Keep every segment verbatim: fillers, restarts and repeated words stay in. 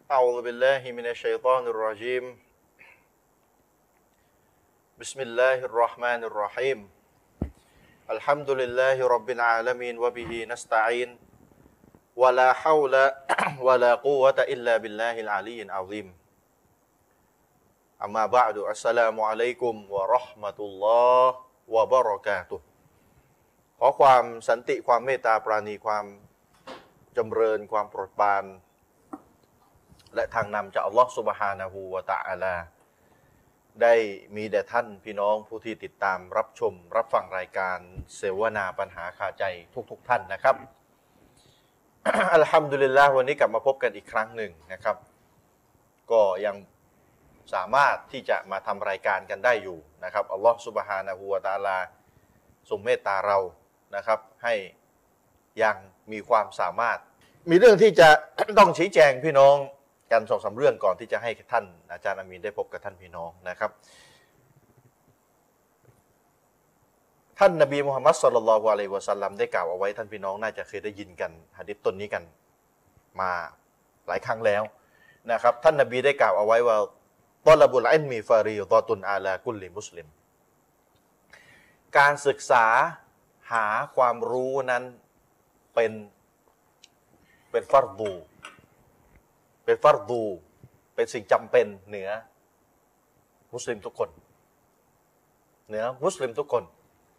أعوذ بالله من الشيطان الرجيم بسم الله الرحمن الرحيم الحمد لله رب العالمين وبه نستعين ولا حول ولا قوة إلا بالله العلي العظيم أما بعد السلام عليكم ورحمة الله وبركاته ขอความสันติความเมตตาปราณีความจำเริญความโปรดปรานและทางนำจากอัลลอฮฺซุบฮานะฮูวะตะอาลาได้มีแด่ท่านพี่น้องผู้ที่ติดตามรับชมรับฟังรายการเสวนาปัญหาคาใจทุกๆ ท่านนะครับ อัลฮัมดุลิลลาห์วันนี้กลับมาพบกันอีกครั้งหนึ่งนะครับก็ยังสามารถที่จะมาทำรายการกันได้อยู่นะครับอัลลอฮฺซุบฮานะฮูวะตะอาลาทรงเมตตาเรานะครับให้ยังมีความสามารถมีเรื่องที่จะ ต้องชี้แจงพี่น้องกันสองสามเรื่องก่อนที่จะให้ท่านอาจารย์อามีนได้พบกับท่านพี่น้องนะครับท่านนบีมุฮัมมัดศ็อลลัลลอฮุอะลัยฮิวะซัลลัมได้กล่าวเอาไว้ท่านพี่น้องน่าจะเคยได้ยินกันหะดีษต้นนี้กันมาหลายครั้งแล้วนะครับท่านนบีได้กล่าวเอาไว้ว่าตอลบุลอิลมีฟารีฎอตุนอาลากุลลิมุสลิมการศึกษาหาความรู้นั้นเป็นเป็นฟัรดูเป็นฟัรดูเป็นสิ่งจำเป็นเหนือมุสลิมทุกคนเหนือมุสลิมทุกคน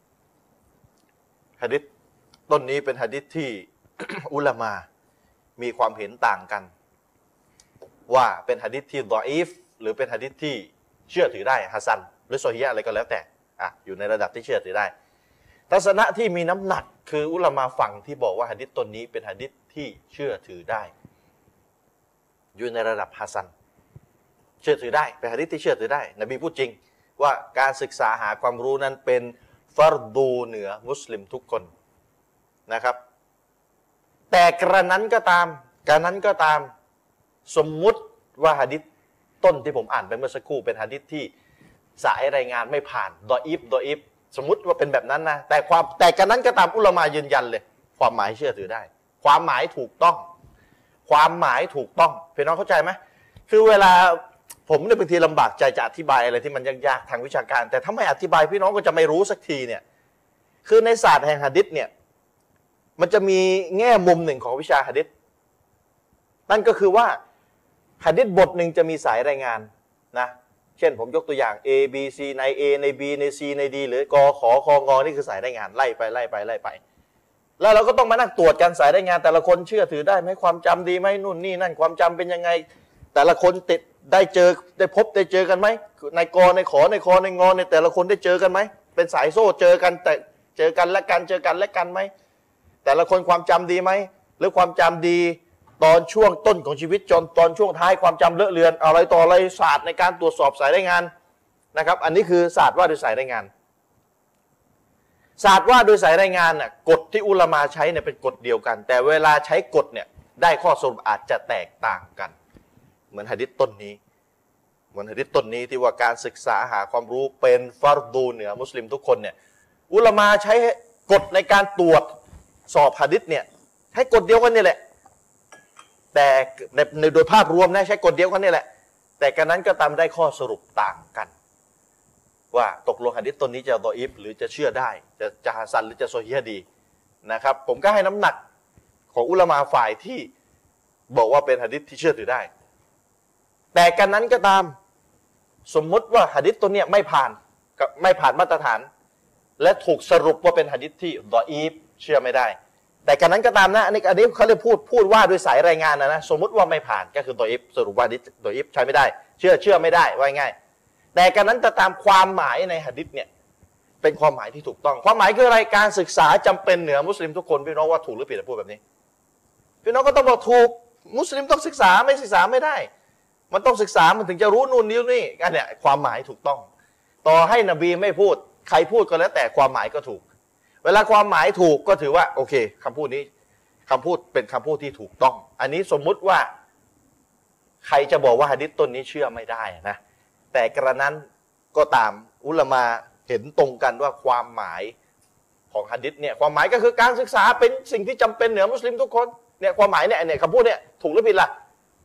หะดีษต้นนี้เป็นหะดีษที่ อุลามะมีความเห็นต่างกันว่าเป็นหะดีษที่ฎออีฟหรือเป็นหะดีษที่เชื่อถือได้ฮะซันหรือซอฮีฮ์อะไรก็แล้วแต่อ่ะอยู่ในระดับที่เชื่อถือได้ทัศนะที่มีน้ำหนักคืออุลามะฝั่งที่บอกว่าหะดีษต้นนี้เป็นหะดีษที่เชื่อถือได้อยู่ในระดับฮะซันเชื่อถือได้เป็นหะดีษที่เชื่อถือได้นบีพูดจริงว่าการศึกษาหาความรู้นั้นเป็นฟัรดูเหนือมุสลิมทุกคนนะครับแต่กระนั้นก็ตามกระนั้นก็ตามสมมุติว่าหะดีษต้นที่ผมอ่านไปเมื่อสักครู่เป็นหะดีษที่สายรายงานไม่ผ่านดออีฟดออีฟสมมุติว่าเป็นแบบนั้นนะแต่ความแต่กระนั้นก็ตามอุลามะยืนยันเลยความหมายเชื่อถือได้ความหมายถูกต้องความหมายถูกต้องพี่น้องเข้าใจไหมคือเวลาผมเนี่ยบางทีลำบากใจจะอธิบายอะไรที่มันยากๆทางวิชาการแต่ถ้าไม่อธิบายพี่น้องก็จะไม่รู้สักทีเนี่ยคือในศาสตร์แห่งหะดีษเนี่ยมันจะมีแง่มุมหนึ่งของวิชาหะดีษนั่นก็คือว่าหะดีษบทหนึ่งจะมีสายรายงานนะเช่นผมยกตัวอย่าง A B C ใน A ใน B ใน C ใน D หรือกขอคงนี่คือสายรายงานไล่ไปไล่ไปไล่ไปแล้วเราก็ต้องมานั่งตรวจกันสายรายงานแต่ละคนเชื่อถือได้ไหมความจำดีไหมนู่นนี่นั่นความจำเป็นยังไงแต่ละคนติดได้เจอได้พบได้เจอกันไหมในกในขอในคอในงอในแต่ละคนได้เจอกันไหมเป็นสายโซ่เจอกันแต่เจอกันและกันเจอกันและกันไหมแต่ละคนความจำดีไหมหรือความจำดีตอนช่วงต้นของชีวิตจนตอนช่วงท้ายความจำเลอะเลือนอะไรต่ออะไรศาสตร์ในการตรวจสอบสายรายงานนะครับอันนี้คือศาสตร์ว่าโดยสายรายงานศาสตร์ว่าโดยสายรายงานน่ะกฎที่อุลามะใช้เนี่ยเป็นกฎเดียวกันแต่เวลาใช้กฎเนี่ยได้ข้อสรุปอาจจะแตกต่างกันเหมือนหะดีษต้นนี้เหมือนหะดีษต้นนี้ที่ว่าการศึกษาหาความรู้เป็นฟัรดูเหนือมุสลิมทุกคนเนี่ยอุลามะใช้กฎในการตรวจสอบหะดีษเนี่ยใช้กฎเดียวกันนี่แหละแต่ในโดยภาพรวมนะใช้กฎเดียวกันนี่แหละแต่กันนั้นก็ตามได้ข้อสรุปต่างกันว่าตกลงหะดีษต้นนี้จะฎออีฟหรือจะเชื่อได้จะจะฮะซันหรือจะซอฮีฮ์ดีนะครับผมก็ให้น้ำหนักของอุลามะฝ่ายที่บอกว่าเป็นหะดีษที่เชื่อถือได้แต่กันนั้นก็ตามสมมุติว่าหะดีษต้นนี้ไม่ผ่านไม่ผ่านมาตรฐานและถูกสรุปว่าเป็นหะดีษที่ฎออีฟเชื่อไม่ได้แต่กันนั้นก็ตามนะอันนี้อันนี้เขาเรียกพูดพูดว่าโดยสายรายงานนะนะสมมุติว่าไม่ผ่านก็คือฎออีฟสรุปว่าหะดีษฎออีฟใช้ไม่ได้เชื่อเชื่อไม่ได้ว่าง่ายแต่กันนั้นจะตามความหมายในหะดีษเนี่ยเป็นความหมายที่ถูกต้องความหมายคืออะไรการศึกษาจำเป็นเหนือมุสลิมทุกคนพี่น้องว่าถูกหรือผิดพูดแบบนี้พี่น้องก็ต้องบอกถูกมุสลิมต้องศึกษาไม่ศึกษาไม่ได้มันต้องศึกษามันถึงจะรู้นู่นนี่นี่กันเนี่ยความหมายถูกต้องต่อให้นบีไม่พูดใครพูดก็แล้วแต่ความหมายก็ถูกเวลาความหมายถูกก็ถือว่าโอเคคำพูดนี้คำพูดเป็นคำพูดที่ถูกต้องอันนี้สมมุติว่าใครจะบอกว่าหะดีษต้นนี้เชื่อไม่ได้นะแต่กระนั้นก็ตามอุลามะเห็นตรงกันว่าความหมายของหะดีษเนี่ยความหมายก็คือการศึกษาเป็นสิ่งที่จำเป็นเหนือมุสลิมทุกคนเนี่ยความหมายเนี่ยเนี่ยคำพูดเนี่ยถูกหรือผิดล่ะเนี่ย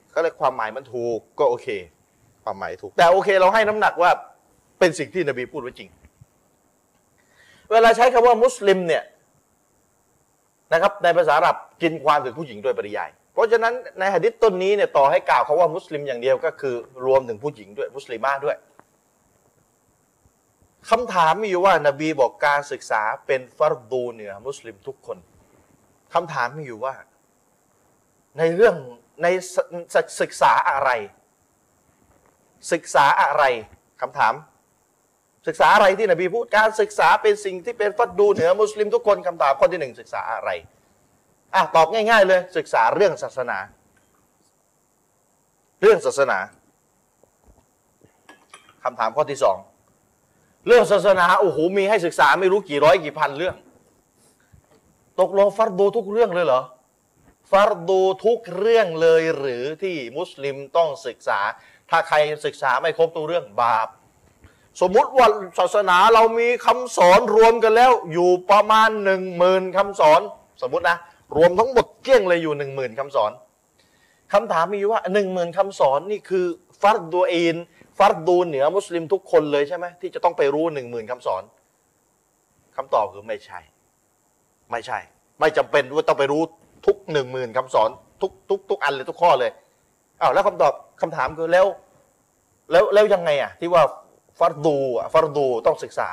ก็เลยความหมายมันถูกก็โอเคความหมายถูกแต่โอเคเราให้น้ำหนักว่าเป็นสิ่งที่นบีพูดไว้จริงเวลาใช้คำว่ามุสลิมเนี่ยนะครับในภาษาอาหรับกินความถึงผู้หญิงโดยปริยายเพราะฉะนั้นในหะดีษต้นนี้เนี่ยต่อให้กล่าวคำว่ามุสลิมอย่างเดียวก็คือรวมถึงผู้หญิงด้วยมุสลิมาด้วยคำถามมีอยู่ว่านบีบอกการศึกษาเป็นฟัรดูเหนือมุสลิมทุกคนคำถามมีอยู่ว่าในเรื่องในศึกษาอะไรศึกษาอะไรคำถามศึกษาอะไรที่นบีพูดการศึกษาเป็นสิ่งที่เป็นฟัรดูเหนือมุสลิมทุกคนคำถามข้อที่หนึ่งศึกษาอะไรอ่ะตอบง่ายๆเลยศึกษาเรื่องศาสนาเรื่องศาสนาคำถามข้อที่สองเรื่องศาสนาโอ้โหมีให้ศึกษาไม่รู้กี่ร้อยกี่พันเรื่องตกลงฟัรดูทุกเรื่องเลยเหรอฟัรดูทุกเรื่องเลยหรือที่มุสลิมต้องศึกษาถ้าใครศึกษาไม่ครบตัวเรื่องบาปสมมุติว่าศาสนาเรามีคำสอนรวมกันแล้วอยู่ประมาณหนึ่งหมื่นคำสอนสมมุตินะรวมทั้งหมดเกลี้ยงเลยอยู่หนึ่งหมื่นคำสอนคำถามมีว่าหนึ่งหมื่นคำสอนนี่คือฟัรดูอีนฟัรดูเหนือมุสลิมทุกคนเลยใช่ไหมที่จะต้องไปรู้หนึ่งหมื่นคำสอนคำตอบคือไม่ใช่ไม่ใช่ไม่จำเป็นว่าต้องไปรู้ทุกหนึ่งหมื่นคำสอนทุกทุกทุกอันเลยทุกข้อเลยอ้าวแล้วคำตอบคำถามคือแล้วแล้วแล้วยังไงอ่ะที่ว่าฟัรดูฟัรดูต้องศึกษา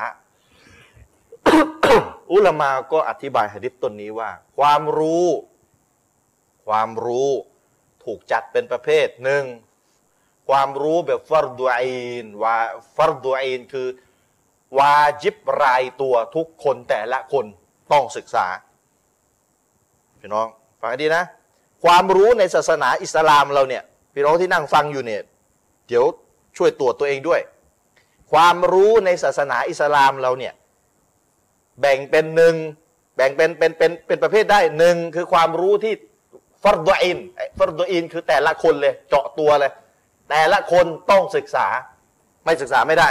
อุลามะก็อธิบายหะดีษต้นนี้ว่าความรู้ความรู้ถูกจัดเป็นประเภทหนึ่งความรู้แบบฟัรดูอีนว่าฟัรดูอีนคือวาญิบรายตัวทุกคนแต่ละคนต้องศึกษาพี่น้องฟังให้ดีนะความรู้ในศาสนาอิสลามเราเนี่ยพี่น้องที่นั่งฟังอยู่เนี่ยเดี๋ยวช่วยตรวจตัวเองด้วยความรู้ในศาสนาอิสลามเราเนี่ยแบ่งเป็นหนึ่งแบ่งเป็นเป็นเป็นเป็นประเภทได้หนึ่งคือความรู้ที่ฟัรดูอีนฟัรดูอีนคือแต่ละคนเลยเจาะตัวเลยแต่ละคนต้องศึกษาไม่ศึกษาไม่ได้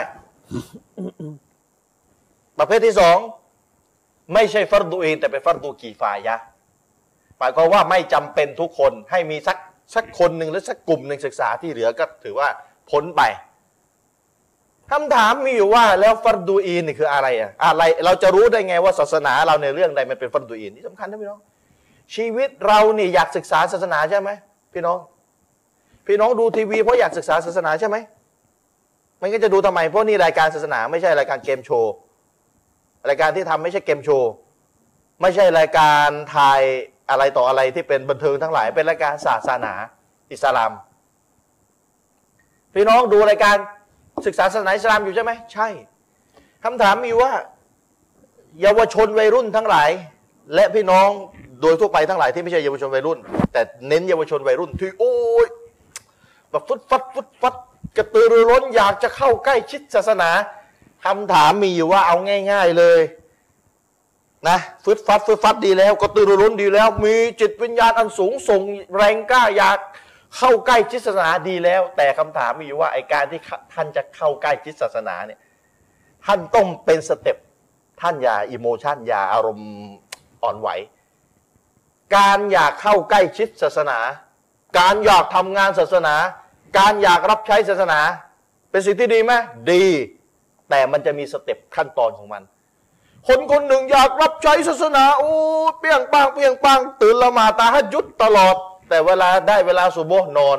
ประเภทที่สองไม่ใช่ฟัรดูอีนแต่เป็นฟัรดูกีฟายะห์หมายความว่าไม่จำเป็นทุกคนให้มีสักสักคนหนึ่งหรือสักกลุ่มหนึ่งศึกษาที่เหลือก็ถือว่าพ้นไปคำถามมีอยู่ว่าแล้วฟัรดูอีนนี่คืออะไรอ่ะอะไรเราจะรู้ได้ไงว่าศาสนาเราในเรื่องใดมันเป็นฟัรดูอีนนี่สำคัญนะพี่น้องชีวิตเรานี่อยากศึกษาศาสนาใช่ไหมพี่น้องพี่น้องดูทีวีเพราะอยากศึกษาศาสนาใช่ไหมมันก็จะดูทำไมเพราะนี่รายการศาสนาไม่ใช่รายการเกมโชว์รายการที่ทำไม่ใช่เกมโชว์ไม่ใช่รายการถ่ายอะไรต่ออะไรที่เป็นบันเทิงทั้งหลายเป็นรายการศาสนาอิสลามพี่น้องดูรายการศึกษาศาสนาอิสลามอยู่ใช่ไหมใช่คำถามมีว่าเยาวชนวัยรุ่นทั้งหลายและพี่น้องโดยทั่วไปทั้งหลายที่ไม่ใช่เยาวชนวัยรุ่นแต่เน้นเยาวชนวัยรุ่นที่โอ้ยแบบฟุดฟัดฟุดฟัดกระตือรือร้นอยากจะเข้าใกล้ชิดศาสนาคำถามมีอยู่ว่าเอาง่ายๆเลยนะฟุดฟัดฟุดฟัดดีแล้วกระตือรือร้นดีแล้วมีจิตวิญญาณอันสูงส่งแรงกล้าอยากเข้าใกล้ชิดศาสนาดีแล้วแต่คำถามมีอยู่ว่าไอการที่ท่านจะเข้าใกล้ชิดศาสนาเนี่ยท่านต้องเป็นสเต็ปท่านอย่าอิโมชันอย่าอารมณ์อ่อนไหวการอยากเข้าใกล้ชิดศาสนาการอยากทำงานศาสนาการอยากรับใช้ศาสนาเป็นสิ่งที่ดีไหมดีแต่มันจะมีสเต็ปขั้นตอนของมันคนคนหนึ่งอยากรับใช้ศาสนาโอ้เปี้ยงปังเปี้ยงปังตื่นละหมาดตะฮัจญุดตลอดแต่เวลาได้เวลาซุบฮ์นอน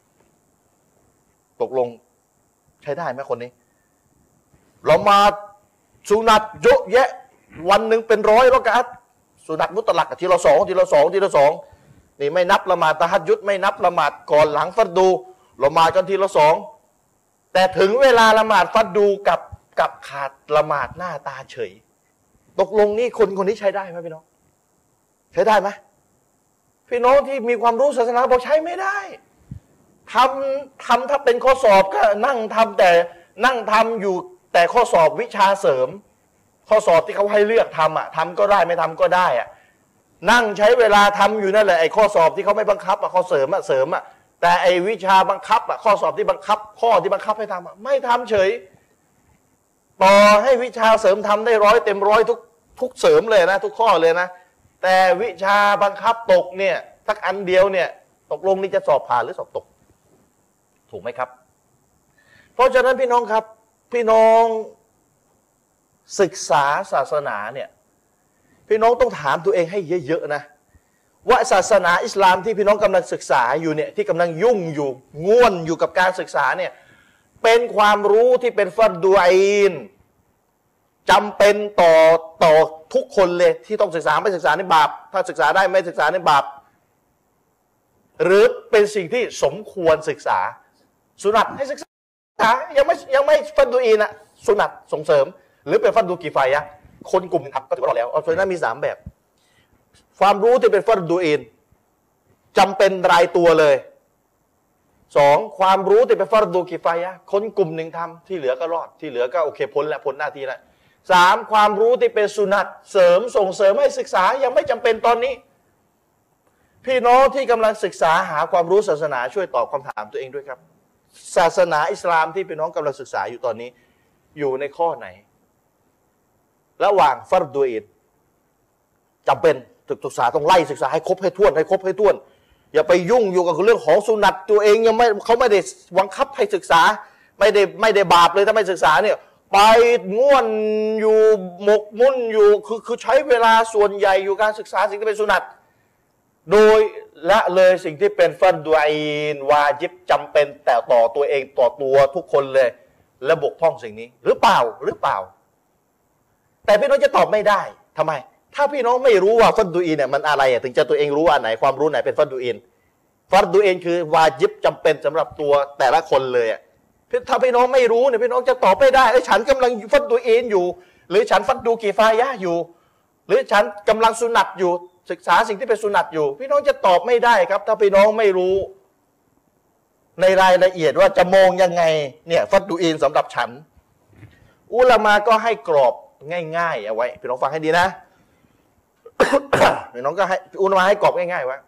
ตกลงใช้ได้ไหมคนนี้ละหมาดสุนัตเยอะแยะวันหนึ่งเป็นร้อยรอกะอัตสุนัตมุตลักทีละสองทีละสองทีละสองนี่ไม่นับละหมาดตะฮัจญุดไม่นับละหมาดก่อนหลังฟัรดูละหมาดกันทีละสองแต่ถึงเวลาละหมาดฟัรดูกับกับขาดละหมาดหน้าตาเฉยตกลงนี่คนคนนี้ใช้ได้ไหมพี่น้องใช้ได้ไหมพี่น้องที่มีความรู้ศาสนาบอกใช้ไม่ได้ทำทำถ้าเป็นข้อสอบก็นั่งทำแต่นั่งทำอยู่แต่ข้อสอบวิชาเสริมข้อสอบที่เขาให้เลือกทำอ่ะทำก็ได้ไม่ทำก็ได้อ่ะนั่งใช้เวลาทำอยู่นั่นแหละไอ้ข้อสอบที่เขาไม่บังคับอ่ะข้อเสริมอ่ะเสริมอ่ะแต่ไอ้วิชาบังคับอ่ะข้อสอบที่บังคับข้อที่บังคับให้ทำอ่ะไม่ทำเฉยต่อให้วิชาเสริมทำได้ร้อยเต็มร้อยทุกทุกเสริมเลยนะทุกข้อเลยนะแต่วิชาบังคับตกเนี่ยสักอันเดียวเนี่ยตกลงนี่จะสอบผ่านหรือสอบตกถูกไหมครับเพราะฉะนั้นพี่น้องครับพี่น้องศึกษาศาสนาเนี่ยพี่น้องต้องถามตัวเองให้เยอะๆนะว่าศาสนาอิสลามที่พี่น้องกำลังศึกษาอยู่เนี่ยที่กำลังยุ่งอยู่ง่วนอยู่กับการศึกษาเนี่ยเป็นความรู้ที่เป็นฟัรดูอีนจำเป็นต่อต่อทุกคนเลยที่ต้องศึกษาไม่ศึกษาในบาปถ้าศึกษาได้ไม่ศึกษาในบาปหรือเป็นสิ่งที่สมควรศึกษาสุนัตให้ศึกษายังไม่ยังไม่ฟัรดูอีนอะสุนัตส่งเสริมหรือเป็นฟัรดูกิฟายะห์คนกลุ่มทำก็ถือว่าเราแล้วเอาเพราะฉะนั้นมีสามแบบความรู้ที่เป็นฟัรดูอีนจำเป็นรายตัวเลยสองความรู้ที่เป็นฟัรดูกิฟายะห์คนกลุ่มหนึ่งทำที่เหลือก็รอดที่เหลือก็โอเคพ้นแล้วพ้นหน้าที่แล้วสามความรู้ที่เป็นสุนัตเสริมส่งเสริมให้ศึกษายังไม่จำเป็นตอนนี้พี่น้องที่กำลังศึกษาหาความรู้ศาสนาช่วยตอบคำถามตัวเองด้วยครับศาสนาอิสลามที่พี่น้องกำลังศึกษาอยู่ตอนนี้อยู่ในข้อไหนระหว่างฟัรดูอีนจำเป็นศึกษาต้องไล่ศึกษาให้ครบให้ถ้วนให้ครบให้ถ้วนอย่าไปยุ่งอยู่กับเรื่องของสุนัตตัวเองยังไม่เขาไม่ได้บังคับให้ศึกษาไม่ได้ไม่ได้บาปเลยถ้าไม่ศึกษาเนี่ยไปง่วนอยู่หมกมุ่นอยู่คือคือใช้เวลาส่วนใหญ่อยู่การศึกษาสิ่งที่เป็นสุนัตโดยละเลยสิ่งที่เป็นฟัรดูอีนวาญิบจำเป็นแต่ต่อตัวเองต่อตัวทุกคนเลยและบกพร่องสิ่งนี้หรือเปล่าหรือเปล่าแต่พี่น้องจะตอบไม่ได้ทำไมถ้าพี่น้องไม่รู้ว่าฟัรดูอีนเนี่ยมันอะไรถึงจะตัวเองรู้ว่าไหนความรู้ไหนเป็นฟัรดูอีนฟัรดูอีนคือวาญิบจำเป็นสำหรับตัวแต่ละคนเลยถ้าพี่น้องไม่รู้เนี่ยพี่น้องจะตอบไม่ได้ไอ้ฉันกำลังฟัรดูอีนอยู่หรือฉันฟัรดูกิฟายะห์อยู่หรือฉันกำลังสุนัตอยู่ศึกษาสิ่งที่เป็นสุนัตอยู่พี่น้องจะตอบไม่ได้ครับถ้าพี่น้องไม่รู้ในรายละเอียดว่าจะมองยังไงเนี่ยฟัรดูอีนสำหรับฉันอุลามะก็ให้กรอบง่ายๆเอาไว้พี่น้องฟังให้ดีนะ พี่น้องก็ให้อุลามะให้กรอบง่ายๆไว้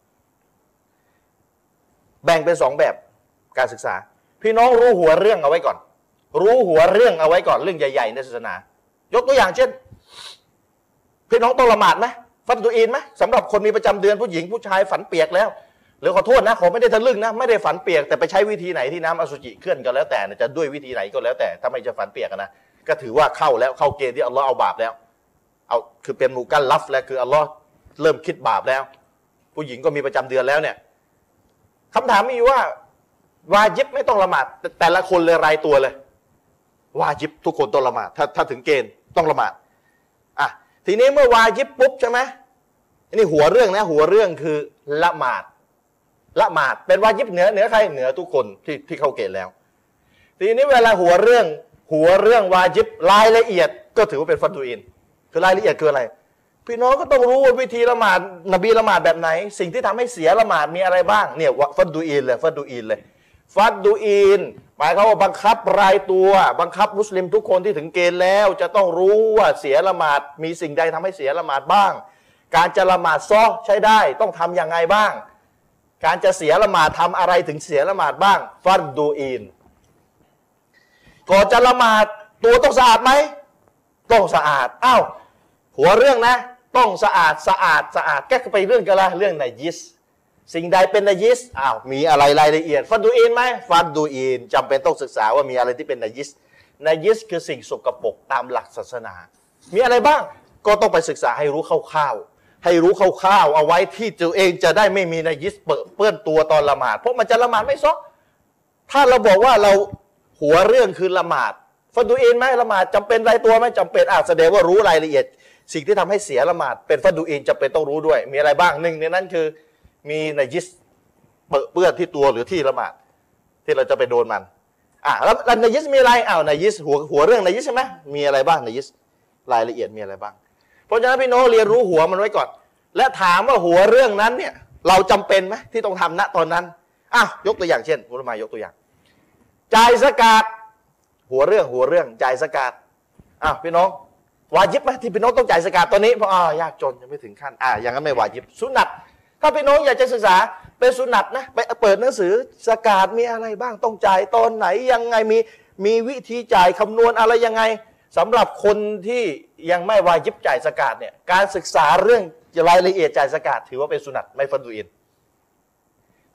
แบ่งเป็นสองแบบการศึกษาพี่น้องรู้หัวเรื่องเอาไว้ก่อนรู้หัวเรื่องเอาไว้ก่อนเรื่องใหญ่ๆในศาสนายกตัวอย่างเช่นพี่น้องต้องละหมาดไหมฟัรดูอีนไหมสำหรับคนมีประจำเดือนผู้หญิงผู้ชายฝันเปียกแล้วหรือขอโทษนะขอไม่ได้ทะลึ่งนะไม่ได้ฝันเปียกแต่ไปใช้วิธีไหนที่น้ำอสุจิเคลื่อนก็แล้วแต่จะด้วยวิธีไหนก็แล้วแต่ถ้าไม่จะฝันเปียกนะก็ถือว่าเข้าแล้วเข้าเกณฑ์ที่อัลลอฮ์เอาบาปแล้วเอาคือเป็นมูกัลลัฟแล้วคืออัลลอฮ์เริ่มคิดบาปแล้วผู้หญิงก็มีประจำเดือนแล้วเนี่ยคำถามมีอยู่ว่าวาญิบไม่ต้องละหมาดแต่ละคนเลยรายตัวเลยวาญิบทุกคนต้องละหมาดถ้าถ้าถึงเกณฑ์ต้องละหมาดอ่ะทีนี้เมื่อวาญิบปุ๊บใช่ไหมนี่หัวเรื่องนะหัวเรื่องคือละหมาดละหมาดเป็นวาญิบเหนือเหนือใครเหนือทุกคนที่ที่เข้าเกณฑ์แล้วทีนี้เวลาหัวเรื่องหัวเรื่องวาญิบรายละเอียดก็ถือว่าเป็นฟัรดูอีนคือรายละเอียดคืออะไรพี่น้องก็ต้องรู้ว่าวิธีละหมาดนบีละหมาดแบบไหนสิ่งที่ทำให้เสียละหมาดมีอะไรบ้างเนี่ยฟัรดูอีนเลยฟัรดูอีนเลยฟัรดูอีนหมายความว่าบังคับรายตัวบังคับมุสลิมทุกคนที่ถึงเกณฑ์แล้วจะต้องรู้ว่าเสียละหมาดมีสิ่งใดทำให้เสียละหมาดบ้างการจะละหมาดซ้อใช้ได้ต้องทำยังไงบ้างการจะเสียละหมาดทำอะไรถึงเสียละหมาดบ้างฟัรดูอีนก่อนจะละหมาดตัวต้องสะอาดไหมต้องสะอาดอ้าวหัวเรื่องนะต้องสะอาดสะอาดสะอาดแก้ไปเรื่องกันละเรื่องนาญิสสิ่งใดเป็นนาญิสอ้าวมีอะไรรายละเอียดฟัรดูอีนไหมฟัรดูอีนจำเป็นต้องศึกษาว่ามีอะไรที่เป็นนาญิสนาญิสคือสิ่งสกปรกตามหลักศาสนามีอะไรบ้างก็ต้องไปศึกษาให้รู้คร่าวๆให้รู้คร่าวๆเอาไว้ที่ตัวเองจะได้ไม่มีนาญิสเปื้อนตัวตอนละหมาดเพราะมันจะละหมาดไม่ซ้อถ้าเราบอกว่าเราหัวเรื่องคือละหมาดฟัรดูอีนไหมละหมาดจำเป็นรายตัวไหมจำเป็นอ่ะแสดงว่ารู้รายละเอียดสิ่งที่ทำให้เสียละหมาดเป็นฟัรดูอีนจำเป็นต้องรู้ด้วยมีอะไรบ้างหนึ่งในนั้นคือมีนาญิสเปื้อนที่ตัวหรือที่ละหมาดที่เราจะไปโดนมันอ่ะแล้วนาญิสมีอะไรอ้าวนาญิสหัวหัวเรื่องนาญิสใช่ไหมมีอะไรบ้างนาญิสรายละเอียดมีอะไรบ้างเพราะฉะนั้นพี่น้องเรียนรู้หัวมันไว้ก่อนและถามว่าหัวเรื่องนั้นเนี่ยเราจำเป็นไหมที่ต้องทำณตอนนั้นอ้าวยกตัวอย่างเช่นอุลามะยกตัวอย่างจ่ายซะกาตหัวเรื่องหัวเรื่องจ่ายซะกาตอ้าวพี่น้องวาญิบไหมที่พี่น้องต้องจ่ายซะกาตตอนนี้เพราะอ่ายากจนยังไม่ถึงขั้นอ่าอย่างนั้นไม่วาญิบสุนัตถ้าพี่น้องอยากจะศึกษาเป็นสุนัตนะไปเปิดหนังสือซะกาตมีอะไรบ้างต้องจ่ายตอนไหนยังไงมีมีวิธีจ่ายคำนวณอะไรยังไงสำหรับคนที่ยังไม่วาญิบจ่ายซะกาตเนี่ยการศึกษาเรื่องรายละเอียดจ่ายซะกาตถือว่าเป็นสุนัตไม่ฟัรดูอีน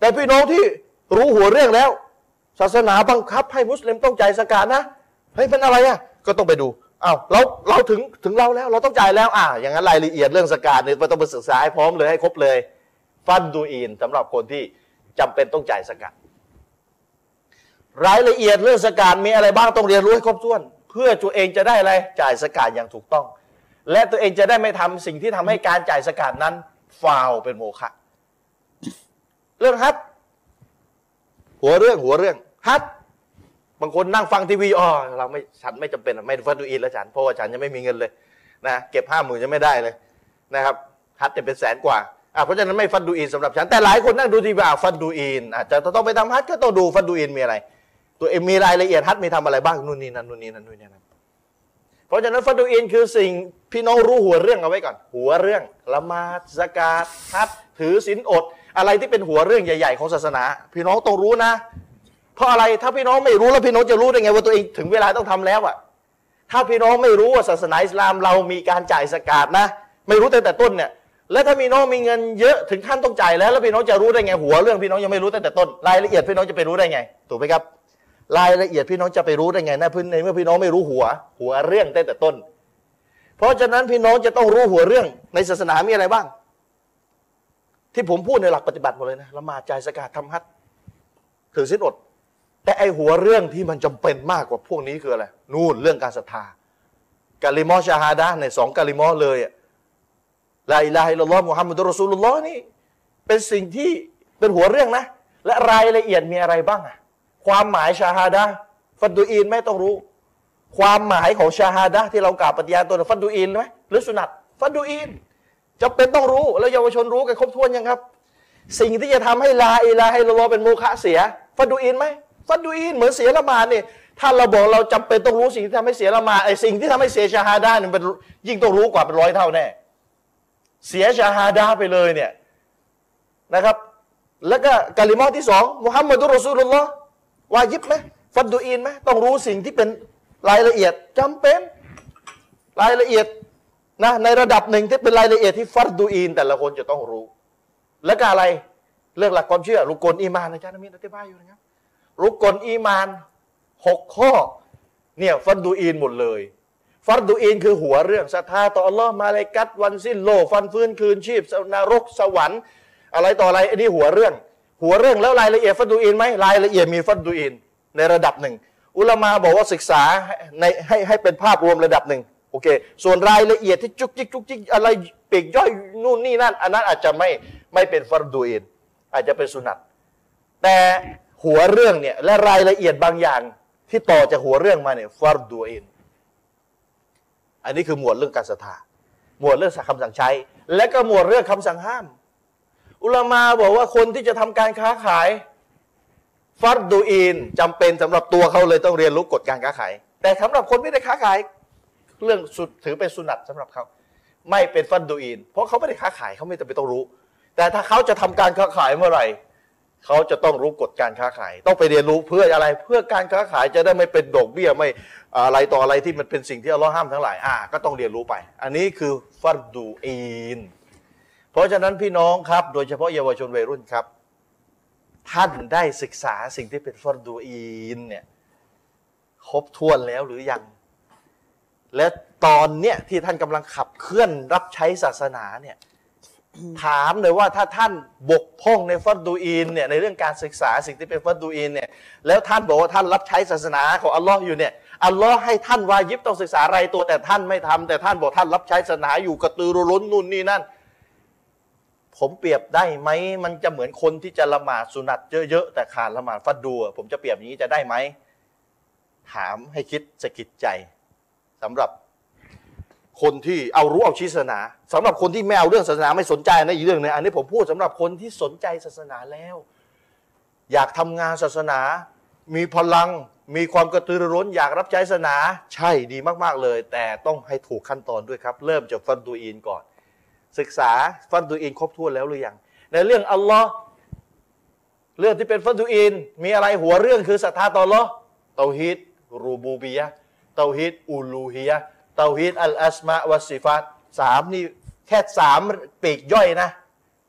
แต่พี่น้องที่รู้หัวเรื่องแล้วศาสนาบังคับให้มุสลิมต้องจ่ายซะกาตนะเฮ้ยเป็นอะไรอ่ะก็ต้องไปดูอ้าวเราเราถึงถึงเราแล้วเราต้องจ่ายแล้วอ่าอย่างนั้นรายละเอียดเรื่องซะกาตเนี่ยต้องไปศึกษาให้พร้อมเลยให้ครบเลยฟันดูอินสำหรับคนที่จำเป็นต้องจ่ายซะกาตรายละเอียดเรื่องซะกาตมีอะไรบ้างต้องเรียนรู้ให้ครบถ้วนเพื่อตัวเองจะได้อะไรจ่ายซะกาตอย่างถูกต้องและตัวเองจะได้ไม่ทำสิ่งที่ทำให้การจ่ายซะกาตนั้นฟาวเป็นโมฆะเรื่องฮัจญ์หัวเรื่องหัวเรื่องฮัจญ์บางคนนั่งฟังทีวีอ๋อเราไม่ฉันไม่จำเป็นไม่ฟันดูอินแล้วฉันเพราะว่าฉันยังไม่มีเงินเลยนะเก็บห้าหมื่นยังไม่ได้เลยนะครับฮัจญ์จะเป็นแสนกว่าอ่ะเพราะฉะนั้นไม่ฟันดูอินสำหรับฉันแต่หลายคนนั่งดูทีวีอ่ะฟันดูอินอาจจะต้องไปทำฮัจญ์ก็ต้องดูฟันดูอินมีอะไรตัวเองมีรายละเอียดฮัจญ์มีทำอะไรบ้างนู่นนี่นั่นนู่นนี่นั่นนู่นนี่นั่นเพราะฉะนั้นฟันดูอินคือสิ่งพี่น้องรู้หัวเรื่องเอาไว้ก่อนหัวเรื่องละหมาดซะกาตฮัจญ์ถือศีลอดอะไรที่เป็นหัวเรื่องใหญ่ๆของศาสนาพี่น้องต้องรู้นะเพราะอะไรถ้าพี่น้องไม่รู้แล้วพี่น้องจะรู้ได้ไงว่าตัวเองถึงเวลาต้องทำแล้วอ่ะถ้าพี่น้องไม่รู้ว่าศาสนาอิสลามเรามีการจ่ายซะกาตนะไม่รู้ตั้งแต่ต้นเนี่ยแล้วถ้าพี่น้องมีเงินเยอะถึงขั้นต้องจ่ายแล้วแล้วพี่น้องจะรู้ได้ไงหัวเรื่องพี่น้องยังไม่รู้ตั้งแต่ต้นรายละเอียดพี่น้องจะไปรู้ได้ไงถูกไหมครับรายละเอียดพี่น้องจะไปรู้ได้ไงนะในเมื่อพี่น้องไม่รู้หัวหัวเรื่องตั้งแต่ต้นเพราะฉะนั้นพี่น้องจะต้องรู้หัวเรื่องในศาสนามีอะไรบ้างที่ผมพูดในหลักปฏิบัติหมดเลยนะละหมาดจ่ายซะกาตทำฮัจญ์ถือศีลอดแต่ไอหัวเรื่องที่มันจำเป็นมากกว่าพวกนี้คืออะไรนู่นเรื่องการศรัทธากะลิมอชาฮาดะห์ในสองกะลิมอเลยอะลาอิลาฮะอิลลัลลอฮ์มุฮัมมัดุรรอซูลุลลอฮ์นี่เป็นสิ่งที่เป็นหัวเรื่องนะและรายละเอียดมีอะไรบ้างอะความหมายชาฮาดะห์ฟัดดูอีนไม่ต้องรู้ความหมายของชาฮาดะห์ที่เรากล่าวปฏิญาณตัวฟัดดูอีนไหมหรือสุนัตฟัดดูอีนจำเป็นต้องรู้แล้วเยาวชนรู้กันครบถ้วนยังครับสิ่งที่จะทำให้ลาอิลาฮะอิลลัลลอฮ์เป็นโมฆะเสียฟัดดูอีนไหมฟัดดูอินเหมือนเสียละหมาดนี่ถ้าเราบอกเราจำเป็นต้องรู้สิ่งที่ทำให้เสียละหมาดไอ้สิ่งที่ทำให้เสียชาฮาดะห์นี่เป็นยิ่งต้องรู้กว่าเป็นร้อยเท่าแน่เสียชาฮาดะห์ไปเลยเนี่ยนะครับแล้วก็กะลิมอที่สองมุฮัมมัดุรรอซูลุลลอฮ์วาญิบไหมฟัดดูอินไหมต้องรู้สิ่งที่เป็นรายละเอียดจำเป็นรายละเอียดนะในระดับหนึ่งที่เป็นรายละเอียดที่ฟัดดูอินแต่ละคนจะต้องรู้แล้วก็อะไรเรื่องหลักความเชื่อรุกลอีมานอาจารย์อามีนอธิบายอยู่นะครับรุกลอีมานหกข้อเนี่ยฟัดดูอินหมดเลยฟัดดูอินคือหัวเรื่องศรัทธาต่ออัลลอฮ์มาลาอิกัตวันสิ้นโลกฟันฟื้นคืนชีพนรกสวรรค์อะไรต่ออะไรอันนี้หัวเรื่องหัวเรื่องแล้วรายละเอียดฟัดดูอินไหมรายละเอียดมีฟัดดูอินในระดับหนึ่งอุลามะบอกว่าศึกษาในให้ให้เป็นภาพรวมระดับหนึ่งโอเคส่วนรายละเอียดที่จุกจิกจุกจิกอะไรปีกย่อยนู่นนี่นั่นอันนั้นอาจจะไม่ไม่เป็นฟัดดูอินอาจจะเป็นสุนัตแต่หัวเรื่องเนี่ยและรายละเอียดบางอย่างที่ต่อจากหัวเรื่องมาเนี่ยฟัรดูอินอันนี้คือหมวดเรื่องการศรัทธาหมวดเรื่องคำสั่งใช้และก็หมวดเรื่องคำสั่งห้ามอุลามะบอกว่าคนที่จะทำการค้าขายฟัรดูอินจำเป็นสำหรับตัวเขาเลยต้องเรียนรู้กฎการค้าขายแต่สำหรับคนไม่ได้ค้าขายเรื่องสุดถือเป็นสุนัตสำหรับเขาไม่เป็นฟัรดูอินเพราะเขาไม่ได้ค้าขายเขาไม่จำเป็นต้องรู้แต่ถ้าเขาจะทำการค้าขายเมื่อไหร่เขาจะต้องรู้กฎการค้าขายต้องไปเรียนรู้เพื่ออะไรเพื่อการค้าขายจะได้ไม่เป็นดอกเบี้ยไม่อะไรต่ออะไรที่มันเป็นสิ่งที่อัลเลาะห์ห้ามทั้งหลายอ่าก็ต้องเรียนรู้ไปอันนี้คือฟัรดูอินเพราะฉะนั้นพี่น้องครับโดยเฉพาะเยาวชนวัยรุ่นครับท่านได้ศึกษาสิ่งที่เป็นฟัรดูอินเนี่ยครบถ้วนแล้วหรือยังและตอนเนี้ยที่ท่านกำลังขับเคลื่อนรับใช้ศาสนาเนี่ยถามเลยว่าถ้าท่านบกพร่องในฟัรดูอินเนี่ยในเรื่องการศึกษาสิ่งที่เป็นฟัรดูอินเนี่ยแล้วท่านบอกว่าท่านรับใช้ศาสนาของอัลลอฮ์อยู่เนี่ยอัลลอฮ์ให้ท่านวาญิบต้องศึกษารายตัวแต่ท่านไม่ทำแต่ท่านบอกท่านรับใช้ศาสนาอยู่กระตือรือร้นนู่นนี่นั่นผมเปรียบได้ไหมมันจะเหมือนคนที่จะละหมาดสุนัตเยอะๆแต่ขาดละหมาดฟัรดูผมจะเปรียบอย่างนี้จะได้ไหมถามให้คิดสะกิดใจสำหรับคนที่เอารู้เอาชี้ศาสนาสำหรับคนที่ไม่เอาเรื่องศาสนาไม่สนใจนะอีกเรื่องนึงอันนี้ผมพูดสำหรับคนที่สนใจศาสนาแล้วอยากทำงานศาสนามีพลังมีความกระตือรือร้นอยากรับใช้ศาสนาใช่ดีมากๆเลยแต่ต้องให้ถูกขั้นตอนด้วยครับเริ่มจากฟัรดูอินก่อนศึกษาฟัรดูอินครบถ้วนแล้วหรือยังในเรื่องอัลลอฮ์เรื่องที่เป็นฟัรดูอินมีอะไรหัวเรื่องคือศรัทธาต่ออัลลอฮ์เตาฮีดรูบูบียะห์เตาฮีดอูลูฮียะห์เตาฮีดอัลอัสมาวัสซิฟาตสามนี่แค่สามปีกย่อยนะ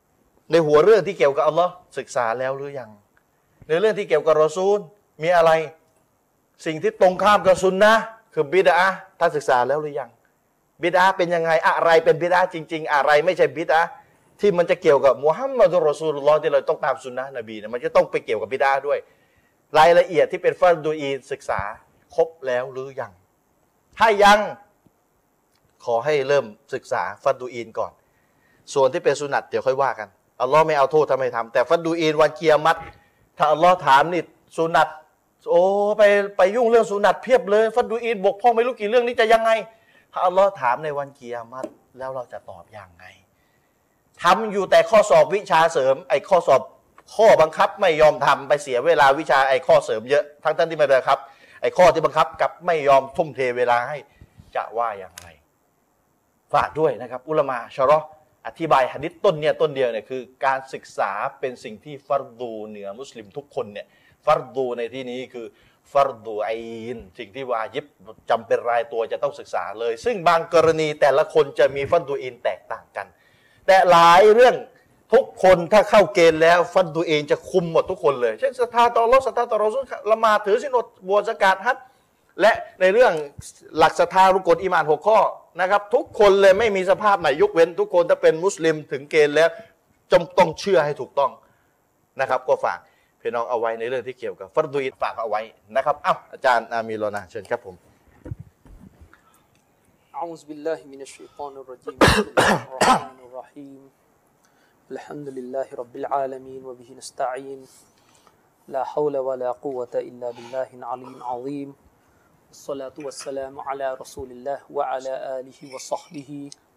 ในหัวเรื่องที่เกี่ยวกับอัลลอฮ์ศึกษาแล้วหรือยังในเรื่องที่เกี่ยวกับรอซูลมีอะไรสิ่งที่ตรงข้ามกับซุนนะห์คือบิดอะห์ท่านศึกษาแล้วหรือยังบิดอะห์เป็นยังไงอะไรเป็นบิดอะห์จริงๆอะไรไม่ใช่บิดอะห์ที่มันจะเกี่ยวกับมุฮัมมัดุรรอซูลุลลอฮ์ที่เราต้องตามซุนนะห์นบีเนี่ยมันจะต้องไปเกี่ยวกับบิดอะห์ด้วยรายละเอียดที่เป็นฟัรดูอีนศึกษาครบแล้วหรือยังถ้ายังขอให้เริ่มศึกษาฟัรดูอีนก่อนส่วนที่เป็นสุนัตเดี๋ยวค่อยว่ากันอัลลอฮ์ไม่เอาโทษทำไมทำแต่ฟัรดูอีนวันเกียรติถ้าอัลลอฮ์ถามนี่สุนัตโอ้ไปไปยุ่งเรื่องสุนัตเพียบเลยฟัรดูอีนบกพร่องไม่รู้กี่เรื่องนี้จะยังไงถ้าอัลลอฮ์ถามในวันเกียรติแล้วเราจะตอบยังไงทำอยู่แต่ข้อสอบวิชาเสริมไอ้ข้อสอบข้อบังคับไม่ยอมทำไปเสียเวลาวิชาไอ้ข้อเสริมเยอะทั้งท่านที่ไม่บังคับไอ้ข้อที่บังคับกับไม่ยอมทุ่มเทเวลาให้จะว่าอย่างไรฝากด้วยนะครับอุลามะชะเราะห์อธิบายหะดีษต้นเนี่ยต้นเดียวเนี่ยคือการศึกษาเป็นสิ่งที่ฟัรดูเหนือมุสลิมทุกคนเนี่ยฟัรดูในที่นี้คือฟัรดูไอินสิ่งที่วาญิบจำเป็นรายตัวจะต้องศึกษาเลยซึ่งบางกรณีแต่ละคนจะมีฟัรดูอินแตกต่างกันแต่หลายเรื่องทุกคนถ้าเข้าเกณฑ์แล้วฟัรดูอินจะคุมหมดทุกคนเลยเช่นศรัทธาต่ออัลเลาะห์ศรัทธาต่อรอซูลละหมาดถือศีลอดบวชซะกาตฮัจญ์และในเรื่องหลักศรัทธารุกลอีหม่านหกข้อนะครับทุกคนเลยไม่มีสภาพไหนยกเว้นทุกคนถ้าเป็นมุสลิมถึงเกณฑ์แล้วจงต้องเชื่อให้ถูกต้องนะครับก็ฝากพี่น้องเอาไว้ในเรื่องที่เกี่ยวกับฟัรดูอินฝากเอาไว้นะครับอ้าวอาจารย์อามีรอนะเชิญครับผมอะอูซุบิลลาฮิมินัชชัยฏอนิรเราะญีมบิสมิลลาฮิรเราะห์มานิรเราะฮีมอัลฮัมดุลิลลาฮิร็อบบิลอาละมีนวะบิฮินัสตะอีนลาฮาวละวะลากุวะตะอิลลาบิลลาฮิลอะลียอะซีมالصلاة والسلام على رسول الله وعلى آله وصحبه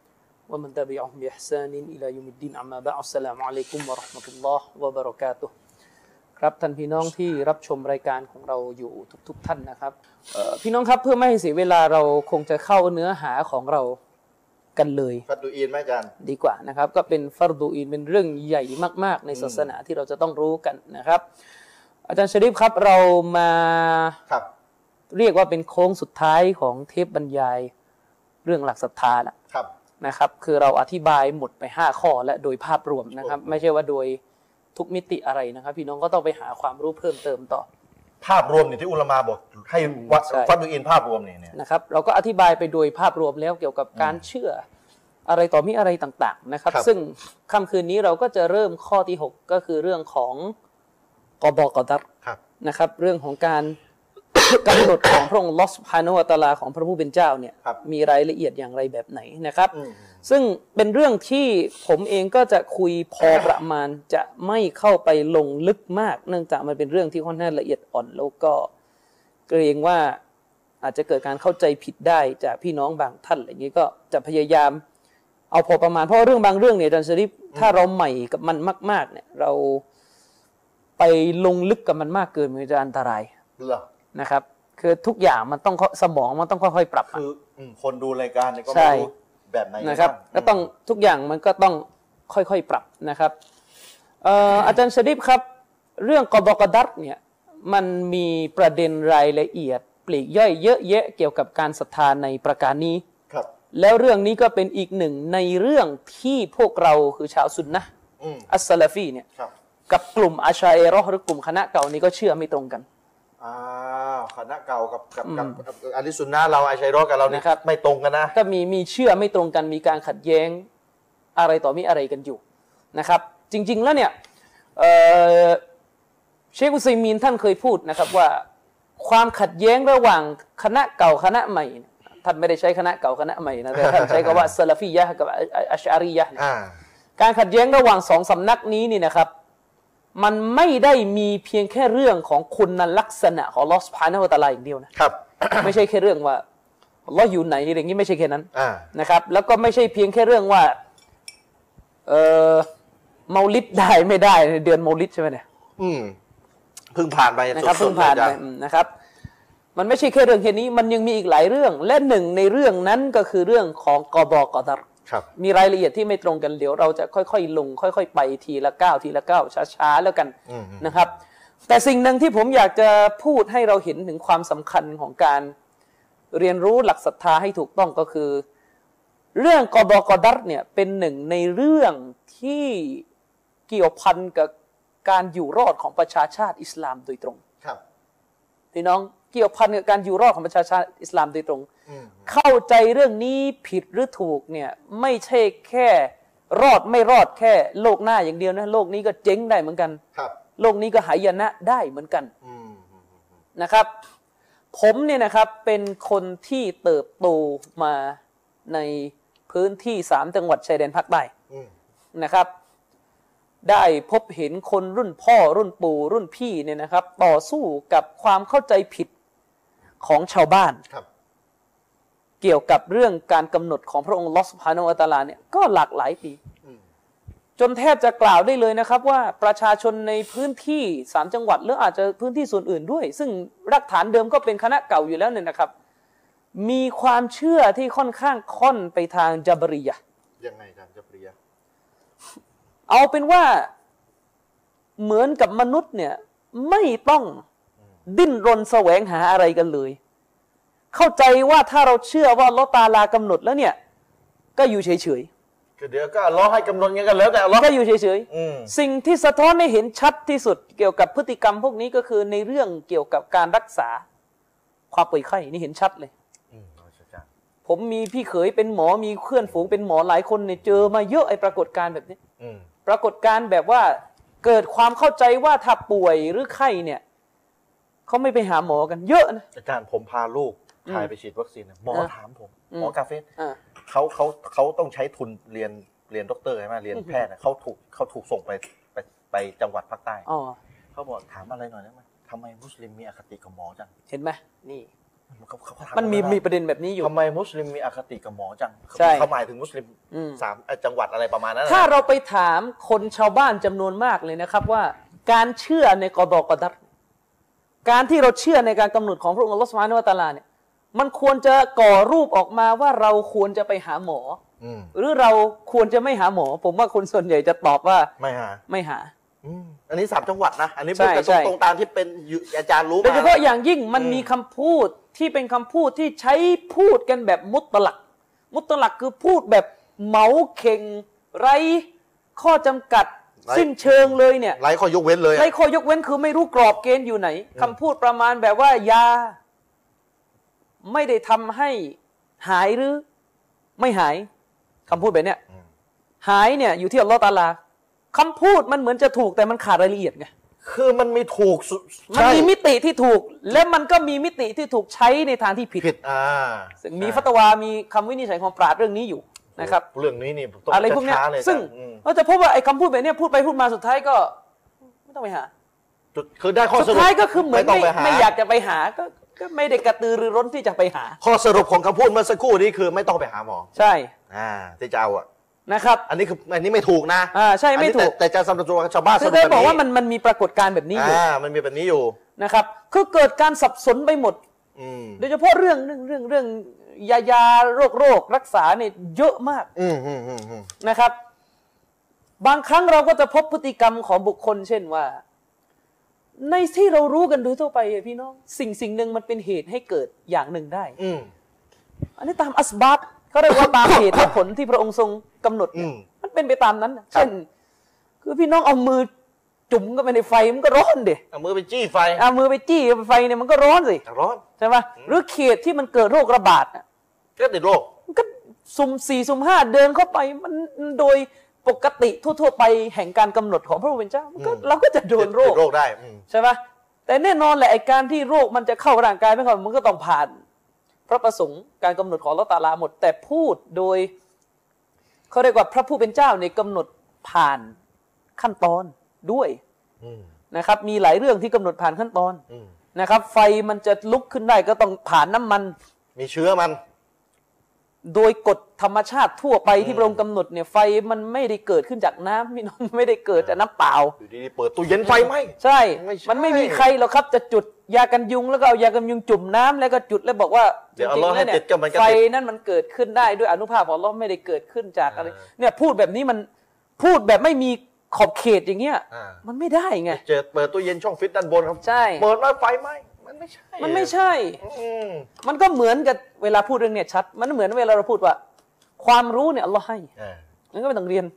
ومن تبعهم بإحسان إلى يوم الدين أما بعد السلام عليكم ورحمة الله وبركاته ครับท่านพี่น้องที่รับชมรายการของเราอยู่ทุกๆท่านนะครับพี่น้องครับเพื่อไม่ให้เสียเวลาเราคงจะเข้าเนื้อหาของเรากันเลยฟัรดูอินไหมอาจารย์ดีกว่านะครับก็เป็นฟัรดูอินเป็นเรื่องใหญ่มากๆในศาสนาที่เราจะต้องรู้กันนะครับอาจารย์ชะรีฟครับเรามาครับเรียกว่าเป็นโค้งสุดท้ายของเทปบรรยายเรื่องหลักศรัทธาแล้วนะครับคือเราอธิบายหมดไปห้าข้อและโดยภาพรวมนะครับไม่ใช่ว่าโดยทุกมิติอะไรนะครับพี่น้องก็ต้องไปหาความรู้เพิ่มเติมต่อภาพรวมนี่ที่อุลามะบอกให้วัดฟัรดูอินภาพรวมนี่นะครับเราก็อธิบายไปโดยภาพรวมแล้วเกี่ยวกับการเชื่ออะไรต่อมีอะไรต่างๆนะครับซึ่งค่ำคืนนี้เราก็จะเริ่มข้อที่หกก็คือเรื่องของกอฎอกอดัรนะครับเรื่องของการกำหนดของพระองค์อัลเลาะห์ซุบฮานะฮูวะตะอาลาของพระผู้เป็นเจ้าเนี่ยมีรายละเอียดอย่างไรแบบไหนนะครับซึ่งเป็นเรื่องที่ผมเองก็จะคุยพอประมาณจะไม่เข้าไปลงลึกมากเนื่องจากมันเป็นเรื่องที่ค่อนข้างละเอียดอ่อนแล้วก็เกรงว่าอาจจะเกิดการเข้าใจผิดได้จากพี่น้องบางท่านอะไรอย่างนี้ก็จะพยายามเอาพอประมาณเพราะเรื่องบางเรื่องเนี่ยอาจารย์ชะรีฟถ้าเราใหม่กับมันมากๆเนี่ยเราไปลงลึกกับมันมากเกินมันจะอันตรายนะครับคือทุกอย่างมันต้องสมองมันต้องค่อยๆปรับคือคนดูรายการเนี่ยก็ไม่รู้แบบไหนนะครับก็ต้องทุกอย่างมันก็ต้องค่อยๆปรับนะครับอาจารย์ชะรีฟครับเรื่องกอฎอกอดัรเนี่ยมันมีประเด็นรายละเอียดปลีกย่อยเยอะแยะเกี่ยวกับการศรัทธาในประการนี้แล้วเรื่องนี้ก็เป็นอีกหนึ่งในเรื่องที่พวกเราคือชาวซุนนะห์อัสซะลาฟีเนี่ยกับกลุ่มอาชาอิเราะห์หรือกลุ่มคณะเก่านี้ก็เชื่อไม่ตรงกันอ่าคณะเก่ากับกับกับอะลิซุนนะห์เราอาชัยเราะห์กับเราเนี่ยไม่ตรงกันนะก็มีมีเชื่อไม่ตรงกันมีการขัดแย้งอะไรต่อมีอะไรกันอยู่นะครับจริงๆแล้วเนี่ยเอ่อเชคอุซัยมีนท่านเคยพูดนะครับว่าความขัดแย้งระหว่างคณะเก่าคณะใหม่ท่านไม่ได้ใช้คณะเก่าคณะใหม่นะแต่ท่านใช้คำว่าซะลาฟียะห์กับอัชอะรียะห์การขัดแย้งระหว่างสองสำนักนี้นี่นะครับมันไม่ได้มีเพียงแค่เรื่องของคุณลักษณะของอัลเลาะห์ซุบฮานะฮูวะตะอาลาอย่างเดียวนะครับไม่ใช่แค่เรื่องว่าอัลเลาะห์อยู่ไหนอย่างนี้ไม่ใช่แค่นั้นนะครับแล้วก็ไม่ใช่เพียงแค่เรื่องว่าเอ่อเมาลิดได้ไม่ได้ในเดือนเมาลิดใช่ไหมเนี่ยอืมเพิ่งผ่านไปนะครับเพิ่งผ่านไปนะครับมันไม่ใช่แค่เรื่องแค่นี้มันยังมีอีกหลายเรื่องและหนึ่งในเรื่องนั้นก็คือเรื่องของกอฎอกอดัรมีรายละเอียดที่ไม่ตรงกันเดี๋ยวเราจะค่อยๆลงค่อยๆไปทีละก้าวทีละก้าวช้าๆแล้วกันนะครับแต่สิ่งหนึ่งที่ผมอยากจะพูดให้เราเห็นถึงความสำคัญของการเรียนรู้หลักศรัทธาให้ถูกต้องก็คือเรื่องกอฎอกอดัรเนี่ยเป็นหนึ่งในเรื่องที่เกี่ยวพันกับการอยู่รอดของประชาชาติอิสลามโดยตรงครับพี่น้องเกี่ยวพันกับการอยู่รอดของประชาชาติอิสลามโดยตรงเข้าใจเรื่องนี้ผิดหรือถูกเนี่ยไม่ใช่แค่รอดไม่รอดแค่โลกหน้าอย่างเดียวนะโลกนี้ก็เจ๊งได้เหมือนกันครับโลกนี้ก็หายนะได้เหมือนกันนะครับผมเนี่ยนะครับเป็นคนที่เติบโตมาในพื้นที่สามจังหวัดชายแดนภาคใต้นะครับได้พบเห็นคนรุ่นพ่อรุ่นปู่รุ่นพี่เนี่ยนะครับต่อสู้กับความเข้าใจผิดของชาวบ้านเกี่ยวกับเรื่องการกำหนดของพระองค์อัลเลาะห์ซุบฮานะฮูวะตะอาลาเนี่ยก็หลากหลายปีจนแทบจะกล่าวได้เลยนะครับว่าประชาชนในพื้นที่สามจังหวัดหรืออาจจะพื้นที่ส่วนอื่นด้วยซึ่งรากฐานเดิมก็เป็นคณะเก่าอยู่แล้วเนี่ยนะครับมีความเชื่อที่ค่อนข้างค่อนไปทางญะบรียะห์ยังไงครับญะบรียะห์เอาเป็นว่าเหมือนกับมนุษย์เนี่ยไม่ต้องดิ้นรนแสวงหาอะไรกันเลยเข้าใจว่าถ้าเราเชื่อว่าอัลเลาะห์ตะอาลากำหนดแล้วเนี่ยก็อยู่เฉยๆก็เดี๋ยวก็อัลเลาะห์ให้กำหนดกันแล้วแต่อัลเลาะห์ก็อยู่เฉยๆสิ่งที่สะท้อนให้เห็นชัดที่สุดเกี่ยวกับพฤติกรรมพวกนี้ก็คือในเรื่องเกี่ยวกับการรักษาความป่วยไข้นี่เห็นชัดเลยผมมีพี่เขยเป็นหมอมีเพื่อนฝูงเป็นหมอหลายคนเนี่ยเจอมาเยอะไอ้ปรากฏการณ์แบบนี้ปรากฏการณ์แบบว่าเกิดความเข้าใจว่าถ้าป่วยหรือไข้เนี่ยเขาไม่ไปหาหมอกันเยอะนะอาจารย์ผมพาลูกชายไปฉีดวัคซีนหมอถามผมหมอกาเฟสเขาเขาเขาต้องใช้ทุนเรียนเรียนด็อกเตอร์ใช่ไหมเรียนแพทย์เขาถูกเขาถูกส่งไปไปไปจังหวัดภาคใต้เขาบอกถามอะไรหน่อยได้ไหมทำไมมุสลิมมีอคติกับหมอจังเห็นไหมนี่มันมีมีประเด็นแบบนี้อยู่ทำไมมุสลิมมีอคติกับหมอจังเขาหมายถึงมุสลิมสามจังหวัดอะไรประมาณนั้นถ้าเราไปถามคนชาวบ้านจำนวนมากเลยนะครับว่าการเชื่อในกอฎอกอดัรการที่เราเชื่อในการกำหนดของพระองค์อัลเลาะห์ซุบฮานะฮูวะตะอาลาเนี่ยมันควรจะก่อรูปออกมาว่าเราควรจะไปหาหมอหรือเราควรจะไม่หาหมอผมว่าคนส่วนใหญ่จะตอบว่าไม่หาไม่หาอันนี้สามจังหวัดนะอันนี้เป็นตรงตรงตามที่เป็นอาจารย์รู้มาโดยเฉพาะอย่างยิ่งมันมีคำพูดที่เป็นคำพูดที่ใช้พูดกันแบบมุตตลักมุตตลักคือพูดแบบเหมาเข่งไร้ข้อจำกัดสิ้นเชิงเลยเนี่ยไร้ข้อยกเว้นเลยไร้ข้อยกเว้นคือไม่รู้กรอบเกณฑ์อยู่ไหนคำพูดประมาณแบบว่ายาไม่ได้ทำให้หายหรือไม่หายคำพูดแบบเนี้ยหายเนี่ยอยู่ที่อัลเลาะห์ตะอาลาคำพูดมันเหมือนจะถูกแต่มันขาดรายละเอียดไงคือมันมีถูกมันมีมิติที่ถูกและมันก็มีมิติที่ถูกใช้ในทางที่ผิดผิดอ่าซึ่งมีฟัตวามีคำวินิจฉัยของปราชญ์เรื่องนี้อยู่นะครับเรื่องนี้นี่ต้องอะไรพวกนี้ซึ่งเราจะพบว่าไอ้คำพูดแบบนี้พูดไปพูดมาสุดท้ายก็ไม่ต้องไปหาคือได้ข้อสรุปสุดท้ายก็คือเหมือนไม่ไม่อยากจะไปหาก็ก็ไม่ได้กระตือรือร้นที่จะไปหาข้อสรุปของคำพูดเมื่อสักครู่นี้คือไม่ต้องไปหาหมอใช่อ่าที่จะเอาอ่ะนะครับอันนี้คืออันนี้ไม่ถูกนะอ่าใช่ไม่ถูกแต่จะสำหรับตัวชาวบ้านคือได้บอกว่ามันมันมีปรากฏการณ์แบบนี้อยู่อ่ามันมีแบบนี้อยู่นะครับคือเกิดการสับสนไปหมดโดยเฉพาะเรื่องเรื่องเรื่องเรื่องยายาโรคโรครักษาเนี่ยเยอะมากนะครับบางครั้งเราก็จะพบพฤติกรรมของบุคคลเช่นว่าในที่เรารู้กันโดยทั่วไปพี่น้องสิ่งสิ่งหนึ่งมันเป็นเหตุให้เกิดอย่างหนึ่งได้อันนี้ตามอัสบับเขาเรียกว่าตามเหตุและผลที่พระองค์ทรงกำหนดมันเป็นไปตามนั้นเช่นคือพี่น้องเอามือจุ่มก็ไปในไฟมันก็ร้อนดิเอามือไปจี้ไฟเอามือไปจี้ไฟเนี่ยมันก็ร้อนสิร้อนใช่ไหมหรือเขตที่มันเกิดโรคระบาดก็ติดโรคมันก็สุ่มสี่สุ่มห้าเดินเข้าไปมันโดยปกติทั่วๆไปแห่งการกำหนดของพระผู้เป็นเจ้ามันก็เราก็จะโดนโรคโรคได้ใช่ไหมแต่แน่นอนแหละไอ้การที่โรคมันจะเข้าร่างกายไม่เข้ามันก็ต้องผ่านพระประสงค์การกำหนดของอัลเลาะห์ตะอาลาหมดแต่พูดโดยเขาเรียกว่าพระผู้เป็นเจ้าในกำหนดผ่านขั้นตอนด้วยนะครับมีหลายเรื่องที่กำหนดผ่านขั้นตอนนะครับไฟมันจะลุกขึ้นได้ก็ต้องผ่านน้ำมันมีเชื้อมันโดยกฎธรรมชาติทั่วไปที่พระองค์กำหนดเนี่ยไฟมันไม่ได้เกิดขึ้นจากน้ำพี่น้องไม่ได้เกิดจากน้ำเปล่าอยู่ดีๆเปิดตู้เย็นไฟไหมใช่มันไม่มีใครหรอกครับจะจุดยากันยุงแล้วก็เอายากันยุงจุ่มน้ำแล้วก็จุดแล้วบอกว่าจริงๆแล้วเนี่ยไฟนั้นมันเกิดขึ้นได้ด้วยอนุภาพของอัลเลาะห์ไม่ได้เกิดขึ้นจากอะไรเนี่ยพูดแบบนี้มันพูดแบบไม่มีขอบเขตอย่างเงี้ยมันไม่ได้ไงเจอเปิดตู้เย็นช่องฟิตด้านบนครับใช่เปิดแล้วไฟไหมมันไม่ใช่มันไม่ใช่มันก็เหมือนกับเวลาพูดเรื่องเนี่ยชัดมันเหมือนเวลาเราพูดว่าความรู้เนี่ยอัลเลาะห์ให้งั้นก็ไม่ต้องเรียน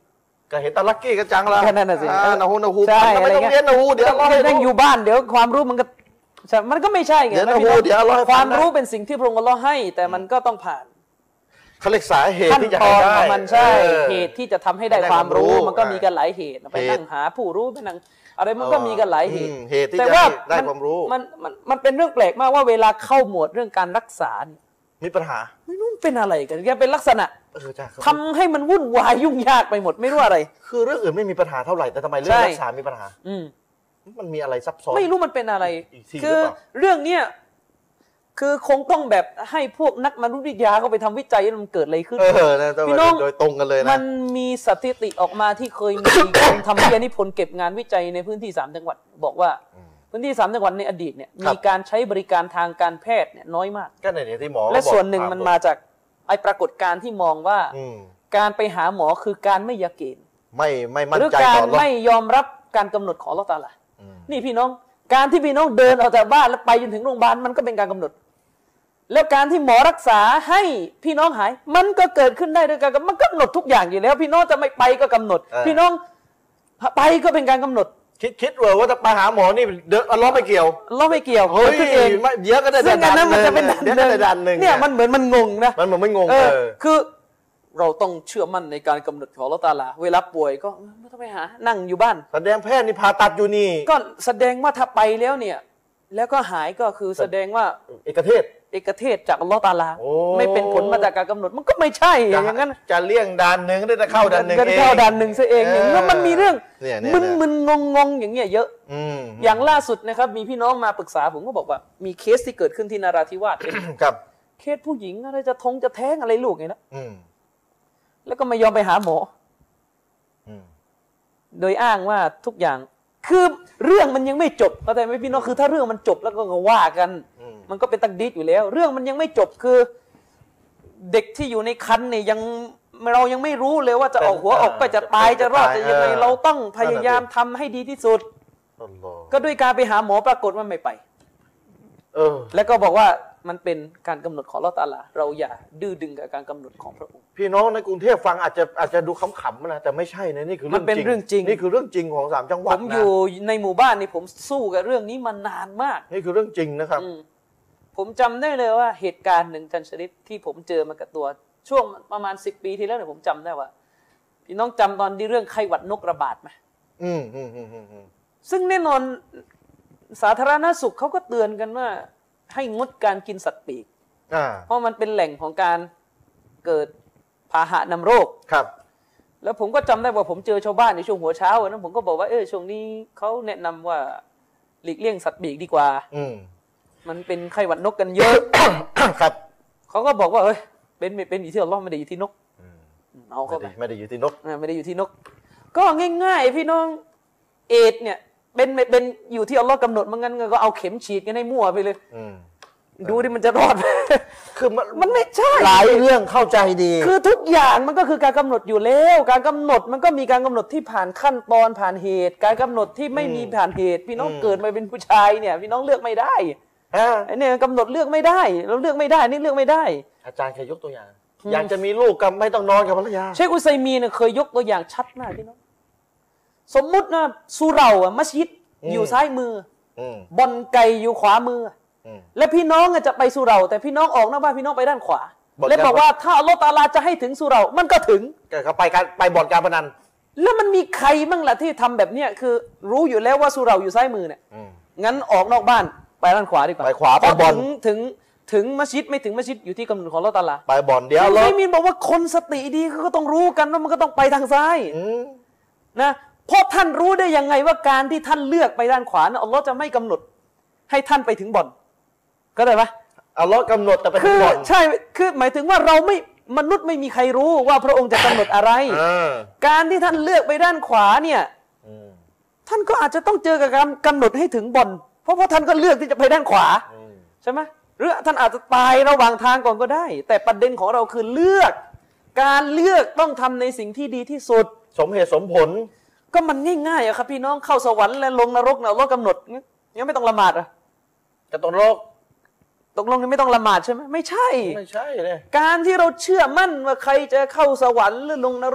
ก็เห็นตะลักกี้กันจังละแค่นั้นน่ะสิอ่านะฮูนะฮูใช่ไม่ต้องเรียนนะฮูเดี๋ยวเราให้นั่งอยู่บ้านเดี๋ยวความรู้มันก็มันก็ไม่ใช่ไงเดี๋ยวนะฮูเดี๋ยวเราให้ความรู้เป็นสิ่งที่พระองค์อัลเลาะห์ให้ แต่มันก็ต้องผ่านเขาเรียกสาเหตุขั้นที่จะตให้อนได้ของมันใช่เออเหตุที่จะทำให้ได้ให้ได้ความรู้ความรู้มันก็มีกันหลายเหตุไปเหตุนั่งหาผู้รู้ไปนั่งอะไรมันก็มีกันหลายเหตุอืมเหตุที่แต่จะว่าให้ได้ความรู้มันมันมันเป็นเรื่องแปลกมากว่าเวลาเข้าหมวดเรื่องการรักษาเนี่ยมีปัญหาไม่รู้เป็นอะไรกันแกเป็นลักษณะเออจ้ะทำให้มันวุ่นวายยุ่งยากไปหมดไม่รู้อะไรคือเรื่องอื่นไม่มีปัญหาเท่าไหร่แต่ทำไมเรื่อใช่งรักษามีปัญหาอืมมันมีอะไรซับซ้อนไม่รู้มันเป็นอะไรอีกทีคือหรือเปล่าเรื่องเนี้ยคือคงต้องแบบให้พวกนักมนุษยวิทยาเขาไปทำวิจัยว่ามันเกิดอะไรขึ้นเออนะพี่น้องโดยตรงกันเลยนะมันมีสถิติออกมาที่เคยมี คนทำวิทยานิพนธ์เก็บงานวิจัยในพื้นที่สามจังหวัด บอกว่าพื้นที่สามจังหวัดในอดีตเนี่ยครับมีการใช้บริการทางการแพทย์เนี่ยน้อยมากก็ในเนี่ยที่หมอและบอกส่วนหนึ่งถมันมาจากไอปรากฏการณ์ที่มองว่าอืมการไปหาหมอคือการไม่ยาเกณฑ์ไม่ไม่มั่นหรือใจการต่อรถไม่ยอมรับการกำหนดของอัลเลาะห์ตะอาลาอืมนี่พี่น้องการที่พี่น้องเดินออกจากบ้านแล้วไปจนถึงโรงพยาบาลมันก็เป็นการกำหนด แล้วการที่หมอรักษาให้พี่น้องหาย มันก็เกิดขึ้นได้ด้วยกันมันกำหนดทุกอย่างอยู่แล้ว พี่น้องจะไม่ไปก็กำหนด พี่น้องไปก็เป็นการกำหนดคิดคิดว่าว่าจะไปหาหมอนี่เดินเอาล้อไม่เกี่ยวเราไม่เกี่ยวเฮ้ยขึ้นเองไม่เดี๋ยวก็ได้ซึ่งอันนั้นมันจะเป็นเดี๋ยวก็ได้ดันหนึ่งเนี่ยมันเหมือนมันงงนะมันเหมือนไม่งงเอเอออคือเราต้องเชื่อมั่นในการกำหนดของอัลเลาะห์ตะอาลาเวลาป่วยก็ไม่ต้องไปหานั่งอยู่บ้านแสดงแพทย์นี่ผ่าตัดอยู่นี่ก็แสดงว่าถ้าไปแล้วเนี่ย แล้วก็หายก็คือแสดงว่าเอกเทศเอกเทศจากอัลเลาะห์ตะอาลาโอ้ไม่เป็นผลมาจากการกำหนดมันก็ไม่ใช่อย่างนั้นจะเลี่ยงด่านหนึ่งได้จะเข้าด่านหนึ่งก็เองเข้าด่านหนึ่งซะเองอย่างนี้แล้วมันมีเรื่องเนี่ยเนี่ยมึนเนี่ยมึนงงงงอย่างเงี้ยเยอะอืมอย่างล่าสุดนะครับมีพี่น้องมาปรึกษาผมก็บอกว่ามีเคสที่เกิดขึ้นที่นาราธิวาสครับเคสผู้หญิงอะไรจะทงจะแท้งอะไรลูกไงนะอืมแล้วก็ไม่ยอมไปหาหมออืมโดยอ้างว่าทุกอย่างคือเรื่องมันยังไม่จบเข้าใจไหมพี่น้องคือถ้าเรื่องมันจบแล้วก็ว่ากันอืมมันก็เป็นตักดีดอยู่แล้ว เรื่องมันยังไม่จบคือ เด็กที่อยู่ในครรภ์เนี่ยยังเรายังไม่รู้เลยว่าจะออกหัวออกไปจะตายจะรอดจะยังไงเราต้องพยายามทำให้ดีที่สุดอัลลอฮ์ก็ด้วยการไปหาหมอปรากฏว่าไม่ไปเออแล้วก็บอกว่ามันเป็นการกำหนดของอัลเลาะห์ตะอาลาเราอย่าดื้อดึงกับการกำหนดของพระองค์พี่น้องในกรุงเทพฟังอาจจะอาจจะดูขำๆนะแต่ไม่ใช่นะนี่คือมันเป็นเรื่องจริงนี่คือเรื่องจริงของสามจังหวัผดมนะอยู่ในหมู่บ้านนี่ผมสู้กับเรื่องนี้มานานมากนี่คือเรื่องจริงนะครับอืมผมจำได้เลยว่าเหตุการณ์หนึ่งจันชริฟที่ผมเจอมากับตัวช่วงประมาณสิบปีที่แล้วเนี่ยผมจำได้ว่า พี่น้องจำตอนที่เรื่องไข้หวัดนกระบาดไหมอืมอืมอืมอืมอืมซึ่งแน่นอนสาธารณสุขเขาก็เตือนกันว่า ให้งดการกินสัตว์ปีกอ่าเพราะมันเป็นแหล่งของการเกิดพาหะนำโรคครับแล้วผมก็จำได้ว่าผมเจอชาวบ้านในช่วงหัวเช้าอะนั้นผมก็บอกว่าเออช่วงนี้เขาแนะนำว่าหลีกเลี่ยงสัตว์ปีกดีกว่าอืมมันเป็นไข้หวัดนกกันเยอะครับเขาก็บอกว่าเฮ้ยเป็นไม่เป็นอยู่ที่อัลเลาะห์ไม่ได้อยู่ที่นกเอาเข้าไม่ไปได้ไม่ได้อยู่ที่นกอ่าไม่ได้อยู่ที่นก ก็ง่ายๆพี่น้องเอดส์เนี่ยเป็นไม่เป็นอยู่ที่อัลเลาะห์กำหนดมันงั้นก็เอาเข็มฉีดกันให้มั่วไปเลยอืมดูดิมันจะรอดไหมคือมันมันไม่ใช่หลายเรื่องเข้าใจดีคือทุกอย่างมันก็คือการกำหนดอยู่แล้ว การกำหนดมันก็มีการกำหนดที่ผ่านขั้นตอนผ่านเหตุ การกำหนดที่ไม่มีผ่านเหตุ พี่น้องอืมเกิดมาเป็นผู้ชายเนี่ย พี่น้องเลือกไม่ได้อ่าไอ้เนี่ยกำหนดเลือกไม่ได้ เราเลือกไม่ได้นี่เลือกไม่ได้อาจารย์เคยยกตัวอย่าง อยากจะมีลูกกับไม่ต้องนอนกับภรรยาเชคอุซัยมีนเนี่ยเคยยกตัวอย่างชัดมากพี่น้องสมมุตินะสุเหร่าอะมัสยิดอืมอยู่ซ้ายมืออืมบอลไก่อยู่ขวามืออืมและพี่น้องอะจะไปสุเหร่าแต่พี่น้องออกนอกบ้านพี่น้องไปด้านขวาบอกและบอกจะว่าถ้าอัลเลอฮ์ตะอาลาจะให้ถึงสุเหร่ามันก็ถึงก็เขาไปการไปบ่อนการพนันแล้วมันมีใครบ้างล่ะที่ทำแบบเนี้ยคือรู้อยู่แล้วว่าสุเหร่าอยู่ซ้ายมือเนี่ยอืมงั้นออกนอกบ้านไปด้านขวาดีกว่าไปขวาเพราะไปบอลถึงถึงถึงมัสยิดไม่ถึงมัสยิดอยู่ที่กำหนดของอัลเลอฮ์ตะอาลาไปบ่อนเดี๋ยวแล้วรถไม่มีบอกว่าคนสติดีเขาก็ต้องรู้กันว่ามันก็ต้องไปทางซ้ายอืมนะเพราะท่านรู้ได้ยังไงว่าการที่ท่านเลือกไปด้านขวานะอัลเลอฮ์จะไม่กำหนดให้ท่านไปถึงบ่อนก็ได้ปะเอาล้อกำหนดแต่ไปคืถึงอบ่อนใช่คือหมายถึงว่าเราไม่มนุษย์ไม่มีใครรู้ว่าพระองค์จะกำหนดอะไรอ่าการที่ท่านเลือกไปด้านขวาเนี่ยอืมท่านก็อาจจะต้องเจอกับการกำหนดให้ถึงบ่อนเพราะว่าท่านก็เลือกที่จะไปด้านขวาอืมใช่ไหมหรือท่านอาจจะตายระหว่างทางก่อนก็ได้ แต่ประเด็นของเราคือเลือก การเลือกต้องทำในสิ่งที่ดีที่สุดสมเหตุสมผลก็มันง่ายๆอะครับพี่น้องเข้าสวรรค์และลงนรกเนี่ยเรากำหนดยังไม่ต้องละหมาดอะจะต้องโลกตกลงนี่ไม่ต้องละหมาดใช่ไหมไม่ใช่ไม่ใช่เลยการที่เราเชื่อมั่นว่าใครจะเข้าสวรรค์หรือลงนรก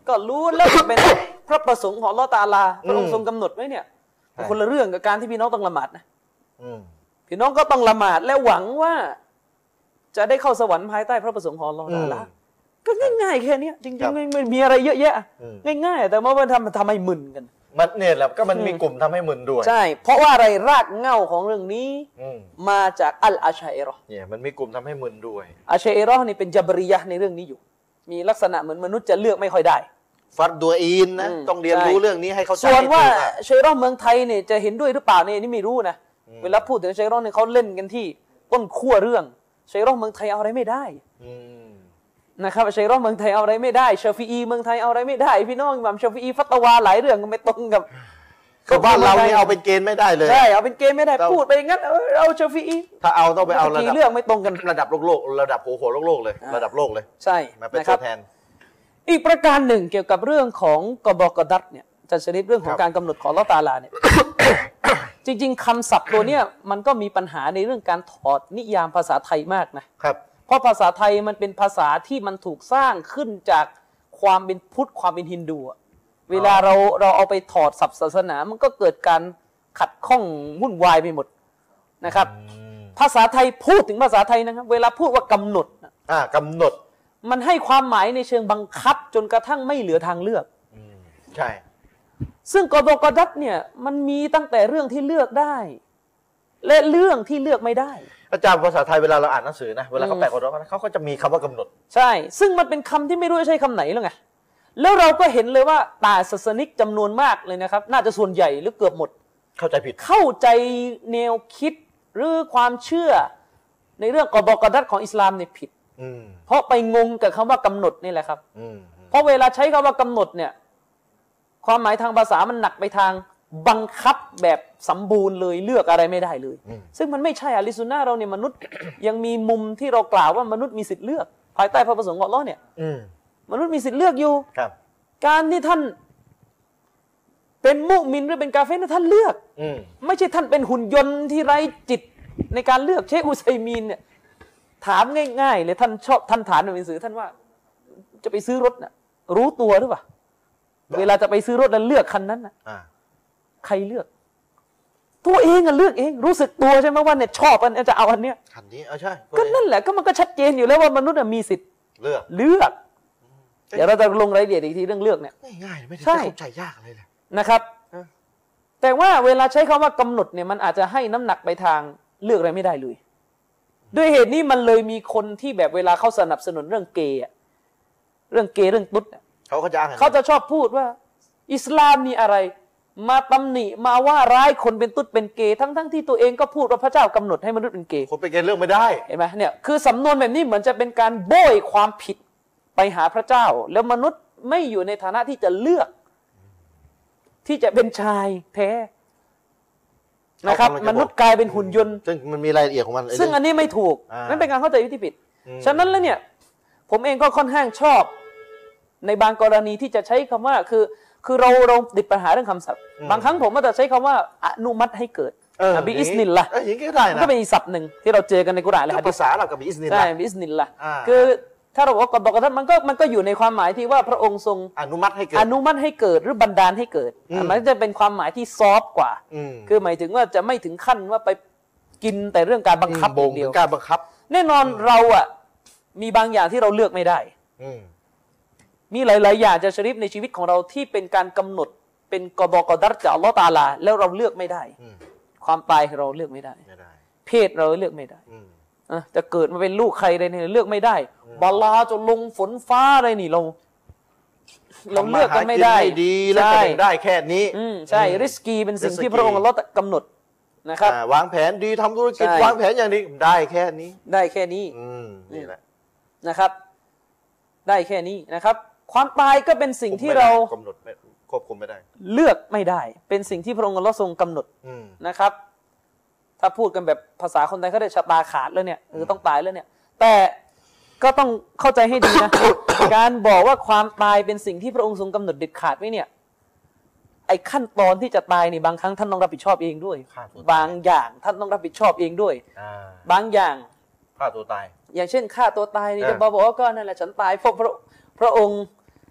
ก็รู้แล้วเป็นพระประสงค์ของอัลเลาะห์ตะอาลาพระองค์ทรงกำหนดไว้เนี่ยคนละเรื่องกับการที่พี่น้องต้องละหมาดนะพี่น้องก็ต้องละหมาดและหวังว่าจะได้เข้าสวรรค์ภายใต้พระประสงค์ของอัลเลาะห์ตะอาลาก็ง่ายๆแค่นี้จริงๆไม่ไม่มีอะไรเยอะแยะง่ายๆแต่ว่ามันทำมันทำให้มึนกันมันเนี่ยแหละก็มันมีกลุ่มทำให้มึนด้วยใช่เพราะว่าอะไรรากเหง้าของเรื่องนี้มาจากอัลอาชัยรอเนี่ยมันมีกลุ่มทำให้มึนด้วยอาชัยรอนี่เป็นจับริยะห์ในเรื่องนี้อยู่มีลักษณะเหมือนมนุษย์จะเลือกไม่ค่อยได้ฟัดดัวอีนนะต้องเรียนรู้เรื่องนี้ให้เขาใจส่วนว่าชัยรอเมืองไทยเนี่ยจะเห็นด้วยหรือเปล่าเนี่ยนี่ไม่รู้นะเวลาพูดถึงชัยรอเนี่ยเขาเล่นกันที่ต้นขั้วเรื่องชัยรอเมืองไทยเอาอะไรไม่ได้นะครับชัยรอเมืองไทยเอาอะไรไม่ได้ชาฟีอีเมืองไทยเอาอะไรไม่ได้พี่น้องอิหม่ามชาฟีอีฟัตวาหลายเรื่องก็ไม่ตรงกับคือบ้านเรานี่เอาเป็นเกณฑ์ไม่ได้เลยใช่เอาเป็นเกณฑ์ไม่ได้พูดไปงั้นเอาชาฟีอีถ้าเอาต้องไปเอาระดับเรื่องไม่ตรงกันระดับโลกโลกระดับโหโหโลกโลกเลยระดับโลกเลยใช่มาเป็นตัวแทนอีกประการหนึ่งเกี่ยวกับเรื่องของกบกดัตเนี่ยจะชนิดเรื่องของการกำหนดของอัลเลาะห์ตะอาลาเนี่ย จริงๆคำศัพท์ตัวเนี้ยมันก็มีปัญหาในเรื่องการถอดนิยามภาษาไทยมากนะครับเพราะภาษาไทยมันเป็นภาษาที่มันถูกสร้างขึ้นจากความเป็นพุทธความเป็นฮินดูเวลาเราเราเอาไปถอดศัพท์ศาสนามันก็เกิดการขัดข้องวุ่นวายไปหมดนะครับภาษาไทยพูดถึงภาษาไทยนะครับเวลาพูดว่ากำหนดอ่ากำหนดมันให้ความหมายในเชิงบังคับจนกระทั่งไม่เหลือทางเลือกใช่ซึ่งกบกดัตเนี่ยมันมีตั้งแต่เรื่องที่เลือกได้และเรื่องที่เลือกไม่ได้อาจารย์ภาษาไทยเวลาเราอ่านหนังสือนะเวลาเขาแปลกฎหมายเขาก็จะมีคำว่ากำหนดใช่ซึ่งมันเป็นคำที่ไม่รู้จะใช้คำไหนแล้วไงแล้วเราก็เห็นเลยว่าตาศาสนิกจำนวนมากเลยนะครับน่าจะส่วนใหญ่หรือเกือบหมดเข้าใจผิดเข้าใจแนวคิดหรือความเชื่อในเรื่องกบกดัตของอิสลามเนี่ยผิดเพราะไปงงกับคำว่ากำหนดนี่แหละครับเพราะเวลาใช้คำว่ากำหนดเนี่ยความหมายทางภาษามันหนักไปทางบังคับแบบสมบูรณ์เลยเลือกอะไรไม่ได้เลยซึ่งมันไม่ใช่อะลิซุนนะห์เราเนี่ยมนุษย์ยังมีมุมที่เรากล่าวว่ามนุษย์มีสิทธิ์เลือกภายใต้พระประสงค์ของอัลเลาะห์เนี่ยมนุษย์มีสิทธิ์เลือกอยู่การที่ท่านเป็นมุมินหรือเป็นกาเฟรท่านเลือกไม่ใช่ท่านเป็นหุ่นยนต์ที่ไร้จิตในการเลือกเชคอุซัยมีนเนี่ยถามง่ายๆเลยท่านชอบท่านถามในหนังสือท่านว่าจะไปซื้อรถน่ะรู้ตัวหรือเปล่าเวลาจะไปซื้อรถแล้วเลือกคันนั้นน่ะใครเลือกตัวเองอะเลือกเองรู้สึกตัวใช่ไหมว่าเนี่ยชอบอันนี้จะเอาอันเนี้ยคันนี้เอาใช่ก็นั่นแหละก็มันก็ชัดเจนอยู่แล้วว่ามนุษย์มีสิทธิ์เลือกเลือกเดี๋ยวเราจะลงรายละเอียดอีกทีเรื่องเลือกเนี่ยง่ายๆไม่ได้เข้าใจยากเลยแหละนะครับแต่ว่าเวลาใช้คำว่ากำหนดเนี่ยมันอาจจะให้น้ำหนักไปทางเลือกอะไรไม่ได้เลยด้วยเหตุนี้มันเลยมีคนที่แบบเวลาเขาสนับสนุนเรื่องเกย์เรื่องเกย์เรื่องตุ๊ดเขาก็จะเขาจะชอบพูดว่าอิสลามมีอะไรมาตำหนิมาว่าร้ายคนเป็นตุ๊ดเป็นเกย์ทั้งทั้งที่ตัวเองก็พูดว่าพระเจ้ากำหนดให้มนุษย์เป็นเกย์คนเป็นเกย์เลือกไม่ได้เห็นไหมเนี่ยคือสำนวนแบบนี้เหมือนจะเป็นการโบยความผิดไปหาพระเจ้าแล้วมนุษย์ไม่อยู่ในฐานะที่จะเลือกที่จะเป็นชายแท้นะครับมนุษย์กลายเป็นหุ่นยนต์ซึ่งมันมีรายละเอียดของมันซึ่งอันนี้ไม่ถูกนั่นเป็นการเข้าใจที่ผิดฉะนั้นแล้วเนี่ยผมเองก็ค่อนข้างชอบในบางกรณีที่จะใช้คำว่าคือคือเราเราติดปัญหาเรื่องคำศัพท์บางครั้งผมก็จะใช้คำว่าอนุมัติให้เกิดบิอิสนิลละอย่างนี้ก็ได้นะก็เป็นอีกศัพท์หนึ่งที่เราเจอกันในกุรอานและหะดีษภาษาเรากับบิอิสนิลละใช่บิอิสนิลละคือถ้าเราบอกว่ากฎบอกกันมันก็มันก็อยู่ในความหมายที่ว่าพระองค์ทรงอนุมัติให้เกิดอนุมัติให้เกิดหรือบันดาลให้เกิดมันจะเป็นความหมายที่ซอฟต์กว่าคือหมายถึงว่าจะไม่ถึงขั้นว่าไปกินแต่เรื่องการบังคับอย่างเดียวการบังคับแน่นอนเราอ่ะมีบางอย่างที่เราเลือกไม่ได้มีหลายๆอย่างจะชริฟในชีวิตของเราที่เป็นการกำหนดเป็นกบกดัตจากอัลเลาะห์ตะอาลาแล้วเราเลือกไม่ได้ความตายเราเลือกไม่ได้เพศเราเลือกไม่ได้จะเกิดมาเป็นลูกใครอะไรเนี่ยเลือกไม่ได้บาลาจะลงฝนฟ้าอะไรนี่เราเราเลือกกันไม่ได้ดีแล้วก็ได้แค่นี้ใช่ริสกีเป็นสิ่งที่พระองค์อัลเลาะห์กำหนดนะครับวางแผนดีทำธุรกิจวางแผนอย่างนี้ได้แค่นี้ได้แค่นี้นี่แหละนะครับได้แค่นี้นะครับความตายก็เป็นสิ่งที่เรากำหนดควบคุมไม่ได้เลือกไม่ได้เป็นสิ่งที่พระองค์อัลเลาะห์ทรงกำหนดนะครับถ้าพูดกันแบบภาษาคนไทยเขาได้ชะตาขาดแล้วเนี่ยเออต้องตายแล้วเนี่ยแต่ก็ต้องเข้าใจให้ดีนะ การบอกว่าความตายเป็นสิ่งที่พระองค์ทรงกำหนดเด็ดขาดไว้เนี่ยไอ้ขั้นตอนที่จะตายนี่บางครั้งท่านต้องรับผิดชอบเองด้วยบางอย่างท่านต้องรับผิดชอบเองด้วยบางอย่างฆ่าตัวตายอย่างเช่นฆ่าตัวตายนี่จะบอกว่าก็นั่นแหละฉันตายเพราะพระพระองค์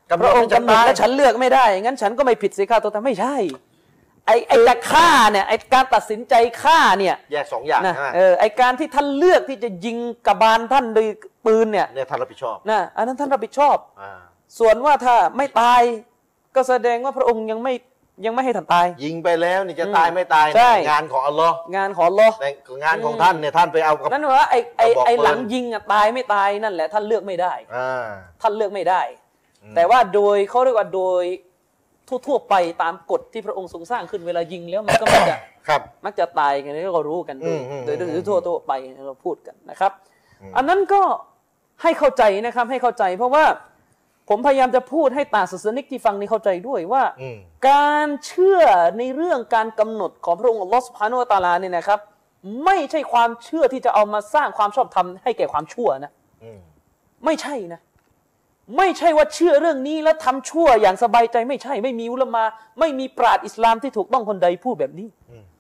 พระองค์กำหนดและฉันเลือกไม่ได้งั้นฉันก็ไม่ผิดสิฆ่าตัวตายไม่ใช่ไอ้ไอ้จะฆ่าเนี่ยไอ้การตัดสินใจฆ่าเนี่ยแยกสองอย่างนะเออไอ้การที่ท่านเลือกที่จะยิงกบาลท่านโดยปืนเนี่ยเนี่ยท่านรับผิดชอบนะอันนั้นท่านรับผิดชอบส่วนว่าถ้าไม่ตายก็แสดงว่าพระองค์ยังไม่ยังไม่ให้ท่านตายยิงไปแล้วนี่จะตายไม่ตายงานของอัลลอฮ์งานของอัลลอฮ์งานของท่านเนี่ยท่านไปเอานั่นว่าไอ้ไอ้ไอ้หลังยิงอ่ะตายไม่ตายนั่นแหละท่านเลือกไม่ได้ท่านเลือกไม่ได้แต่ว่าโดยเขาเรียกว่าโดยทั่วๆไปตามกฎที่พระองค์ทรงสร้างขึ้นเวลายิงแล้วมันก็มักจะมักจะตายกันนี่ก็รู้กันโดยโดยทั่วๆไปเราพูดกันนะครับอันนั้นก็ให้เข้าใจนะครับให้เข้าใจเพราะว่าผมพยายามจะพูดให้ตาศาสนิกที่ฟังนี้เข้าใจด้วยว่าการเชื่อในเรื่องการกำหนดของพระองค์อัลลอฮฺซุบฮานะฮูวะตะอาลาเนี่ยนะครับไม่ใช่ความเชื่อที่จะเอามาสร้างความชอบธรรมให้แก่ความชั่วนะไม่ใช่นะไม่ใช่ว่าเชื่อเรื่องนี้แล้วทำชั่วอย่างสบายใจไม่ใช่ไม่มีอุลามะไม่มีปราชญ์อิสลามที่ถูกต้องคนใดพูดแบบนี้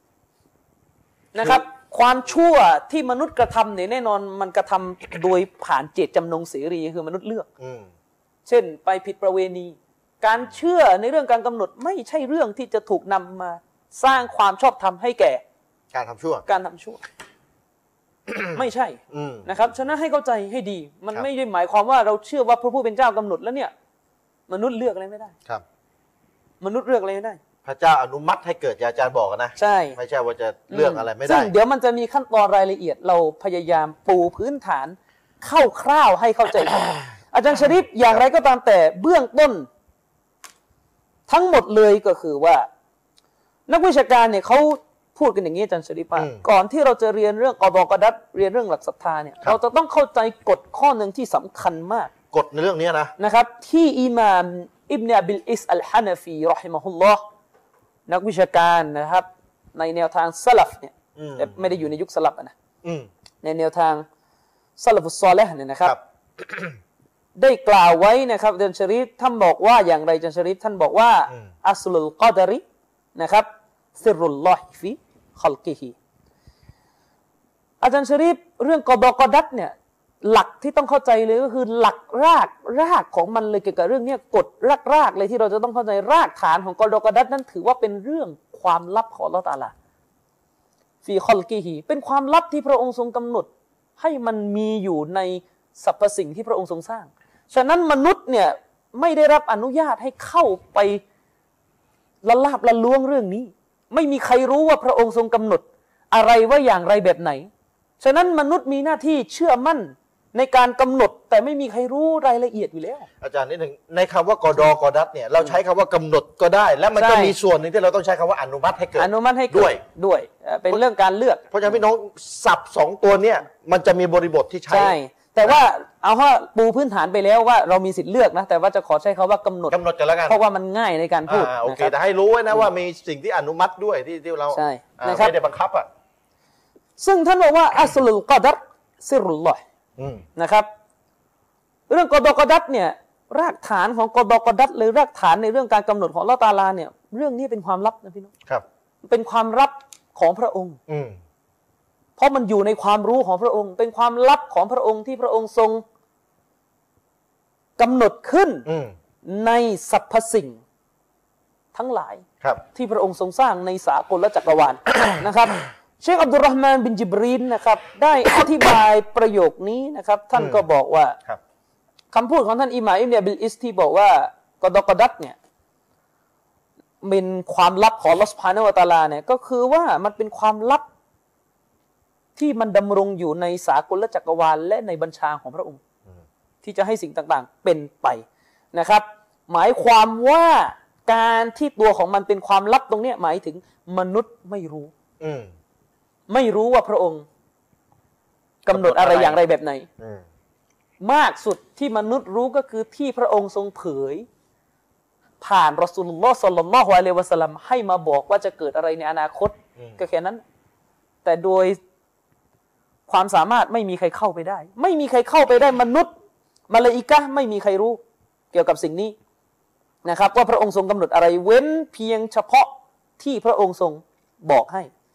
นะครับความชั่วที่มนุษย์กระทำเนี่ยแน่นอนมันกระทำโดยผ่านเจตจำนงเสรีคือมนุษย์เลือกเช่นไปผิดประเวณีการเชื่อในเรื่องการกำหนดไม่ใช่เรื่องที่จะถูกนำมาสร้างความชอบธรรมให้แก่การทำชั่วการทำชั่ว ไม่ใช่นะครับฉะนั้นให้เข้าใจให้ดีมันไม่ได้หมายความว่าเราเชื่อว่าพระผู้เป็นเจ้ากำหนดแล้วเนี่ยมนุษย์เลือกอะไรไม่ได้ครับมนุษย์เลือกอะไรไม่ได้พระเจ้าอนุมัติให้เกิดอย่างอาจารย์บอกนะใช่ไม่ใช่ว่าจะเลือกอะไรไม่ได้ซึ่งเดี๋ยวมันจะมีขั้นตอนรายละเอียดเราพยายามปูพื้นฐานคร่าวๆให้เข้าใจ อาจารย์ชริฟอย่างไรก็ตามแต่เบื้องต้นทั้งหมดเลยก็คือว่านักวิชาการเนี่ยเขาพูดกันอย่างนี้อาจารย์ชริฟก่อนที่เราจะเรียนเรื่องกอฎอกอดัรเรียนเรื่องหลักศรัทธาเนี่ยเราจะต้องเข้าใจกฎข้อหนึ่งที่สำคัญมากกฎในเรื่องนี้นะนะครับที่อิหม่ามอิบนุอับิลอิสอัลฮานะฟีเราะฮิมะฮุลลอฮ์นักวิชาการนะครับในแนวทางซะลัฟเนี่ยแต่ไม่ได้อยู่ในยุคซะลัฟนะในแนวทางซะลัฟุศศอลิห์เนี่ยนะครับได้กล่าวไว้นะครับอาจารย์ชริฟท่านบอกว่าอย่างไรอาจารย์ชริฟท่านบอกว่าอัสลุลกอดารินะครับซิรุลลอฮิฟิคัลกิฮิอาจารย์ชริฟเรื่องกอฎอกอดัรเนี่ยหลักที่ต้องเข้าใจเลยก็คือหลักรากรากของมันเลยเกี่ยวกับเรื่องนี้กฎรากรากเลยที่เราจะต้องเข้าใจรากฐานของกอฎอกอดัรนั้นถือว่าเป็นเรื่องความลับของอัลเลาะห์ตะอาลาฟีคัลกิฮิเป็นความลับที่พระองค์ทรงกำหนดให้มันมีอยู่ในสรรพสิ่งที่พระองค์ทรงสร้างฉะนั้นมนุษย์เนี่ยไม่ได้รับอนุญาตให้เข้าไปละลาบละล้วงเรื่องนี้ไม่มีใครรู้ว่าพระองค์ทรงกำหนดอะไรว่าอย่างไรแบบไหนฉะนั้นมนุษย์มีหน้าที่เชื่อมั่นในการกำหนดแต่ไม่มีใครรู้รายละเอียดอยู่แล้วอาจารย์นิดหนึ่งในคำว่ากอฎอกอดัรเนี่ยเราใช้คำว่ากำหนดก็ได้และมันก็มีส่วนหนึ่งที่เราต้องใช้คำว่าอนุมัติให้เกิดอนุมัติให้เกิดด้วยด้วยเป็นเรื่องการเลือกเพราะฉะนั้นพี่น้องศัพท์สองตัวเนี่ยมันจะมีบริบทที่ใช้ใช่แต่ว่าเอาว่าปูพื้นฐานไปแล้วว่าเรามีสิทธิ์เลือกนะแต่ว่าจะขอใช้คำว่ากำหนดกำหนดกันแล้วกันเพราะว่ามันง่ายในการพูดโอเคแต่ให้รู้ไว้นะว่ามีสิ่งที่อนุมัติด้วยที่ที่เราไม่ได้บังคับอ่ะซึ่งท่านบอกว่าอัสลุลกอดัรซิรุลลอฮ์นะครับเรื่องกอฎอกอดัรเนี่ยรากฐานของกอฎอกอดัรเลยรากฐานในเรื่องการกำหนดของอัลเลาะห์ตะอาลาเนี่ยเรื่องนี้เป็นความลับนะพี่น้องครับเป็นความลับของพระองค์เพราะมันอยู่ในความรู้ของพระองค์เป็นความลับของพระองค์ที่พระองค์ทรงกำหนดขึ้นในสรรพสิ่งทั้งหลายที่พระองค์ทรงสร้างในสากลและจักรวาล นะครับเชคอับดุลเราะห์มานบินจิบรีนนะครับได้อธิบายประโยคนี้นะครับท่านก็บอกว่าคำพูดของท่านอิหม่ามอิบนุอับิลอิสที่บอกว่ากอฎอกอดัรเนี่ยเป็นความลับของอัลเลาะห์ซุบฮานะฮูวะตะอาลาเนี่ยก็คือว่ามันเป็นความลับที่มันดำรงอยู่ในสากลจักรวาลและในบัญชาของพระองค์ที่จะให้สิ่งต่างๆเป็นไปนะครับหมายความว่าการที่ตัวของมันเป็นความลับตรงนี้หมายถึงมนุษย์ไม่รู้ไม่รู้ว่าพระองค์กำหนดอะไรอย่างไรแบบไหนมากสุดที่มนุษย์รู้ก็คือที่พระองค์ทรงเผยผ่านรอซูลุลลอฮ์ศ็อลลัลลอฮุอะลัยฮิวะซัลลัมให้มาบอกว่าจะเกิดอะไรในอนาคตก็แค่นั้นแต่โดยความสามารถไม่มีใครเข้าไปได้ไม่มีใครเข้าไปได้มนุษย์มลาอิกะห์ไม่มีใครรู้เกี่ยวกับสิ่งนี้นะครับว่าพระองค์ทรงกำหนดอะไรเว้นเพียงเฉพาะที่พระองค์ทรงบอกให้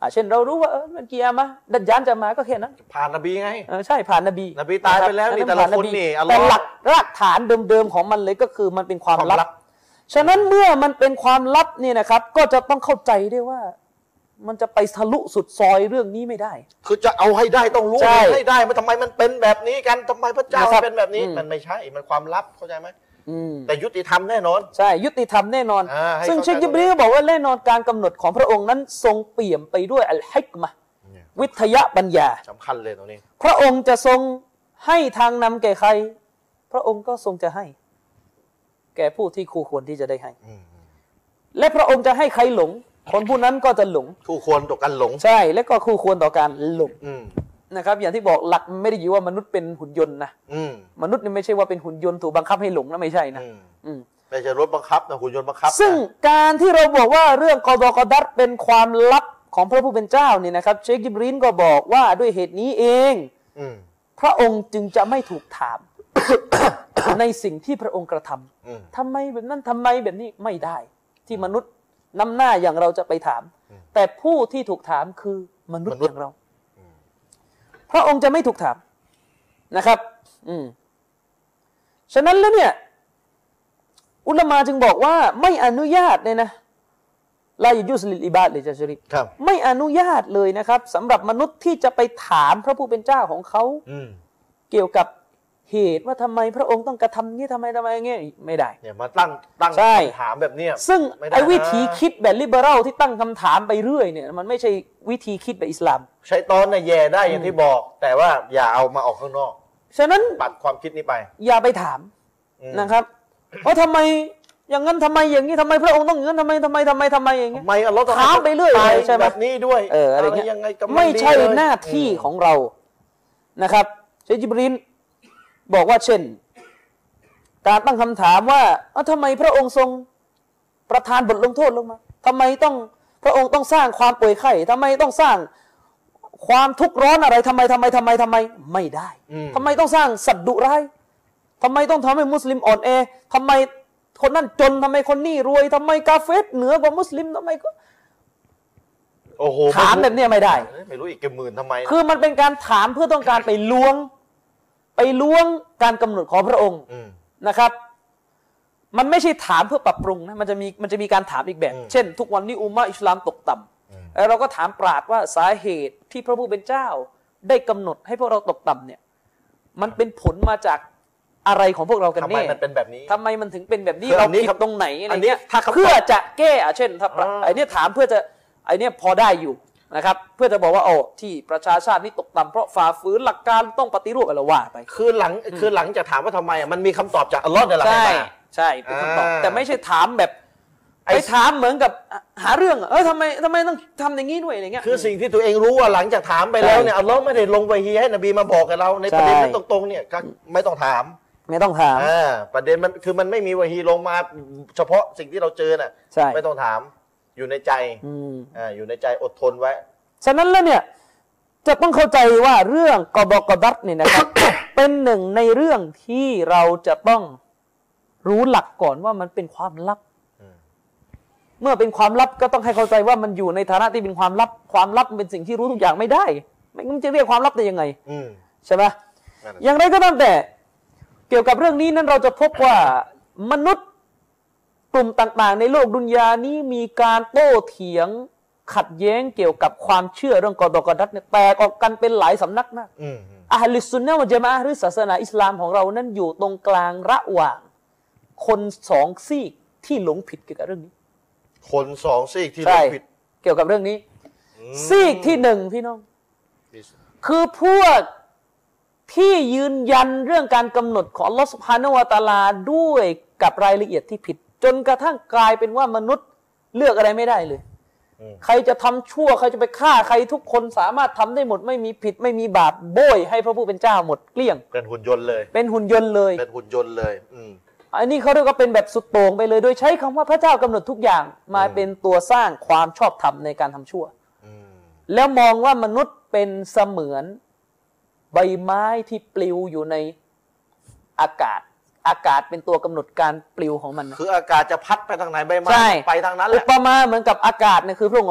อ่าเช่นเรารู้ว่าเออมันกิยามะห์ดัจญาลจะมาก็แค่นั้นผ่านนบีไงเออใช่ผ่านนบีนบีตายไปแล้วนี่แต่ละคนนี่อัลลอฮ์แต่หลักรากฐานเดิมๆของมันเลยก็คือมันเป็นความลับฉะนั้นเมื่อมันเป็นความลับเนี่ยนะครับก็จะต้องเข้าใจด้วยว่ามันจะไปทะลุสุดซอยเรื่องนี้ไม่ได้คือจะเอาให้ได้ต้องรู้ให้ได้มันทำไมมันเป็นแบบนี้กันทำไมพระเจ้าเป็นแบบนี้มันไม่ใช่มันความลับเข้าใจไหมแต่ยุติธรรมแน่นอนใช่ยุติธรรมแน่นอนซึ่งเชคญิบรีลบอกว่าแน่นอนการกำหนดของพระองค์นั้นทรงเปี่ยมไปด้วยอัลฮิกมะห์วิทยาปัญญาสำคัญเลยตรงนี้พระองค์จะทรงให้ทางนำแก่ใครพระองค์ก็ทรงจะให้แก่ผู้ที่คู่ควรที่จะได้ให้และพระองค์จะให้ใครหลงคนผู้นั้นก็จะหลงคู่ควรต่อการหลงใช่และก็คู่ควรต่อการหลงนะครับอย่างที่บอกหลักไม่ได้อยู่ว่ามนุษย์เป็นหุ่นยนต์นะมนุษย์นี่ไม่ใช่ว่าเป็นหุ่นยนต์ถูกบังคับให้หลงนะไม่ใช่นะไม่ใช่รถบังคับนะหุ่นยนต์บังคับซึ่งการที่เราบอกว่าเรื่องกอฎอกอดัรเป็นความลับของพระผู้เป็นเจ้านี่นะครับเชคญิบรีลก็บอกว่าด้วยเหตุนี้เองพระองค์จึงจะไม่ถูกถาม ในสิ่งที่พระองค์กระทำทำไมแบบนั้นทำไมแบบนี้ไม่ได้ที่มนุษย์นำหน้าอย่างเราจะไปถามแต่ผู้ที่ถูกถามคือมนุษย์อย่างเราพระองค์จะไม่ถูกถามนะครับอืมฉะนั้นแล้วเนี่ยอุลามะจึงบอกว่าไม่อนุญาตเลยนะลายุสลิลอิบาดเลยจะชริกไม่อนุญาตเลยนะครับสำหรับมนุษย์ที่จะไปถามพระผู้เป็นเจ้าของเขาเกี่ยวกับเหตุว่าทำไมพระองค์ต้องกระทำนี้ทำไมทำไมอย่างเงี้ยไม่ได้เนี่ยมาตั้งตั้งคำถามแบบนี้ซึ่งไอ้วิธีคิดแบบลิเบอรัลที่ตั้งคำถามไปเรื่อยเนี่ยมันไม่ใช่วิธีคิดแบบอิสลามชัยฏอนน่ะแย่ได้อย่างที่บอกแต่ว่าอย่าเอามาออกข้างนอกฉะนั้นปัดความคิดนี้ไปอย่าไปถามนะครับเพราะทำไมอย่างนั้นทำไมอย่างนี้ทำไมพระองค์ต้องอย่างนั้นทำไมทำไมทำไมทำไมอย่างเงี้ยถามไปเรื่อยใช่ไหมแบบนี้ด้วยเอออะไรเงี้ยไม่ใช่หน้าที่ของเรานะครับเชคญิบรีลบอกว่าเช่นการตั้งคำถามว่าทำไมพระองค์ทรงประทานบทลงโทษลงมาทำไมต้องพระองค์ต้องสร้างความป่วยไข้ทำไมต้องสร้างความทุกข์ร้อนอะไรทำไมทำไมทำไมทำไมไม่ได้ทำไมต้องสร้างสัตว์ดุร้ายทำไมต้องทำให้มุสลิมอ่อนแอทำไมคนนั้นจนทำไมคนนี้รวยทำไมกาเฟรเหนือกว่ามุสลิมทำไมก็โอ้โหถามแบบนี้ไม่ได้ไม่รู้อีกกี่หมื่นทำไมคือมันเป็นการถามเพื่อต้องการไปล้วงไปล้วงการกำหนดของพระองค์นะครับมันไม่ใช่ถามเพื่อปรับปรุงนะมันจะมีมันจะมีการถามอีกแบบเช่นทุกวันนี้อุมมะอิสลามตกต่ำแล้วเราก็ถามปราชญ์ว่าสาเหตุที่พระผู้เป็นเจ้าได้กำหนดให้พวกเราตกต่ำเนี่ยมันเป็นผลมาจากอะไรของพวกเรากันแน่ทำไมมันเป็นแบบนี้ทำไมมันถึงเป็นแบบนี้เราผิดตรงไหนอะไรเงี้ยเพื่อจะแก้เช่นถ้าไอเนี้ยถามเพื่อจะไอเนี้ยพอได้อยู่นะครับเพื่อจะบอกว่าโอ้ที่ประชาชาตินี่ตกต่ำเพราะฝ่าฝืนหลักการต้องปฏิรูปอะไรว่าไปคือหลังคือหลังจะถามว่าทำไมอ่ะมันมีคำตอบจากอัลลอฮ์ในหลักใช่ใช่เป็นคำตอบแต่ไม่ใช่ถามแบบไปถามเหมือนกับหาเรื่องเออทำไมทำไมต้องทำอย่างนี้ด้วยอะไรเงี้ยคือสิ่งที่ตัวเองรู้ว่าหลังจากถามไปแล้วเนี่ยอัลลอฮ์ไม่ได้ลงวะฮีให้นบีมาบอกกับเราในประเด็นนั้นตรงๆเนี่ยก็ไม่ต้องถามไม่ต้องถามอ่าประเด็นมันคือมันไม่มีวะฮีลงมาเฉพาะสิ่งที่เราเจอน่ะไม่ต้องถามอยู่ในใจอ่าอยู่ในใจอดทนไว้ฉะนั้นแล้วเนี่ยจะต้องเข้าใจว่าเรื่องกอฎอกอดัรเนี่ยนะครับ เป็นหนึ่งในเรื่องที่เราจะต้องรู้หลักก่อนว่ามันเป็นความลับเมื่อเป็นความลับก็ต้องให้เข้าใจว่ามันอยู่ในฐานะที่เป็นความลับความลับเป็นสิ่งที่รู้ทุกอย่างไม่ได้ไม่งั้นจะเรียกความลับได้ยังไงใช่ไหมอย่างไรก็ตามแต่เกี่ยวกับเรื่องนี้นั้นเราจะพบว่ามนุษย์กลุ่มต่างๆในโลกดุนยานี้มีการโต้เถียงขัดแย้งเกี่ยวกับความเชื่อเรื่องกอฎอกอดัรเนี่ยแตกออกกันเป็นหลายสำนักมากอะห์ลุสซุนนะฮ์วัลญะมาอะห์หรือศาสนาอิสลามของเรานั้นอยู่ตรงกลางระหว่างคนสองซีกที่หลงผิดเกี่ยวกับเรื่องนี้คนสองซีกที่หลงผิดเกี่ยวกับเรื่องนี้ซีกที่หนึ่งพี่น้องคือพวกที่ยืนยันเรื่องการกำหนดของอัลลอฮฺซุบฮานะฮูวะตะอาลาด้วยกับรายละเอียดที่ผิดจนกระทั่งกลายเป็นว่ามนุษย์เลือกอะไรไม่ได้เลยใครจะทำชั่วใครจะไปฆ่าใครทุกคนสามารถทำได้หมดไม่มีผิดไม่มีบาปโบยให้พระผู้เป็นเจ้าหมดเกลี้ยงเป็นหุ่นยนต์เลยเป็นหุ่นยนต์เลยเป็นหุ่นยนต์เลยอืมอันนี้เขาเรียกว่าเป็นแบบสุดโต่งไปเลยโดยใช้คำว่าพระเจ้ากำหนดทุกอย่างมาเป็นตัวสร้างความชอบธรรมในการทำชั่วแล้วมองว่ามนุษย์เป็นเสมือนใบไม้ที่ปลิวอยู่ในอากาศอากาศเป็นตัวกำหนดการปลิวของมันคืออากาศจะพัดไปทางไหนใบไม้ไปทางนั้นแหละอุปมาเหมือนกับอากาศเนี่ยคือพระองค์อัลลอฮ์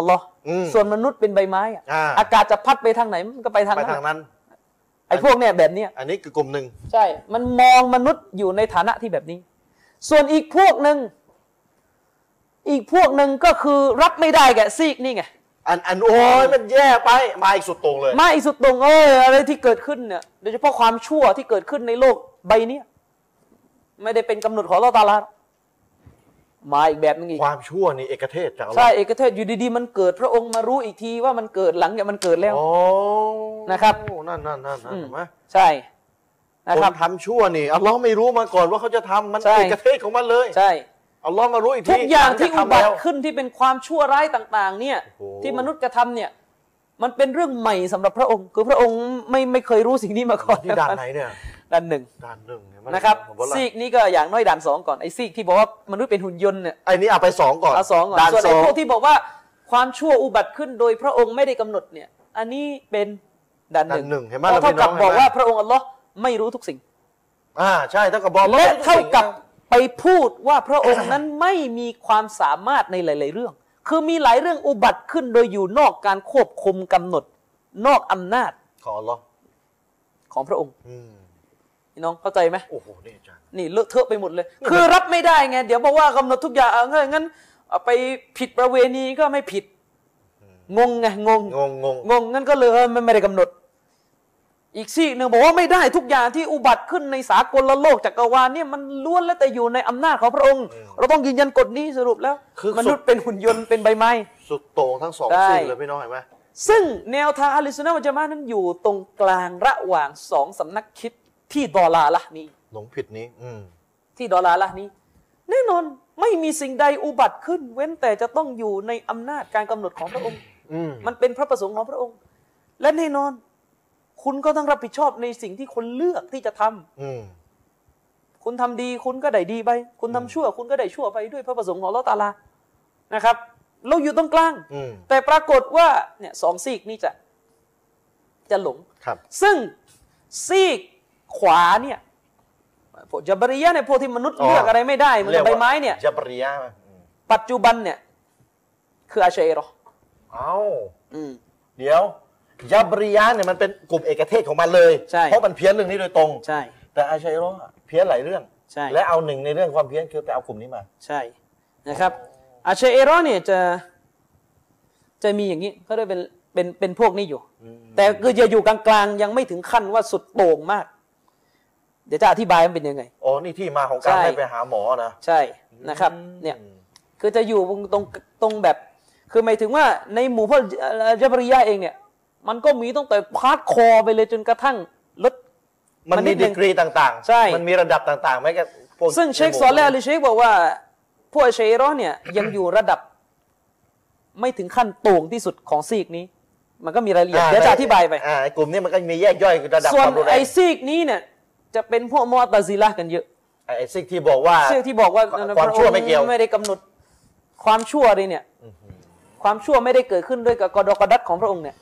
ส่วนมนุษย์เป็นใบไม้อะอากาศจะพัดไปทางไหนมันก็ไปทางนั้นไอ้พวกเนี้ยแบบเนี้ยอันนี้คือกลุ่มหนึ่งใช่มันมองมนุษย์อยู่ในฐานะที่แบบนี้ส่วนอีกพวกหนึ่งอีกพวกหนึ่งก็คือรับไม่ได้แกซีกนี่ไงอันอันโอ้ยมันแย่ไปมาอีกสุดตรงเลยมาอีกสุดตรงเอ้ยอะไรที่เกิดขึ้นเนี่ยโดยเฉพาะความชั่วที่เกิดขึ้นในโลกใบนี้ไม่ได้เป็นกำหนดของอัลเลาะห์ตะอาลามาอีกแบบนึงอีกความชั่วนี่เอกเทศจากอัลเลาะห์ใช่เอกเทศอยู่ดีๆมันเกิดพระองค์มารู้อีกทีว่ามันเกิดหลังจากมันเกิดแล้วนะครับนั่นนั่นนั่นนั่นไหมใช่นะครับทำชั่วนี่อัลเลาะห์ไม่รู้มาก่อนว่าเขาจะทำมันเอกเทศของมันเลยใช่อัลลอฮ์มารู้อีกทีทุกอย่างที่อุบัติขึ้นที่เป็นความชั่วร้ายต่างๆเนี่ยที่มนุษย์กระทำเนี่ยมันเป็นเรื่องใหม่สำหรับพระองค์คือพระองค์ไม่ไม่เคยรู้สิ่งนี้มาก่อนที่ด่านไหนเนี่ยด่านหนึ่งด่านหนึ่งนะครับซีกนี้ก็อย่างน้อยด่านสองก่อนไอ้ซีกที่บอกว่ามนุษย์เป็นหุ่นยนต์เนี่ยไอ้นี้เอาไปสองก่อนเอาสองก่อนส่วนไอ้พวกที่บอกว่าความชั่วอุบัติขึ้นโดยพระองค์ไม่ได้กำหนดเนี่ยอันนี้เป็นด่านหนึ่งเท่ากับบอกว่าพระองค์อัลลอฮ์ไม่รู้ทุกสิ่งอ่าใช่เท่ากับบอกและเท่ากับไปพูดว่าพระองค์นั้นไม่มีความสามารถในหลายๆเรื่องคือมีหลายเรื่องอุบัติขึ้นโดยอยู่นอกการควบคุมกำหนดนอกอำนาจของอัลลอฮ์ของพระองค์พี่น้องเข้าใจไหมโอ้โหนี่อาจารย์นี่เลอะเทอะไปหมดเลยคือรับไม่ได้ไงเดี๋ยวบอกว่ากำหนดทุกอย่างเงั้นงั้นไปผิดประเวณีก็ไม่ผิดงงไงงงงงงงงงั้นก็เลยมันไม่ได้กำหนดอีกซีกหนึ่งบอกว่าไม่ได้ทุกอย่างที่อุบัติขึ้นในสากลโลกจักรวาลเนี่ยมันล้วนแล้วแต่อยู่ในอำนาจของพระองค์เราต้องยืนยันกฎนี้สรุปแล้วมนุษย์เป็นหุ่นยนต์เป็นใบไม้สุดโต่งทั้งสองซีกเลยพี่น้องเห็นไหมซึ่งแนวทางอะห์ลุสซุนนะฮ์วัลญะมาอะห์นั้นอยู่ตรงกลางระหว่างสองสำนักคิดที่ดอลาละนี้หลงผิดนี้ที่ดอลาละนี้แน่นอนไม่มีสิ่งใดอุบัติขึ้นเว้นแต่จะต้องอยู่ในอำนาจการกำหนดของพระองค์มันเป็นพระประสงค์ของพระองค์และแน่นอนคุณก็ต้องรับผิดชอบในสิ่งที่คนเลือกที่จะทำคุณทำดีคุณก็ได้ดีไปคุณทำชั่วคุณก็ได้ชั่วไปด้วยพระประสงค์ของอัลเลาะห์ตะอาลานะครับเราอยู่ตรงกลางแต่ปรากฏว่าเนี่ยสองซีกนี้จะจะหลงซึ่งซีกขวาเนี่ยพวกญับรียะห์เนี่ยพวกที่มนุษย์เลือกอะไรไม่ได้เหมือนใบไม้เนี่ยญับรียะห์ปัจจุบันเนี่ยคืออาชัยเราะห์เอ้าเดี๋ยวญับรียะห์เนี่ยมันเป็นกลุ่มเอกเทศของมันเลยเพราะมันเพี้ยนเรื่องนี้โดยตรงใช่แต่อาชัยเราะห์เพี้ยนหลายเรื่องและเอาหนึ่งในเรื่องความเพี้ยนคือไปเอากลุ่มนี้มาใช่นะครับอาชัยเราะห์เนี่ยจะจะมีอย่างนี้เขาเรียกเป็นเป็นเป็นพวกนี้อยู่แต่คือจะอยู่กลางๆยังไม่ถึงขั้นว่าสุดโต่งมากเดี๋ยวจะอธิบายมันเป็นยังไงอ๋อนี่ที่มาของการให้ไปหาหมอนะใช่นะครับเนี่ยคือจะอยู่ตรงตรงแบบคือหมายถึงว่าในหมู่พวกญับรียะห์เองเนี่ยมันก็มีตั้งแต่พาร์ทคอไปเลยจนกระทั่งลดมันมีดีกรีต่างๆใช่มันมีระดับต่างๆไหมกับซึ่งเชคซอเลห์ อัลเชคบอกว่าพวกอัชชัยเราะห์เนี่ยยังอยู่ระดับไม่ถึงขั้นโต่งที่สุดของซีกนี้มันก็มีรายละเอียดเดี๋ยวจะอธิบายไปอ่ากลุ่มนี้มันก็มีแยกย่อยระดับความรุนแรงส่วนไอ้ซีกนี้เนี่ยจะเป็นพวกมุอ์ตะซิละห์กันเยอะไอ้ซีกที่บอกว่าซีกที่บอกว่าความชั่วไม่เกี่ยวไม่ได้กำหนดความชั่วเลยเนี่ยความชั่วไม่ได้เกิดขึ้นด้วยกับกอดอกอดัดของพระองค์เนี่ย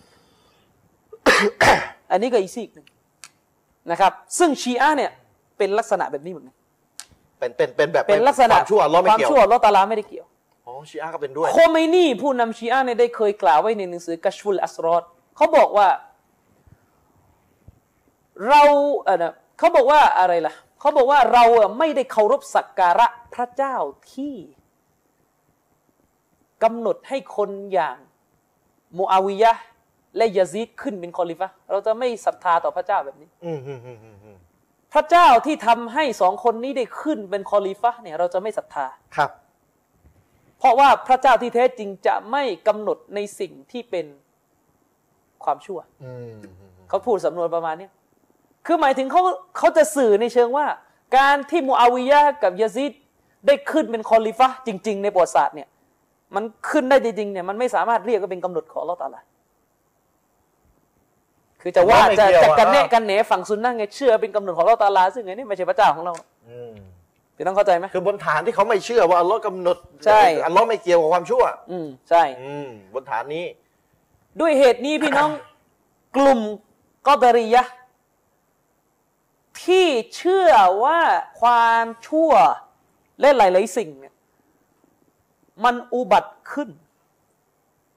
อันนี้ก็อีกซีกนึงนะครับซึ่งชีอะห์เนี่ยเป็นลักษณะแบบนี้เหมือนกันเป็นเป็นเป็นแบบเป็นลักษณะความชั่วอัลเลาะห์ไม่เกี่ยวความชั่วอัลเลาะห์ตะอาลาไม่ได้เกี่ยวอ๋อชีอะห์ก็เป็นด้วยโคเมนีผู้นำชีอะห์เนี่ยได้เคยกล่าวไว้ในหนังสือกัชฟุลอัสรอรเขาบอกว่าเราเออเขาบอกว่าอะไรล่ะเขาบอกว่าเราไม่ได้เคารพสักการะพระเจ้าที่กำหนดให้คนอย่างมุอาวิยะห์และยะซีดขึ้นเป็นคอลิฟะห์เราจะไม่ศรัทธาต่อพระเจ้าแบบนี้พระเจ้าที่ทำให้สองคนนี้ได้ขึ้นเป็นคอลิฟะห์เนี่ยเราจะไม่ศรัทธาครับเพราะว่าพระเจ้าที่แท้จริงจะไม่กำหนดในสิ่งที่เป็นความชั่วเขาพูดสำนวนประมาณนี้คือหมายถึงเขาเขาจะสื่อในเชิงว่าการที่มุอาวิยะห์กับยะซีดได้ขึ้นเป็นคอลิฟะห์จริงๆในประวัติศาสตร์เนี่ยมันขึ้นได้จริงๆเนี่ยมันไม่สามารถเรียกว่าเป็นกำหนดของอัลเลาะห์ตะอาลาคือจะว่าจะจะกันแน่กันแหนฝั่งซุนนะห์ไงเชื่อเป็นกำหนดของอัลเลาะห์ตะอาลาซึ่งไงนี่ไม่ใช่พระเจ้าของเราพี่ต้องเข้าใจไหมคือบนฐานที่เขาไม่เชื่อว่าอัลเลาะห์กำหนดใช่อัลเลาะห์ไม่เกี่ยวกับความชั่วอืมใช่อืมบนฐานนี้ด้วยเหตุนี้พี่น้องกลุ่มกอฎอรียะห์ที่เชื่อว่าความชั่วและหลายๆสิ่งเนี่ยมันอุบัติขึ้น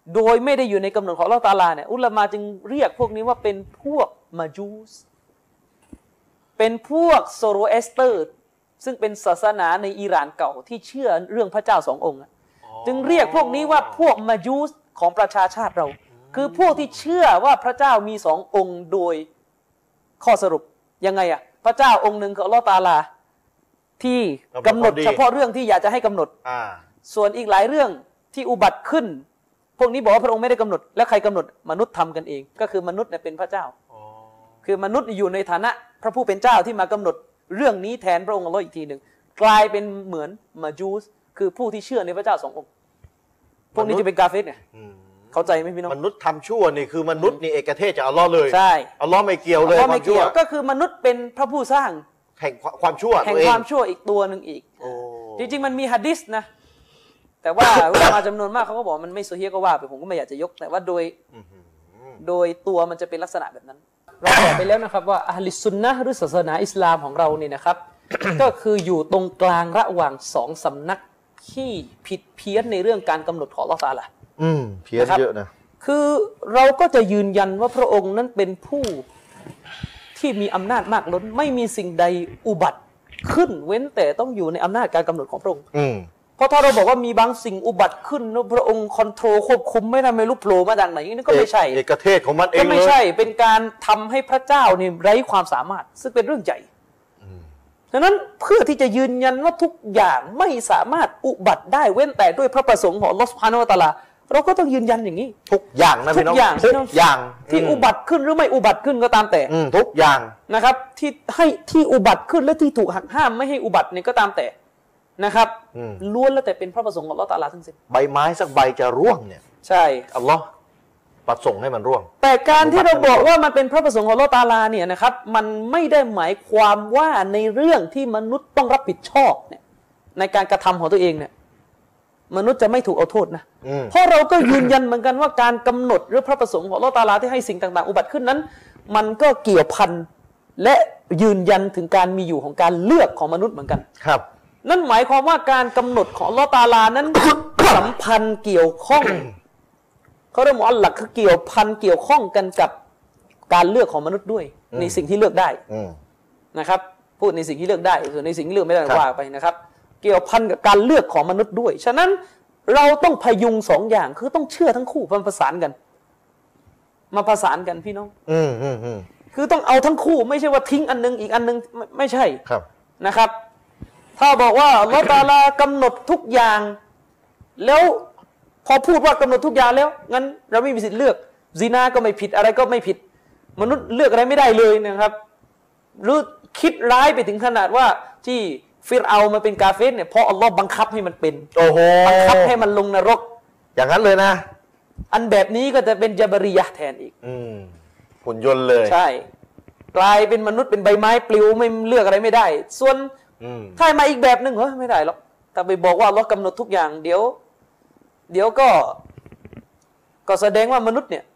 โดยไม่ได้อยู่ในกำหนดของอัลเลาะห์ตะอาลาเนี่ยอุลามะจึงเรียกพวกนี้ว่าเป็นพวกมาจูสเป็นพวกโซโรเอสเตอร์ซึ่งเป็นศาสนาในอิหร่านเก่าที่เชื่อเรื่องพระเจ้าสององค์จึงเรียกพวกนี้ว่าพวกมาจูสของประชาชาติเราคือพวกที่เชื่อว่าพระเจ้ามีสององค์โดยข้อสรุปยังไงอะพระเจ้าองค์หนึ่งคืออัลเลาะห์ตะอาลาที่กำหนดเฉพาะเรื่องที่อยากจะให้กำหนดส่วนอีกหลายเรื่องที่อุบัติขึ้นพวกนี้บอกว่าพระองค์ไม่ได้กำหนดแล้วใครกำหนดมนุษย์ทำกันเองก็คือมนุษย์เนี่ยเป็นพระเจ้าคือมนุษย์อยู่ในฐานะพระผู้เป็นเจ้าที่มากำหนดเรื่องนี้แทนพระองค์อัลเลาะห์อีกทีหนึ่งกลายเป็นเหมือนมาจูสคือผู้ที่เชื่อในพระเจ้าสององค์พวกนี้จะเป็นกาเฟรเนี่ยเข้าใจไหมพี่น้องมนุษย์ทำชั่วนี่คือมนุษย์นี่เอกเทศจากอัลเลาะห์เลยใช่อัลเลาะห์ไม่เกี่ยวเลยความชั่วก็คือมนุษย์เป็นพระผู้สร้างแห่งความชั่วแห่งความชั่วอีกตัวหนึ่งอีกจริงๆมันมีหะดีษนะแต่ว่าอุลามะจำนวนมากเขาก็บอกมันไม่โซเฮียก็ว่าไปผมก็ไม่อยากจะยกแต่ว่าโดยโดยตัวมันจะเป็นลักษณะแบบนั้นเราบอกไปแล้วนะครับว่าอะห์ลิสซุนนะห์หรือศาสนาอิสลามของเราเนี่ยนะครับ ก็คืออยู่ตรงกลางระหว่างสองสำนักที่ผิดเพี้ยนในเรื่องการกำหนดของอัลเลาะห์ตะอาลาอืมเพี้ยนเยอะนะคือเราก็จะยืนยันว่าพระองค์นั้นเป็นผู้ที่มีอำนาจมากล้นไม่มีสิ่งใดอุบัติขึ้นเว้นแต่ต้องอยู่ในอำนาจการกำหนดของพระองค์เพราะถ้าเราบอกว่ามีบางสิ่งอุบัติขึ้นแล้วพระองค์คอนโทรลควบคุมไม่ได้ไม่รู้โผล่มาจากไหนนี่ก็ไม่ใช่เอกเทศของมันเองเลยก็ไม่ใช่เป็นการทำให้พระเจ้าเนี่ยไร้ความสามารถซึ่งเป็นเรื่องใหญ่ดังนั้นเพื่อที่จะยืนยันว่าทุกอย่างไม่สามารถอุบัติได้เว้นแต่ด้วยพระประสงค์ของอัลเลาะห์ซุบฮานะฮูวะตะอาลาเราก็ต้องยืนยันอย่างนี้ทุกอย่างนะพี่น้องทุกอย่างที่อุบัติขึ้นหรือไม่อุบัติขึ้นก็ตามแต่ทุกอย่างนะครับที่ให้ที่อุบัติขึ้นและที่ถูกหักห้ามไม่ให้อุบัติเนี่ยก็ตามแต่นะครับล้วนแล้วแต่เป็นพระประสงค์ของอัลเลาะห์ตะอาลาทั้งสิ้นใบไม้สักใบจะร่วงเนี่ยใช่อัลเลาะห์ประสงค์ให้มันร่วงแต่การที่เราบอกว่ามันเป็นพระประสงค์ของอัลเลาะห์ตะอาลาเนี่ยนะครับมันไม่ได้หมายความว่าในเรื่องที่มนุษย์ต้องรับผิดชอบเนี่ยในการกระทำของตัวเองเนี่ยมนุษย์จะไม่ถูกเอาโทษนะเพราะเราก็ยืนยันเหมือนกันว่าการกำหนดหรือพระประสงค์ของอัลเลาะห์ตะอาลาที่ให้สิ่งต่างๆอุบัติขึ้นนั้นมันก็เกี่ยวพันและยืนยันถึงการมีอยู่ของการเลือกของมนุษย์เหมือนกันครับนั่นหมายความว่าการกำหนดของอัลเลาะห์ตะอาลานั้น สัมพันธ์เกี่ยวข้องเขาเรียกว่าอัลลักคือเกี่ยวพันเกี่ยวข้องกันกับการเลือกของมนุษย์ด้วยในสิ่งที่เลือกได้นะครับพูดในสิ่งที่เลือกได้ส่วนในสิ่งที่เลือกไม่ได้ว่าไปนะครับเกี่ยวพันกับการเลือกของมนุษย์ด้วยฉะนั้นเราต้องพยุงสองอย่างคือต้องเชื่อทั้งคู่มาประสานกันมาประสานกันพี่น้องอืมอืมอืมคือต้องเอาทั้งคู่ไม่ใช่ว่าทิ้งอันนึงอีกอันนึงไม่ใช่ครับนะครับถ้าบอกว่าอัลเลาะห์ตะอาลากำหนดทุกอย่างแล้วพอพูดว่ากำหนดทุกอย่างแล้วงั้นเราไม่มีสิทธิ์เลือกซินาก็ไม่ผิดอะไรก็ไม่ผิดมนุษย์เลือกอะไรไม่ได้เลยนะครับหรือคิดร้ายไปถึงขนาดว่าที่ฟิรเอามาเป็นกาเฟรเนี่ยเพราะอัลเลาะห์บังคับให้มันเป็นโอ้โหบังคับให้มันลงนรกอย่างนั้นเลยนะอันแบบนี้ก็จะเป็นญะบรียะห์แทนอีกอืมหุ่นยนต์เลยใช่กลายเป็นมนุษย์เป็นใบไม้ปลิวไม่เลือกอะไรไม่ได้ส่วนถ้ามาอีกแบบหนึ่งเหรอไม่ได้หรอกแต่ไปบอกว่าอัลเลาะห์กำหนดทุกอย่างเดี๋ยวเดี๋ยวก็ก็แสดงว่ามนุษย์เนี่ย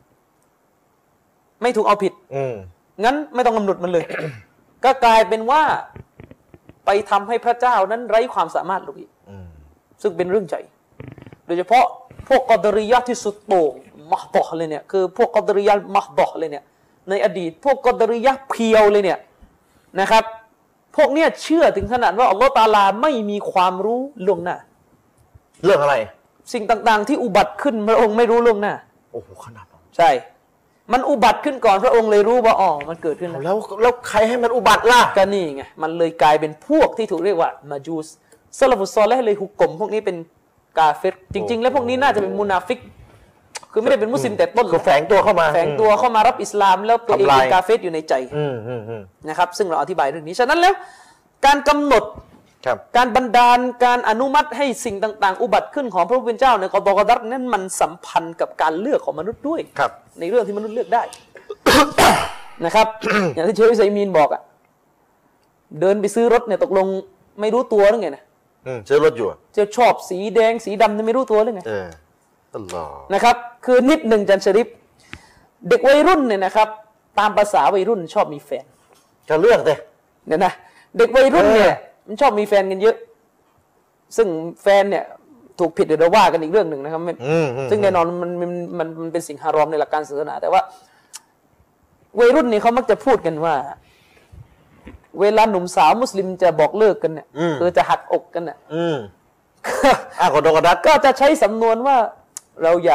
ไม่ถูกเอาผิดงั้นไม่ต้องกำหนดมันเลย ก็กลายเป็นว่าไปทำให้พระเจ้านั้นไร้ความสามารถลงอีกซึ่งเป็นเรื่องใหญ่โดยเฉพาะพวกกอดาริยะห์ที่สุดโต่งมหฎอเลยเนี่ยคือพวกกอดาริยะห์มหฎอเลยเนี่ยในอดีตพวกกอดาริยะห์เพียวเลยเนี่ยนะครับพวกเนี้ยเชื่อถึงขนาดว่าอัลเลาะห์ตะอาลาไม่มีความรู้ล่วงหน้าเรื่องอะไรสิ่งต่างๆที่อุบัติขึ้นพระองค์ไม่รู้ล่วงหน้าโอ้โหขนาดนั้นใช่มันอุบัติขึ้นก่อนพระองค์เลยรู้ว่าอ๋อมันเกิดขึ้นแล้วแล้วใครให้มันอุบัติล่ะก็นี่ไงมันเลยกลายเป็นพวกที่ถูกเรียกว่ามาจูสซะละฟุซอลิห์เลยฮุกกลมพวกนี้เป็นกาเฟรจริงๆแล้วพวกนี้น่าจะเป็นมุนาฟิกคือไม่ได้เป็นมุสลิมแต่ต้นคือแฝงตัวเข้ามาแฝงตัวเข้ามารับอิสลามแล้วตัวเองเป็นกาเฟรอยู่ในใจนะครับซึ่งเราอธิบายเรื่องนี้ฉะนั้นแล้วการกำหนดการบันดาลการอนุมัติให้สิ่งต่างๆอุบัติขึ้นของพระผู้เป็นเจ้าในกอฎอกอดัรนั้นมันสัมพันธ์กับการเลือกของมนุษย์ด้วยในเรื่องที่มนุษย์เลือกได้ นะครับ อย่างที่เชคอุซัยมีนบอกอ่ะเดินไปซื้อรถเนี่ยตกลงไม่รู้ตัวหรือไงนะซื้อรถอยู่จะชอบสีแดงสีดำไม่รู้ตัวหรือไงเอออัลลอฮ์นะครับคือนิดหนึ่งจันชริฟเด็กวัยรุ่นเนี่ยนะครับตามภาษาวัยรุ่นชอบมีแฟนจะเลือกเลยเนี่ยนะเด็กวัยรุ่นเนี่ยมันชอบมีแฟนกันเยอะซึ่งแฟนเนี่ยถูกผิดเดี๋ยวเราว่ากันอีกเรื่องหนึ่งนะครับอืมซึ่งแน่นอนมันมันมันมันเป็นสิ่งฮารอมในหลักการศาสนาแต่ว่าวัยรุ่นนี่เขามักจะพูดกันว่าเวลาหนุ่มสาวมุสลิมจะบอกเลิกกันเนี่ยคือจะหักอกกันเนี่ยอ่ะกอดอกอดัดก็จะใช้สำนวนว่าเราอย่า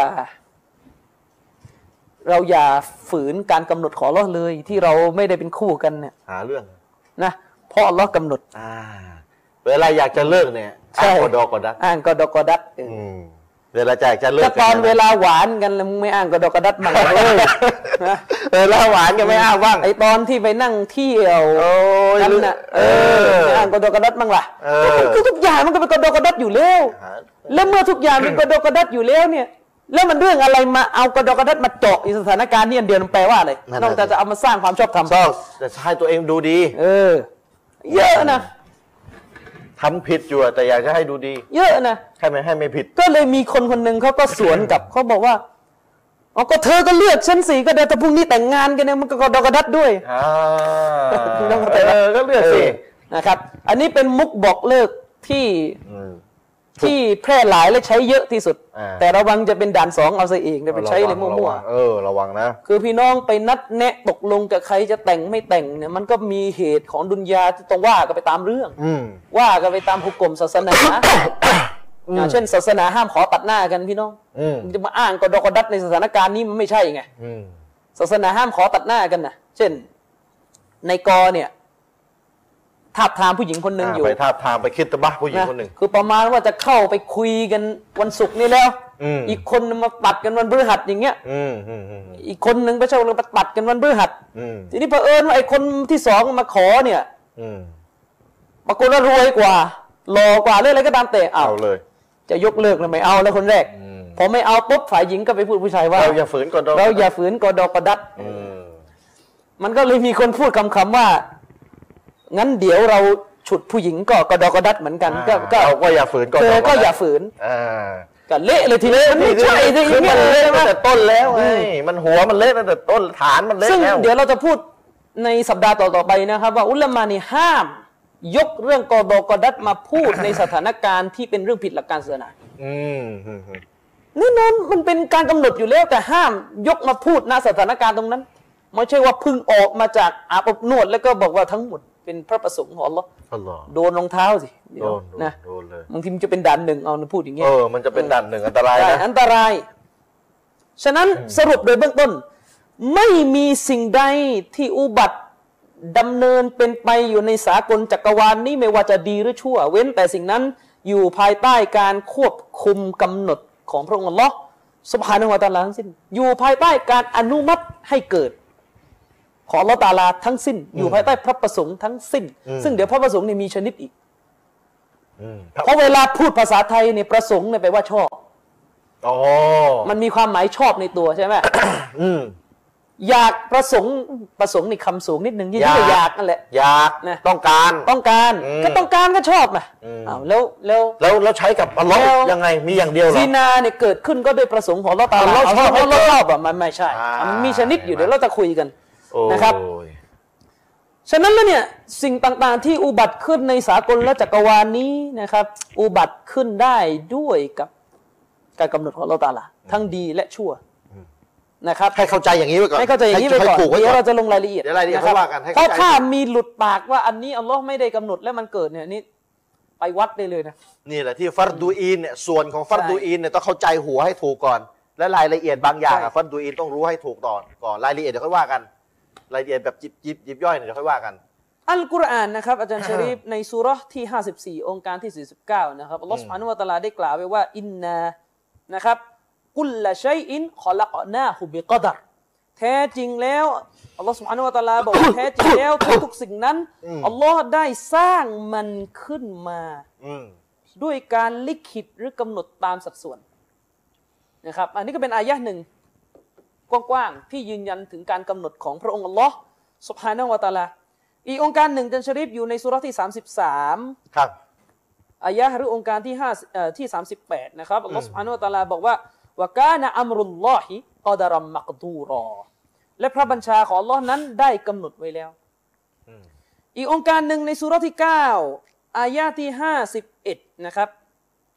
เราอย่าฝืนการกำหนดของอัลเลาะห์เลยที่เราไม่ได้เป็นคู่กันเนี่ยหาเรื่องนะเพราะอัลเลาะห์กำหนดอ่าเวลาอยากจะเลิกเนี่ยอ้างกอดอกอดัดอ้างกอดอกอดัดเวลาอยากจะเลิกก็ตอนเวลาหวานกันแล้วมึงไม่อ้างกอดอกอดัดบ้างเลยนะเวลาหวานก็ไม่อ้างบ้างไอตอนที่ไปนั่งเที่ยวนั่นน่ะเออไม่อ้างกอดอกอดัดบ้างล่ะคือทุกอย่างมันก็เป็นกอดอกอดัดอยู่แล้วแล้วเมื่อทุกอย่างเป็นกอดอกอดัดอยู่แล้วเนี่ยแล้วมันเรื่องอะไรมาเอากระดกกระดัดมาเจาะอีสถานการณ์นี่อันเดียวมันแปลว่าอะไรนอกจากจะเอามาสร้างความชอบธรรมชอบจะให้ตัวเองดูดีเออเยอะนะทำผิดอยู่แต่อยากจะให้ดูดีเยอะนะให้ไม่ให้ไม่ผิดก็เลยมีคนคนหนึ่งเขาก็สวนกับเขาบอกว่าอ๋อก็เธอก็เลือกฉันสิก็ได้แต่พรุ่งนี้แต่งงานกันเนี่ยมันก็กระดกกระดัดด้วยอ่าเออก็เลือกสินะครับอันนี้เป็นมุกบอกเลิกที่ที่แพร่หลายและใช้เยอะที่สุดแต่ระวังจะเป็นด่านสองเอาซะเองจะไปใช้เลยมั่วๆเออระวังนะคือพี่น้องไปนัดแนะตกลงกับใครจะแต่งไม่แต่งเนี่ยมันก็มีเหตุของดุนยาที่ต้องว่ากันไปตามเรื่องว่ากันไปตามหุกกลมศาสนาเช่นศาสนาห้ามขอตัดหน้ากันพี่น้องจะมาอ้างกอดกอดัดในสถานการณ์นี้มันไม่ใช่ไงศาสนาห้ามขอตัดหน้ากันนะเช่นในกอเนี่ยทาบทามผู้หญิงคนหนึ่งอยู่ไปทาบทามไปคิดตะบ้าผู้หญิงคนหนึ่งคือประมาณว่าจะเข้าไปคุยกันวันศุกร์นี่แล้วอีกคนมาตัดกันวันพฤหัสอย่างเงี้ยอีกคนหนึ่งไปเช่าเราตัดกันวันพฤหัสทีนี้เผอิญว่าไอ้คนที่สองมาขอเนี่ยปรากฏว่ารวยกว่าหล่อกว่าเรื่องอะไรก็ตามแต่เอาเลยจะยกเลิกเลยไม่เอาแล้วคนแรกพอไม่เอาปุ๊บฝ่ายหญิงก็ไปพูดผู้ชายว่าเราอย่าฝืนกอดเราอย่าฝืนกอดกอดัดมันก็เลยมีคนพูดคำคำว่างั้นเดี๋ยวเราฉุดผู้หญิงก็กระดอกกระดัดเหมือนกันก็เราก็อย่าฝืนก็เธอก็อย่าฝืนก็เละเลยทีนี้มันไม่ใช่ที่มันเละตั้งแต่ต้นแล้วไงมันหัวมันเละตั้งแต่ต้นฐานมันเละแล้วซึ่งเดี๋ยวเราจะพูดในสัปดาห์ต่อๆไปนะครับว่าอุลามะนี่ห้ามยกเรื่องกอดอกกระดัดมาพูดในสถานการณ์ที่เป็นเรื่องผิดหลักการศาสนาแน่นอนมันเป็นการกำหนดอยู่แล้วแต่ห้ามยกมาพูดณสถานการณ์ตรงนั้นไม่ใช่ว่าพึ่งออกมาจากอาบอบนวดแล้วก็บอกว่าทั้งหมดเป็นพระประสงค์ของอัลลอฮ์โดนรองเท้าสิโดนนะโดนเลยบางทีมันจะเป็นด่านหนึ่งเอาพูดอย่างเงี้ยเออมันจะเป็นด่านหนึ่งอันตรายนะอันตรายฉะนั้นสรุปโดยเบื้องต้นไม่มีสิ่งใดที่อุบัติดำเนินเป็นไปอยู่ในสากลจักรวาล นี้ไม่ว่าจะดีหรือชั่วเว้นแต่สิ่งนั้นอยู่ภายใต้การควบคุมกำหนดของพระองค์อัลลอฮ์ซุบฮานะฮูวะตะอาลาทั้งสิ้นอยู่ภายใต้การอนุมัติให้เกิดของอัลเลาะห์ตะอาลาทั้งสิ้นอยู่ภายใต้พระประสงค์ทั้งสิ้นซึ่งเดี๋ยวพระประสงค์นี่มีชนิดอีกเพราะเวลาพูดภาษาไทยเนี่ยประสงค์เนี่ยแปลว่าชอบอ๋อมันมีความหมายชอบในตัวใช่ไหมอยากประสงค์ประสงค์นี่คำสูงนิดนึงยิ่งจะอยากนั่นแหละอยากนะต้องการต้องการก็ต้องการก็ชอบอ่ะอ้าวแล้วแล้วแล้วแล้วใช้กับอัลเลาะห์ยังไงมีอย่างเดียวหรอซีนาเนี่ยเกิดขึ้นก็ด้วยประสงค์ของอัลเลาะห์ตะอาลาเราชอบเราชอบอ่ะมันไม่ใช่มันมีชนิดอยู่เดี๋ยวเราจะคุยกันนะครับฉะนั้นแล้วเนี่ยสิ่งต่างๆที่อุบัติขึ้นในสากลและจักรวาลนี้นะครับอุบัติขึ้นได้ด้วยกับการกำหนดของอัลเลาะห์ตะอาลาทั้งดีและชั่วนะครับให้เข้าใจอย่างนี้ไว้ก่อนให้เข้าใจอย่างนี้ไว้ก่อนเดี๋ยวเราจะลงรายละเอียดเดี๋ยวรายละเอียดเขาว่ากันเพราะถ้ามีหลุดปากว่าอันนี้อัลเลาะห์ไม่ได้กำหนดแล้วมันเกิดเนี่ยนี่ไปวัดได้เลยนะนี่แหละที่ฟัรดูอีนเนี่ยส่วนของฟัรดูอีนเนี่ยต้องเข้าใจหัวให้ถูกก่อนและรายละเอียดบางอย่างฟัรดูอีนต้องรู้ให้ถูกก่อนก่อนรายละเอียดเดี๋ยวค่อยว่ากันรายละเอียดแบบจิบจิบยิบย่อยเดี๋ยวค่อยว่ากันอัลกุรอานนะครับอาจารย์ชะรีฟในซูเราะห์ที่ห้าสิบสี่องค์การที่สี่สิบเก้านะครับอัลเลาะห์ซุบฮานะฮูวะตะอาลาได้กล่าวไว้ว่าอินนานะครับกุลละชัยอินคอลักนาฮุบิกอดัรแท้จริงแล้วอัลเลาะห์ซุบฮานะฮูวะตะอาลาบอกว่าแท้จริงแล้วทุกสิ่งนั้นอัลเลาะห์ได้สร้างมันขึ้นมาด้วยการลิขิตหรือกำหนดตามสัดส่วนนะครับอันนี้ก็เป็นอายะห์หนึ่งกว้างๆที่ยืนยันถึงการกำหนดของพระองค์อัลเลาะห์ซุบฮานะฮูวะตะอาลาอีกองค์การหนึ่งจันชะรีฟอยู่ในซูเราะห์ที่สามสิบสามครับอายะห์หรือองค์การที่ห้าเอ่อที่สามสิบแปดนะครับอัลเลาะห์ซุบฮานะฮูวะตะอาลาบอกว่าวะกานะอัมรุลลอฮิกอดะรัมมักดูรอและพระบัญชาของอัลเลาะห์นั้นได้กำหนดไว้แล้วอีกองค์การหนึ่งในซูเราะห์ที่เก้าอายะห์ที่ห้าสิบเอ็ดนะครับ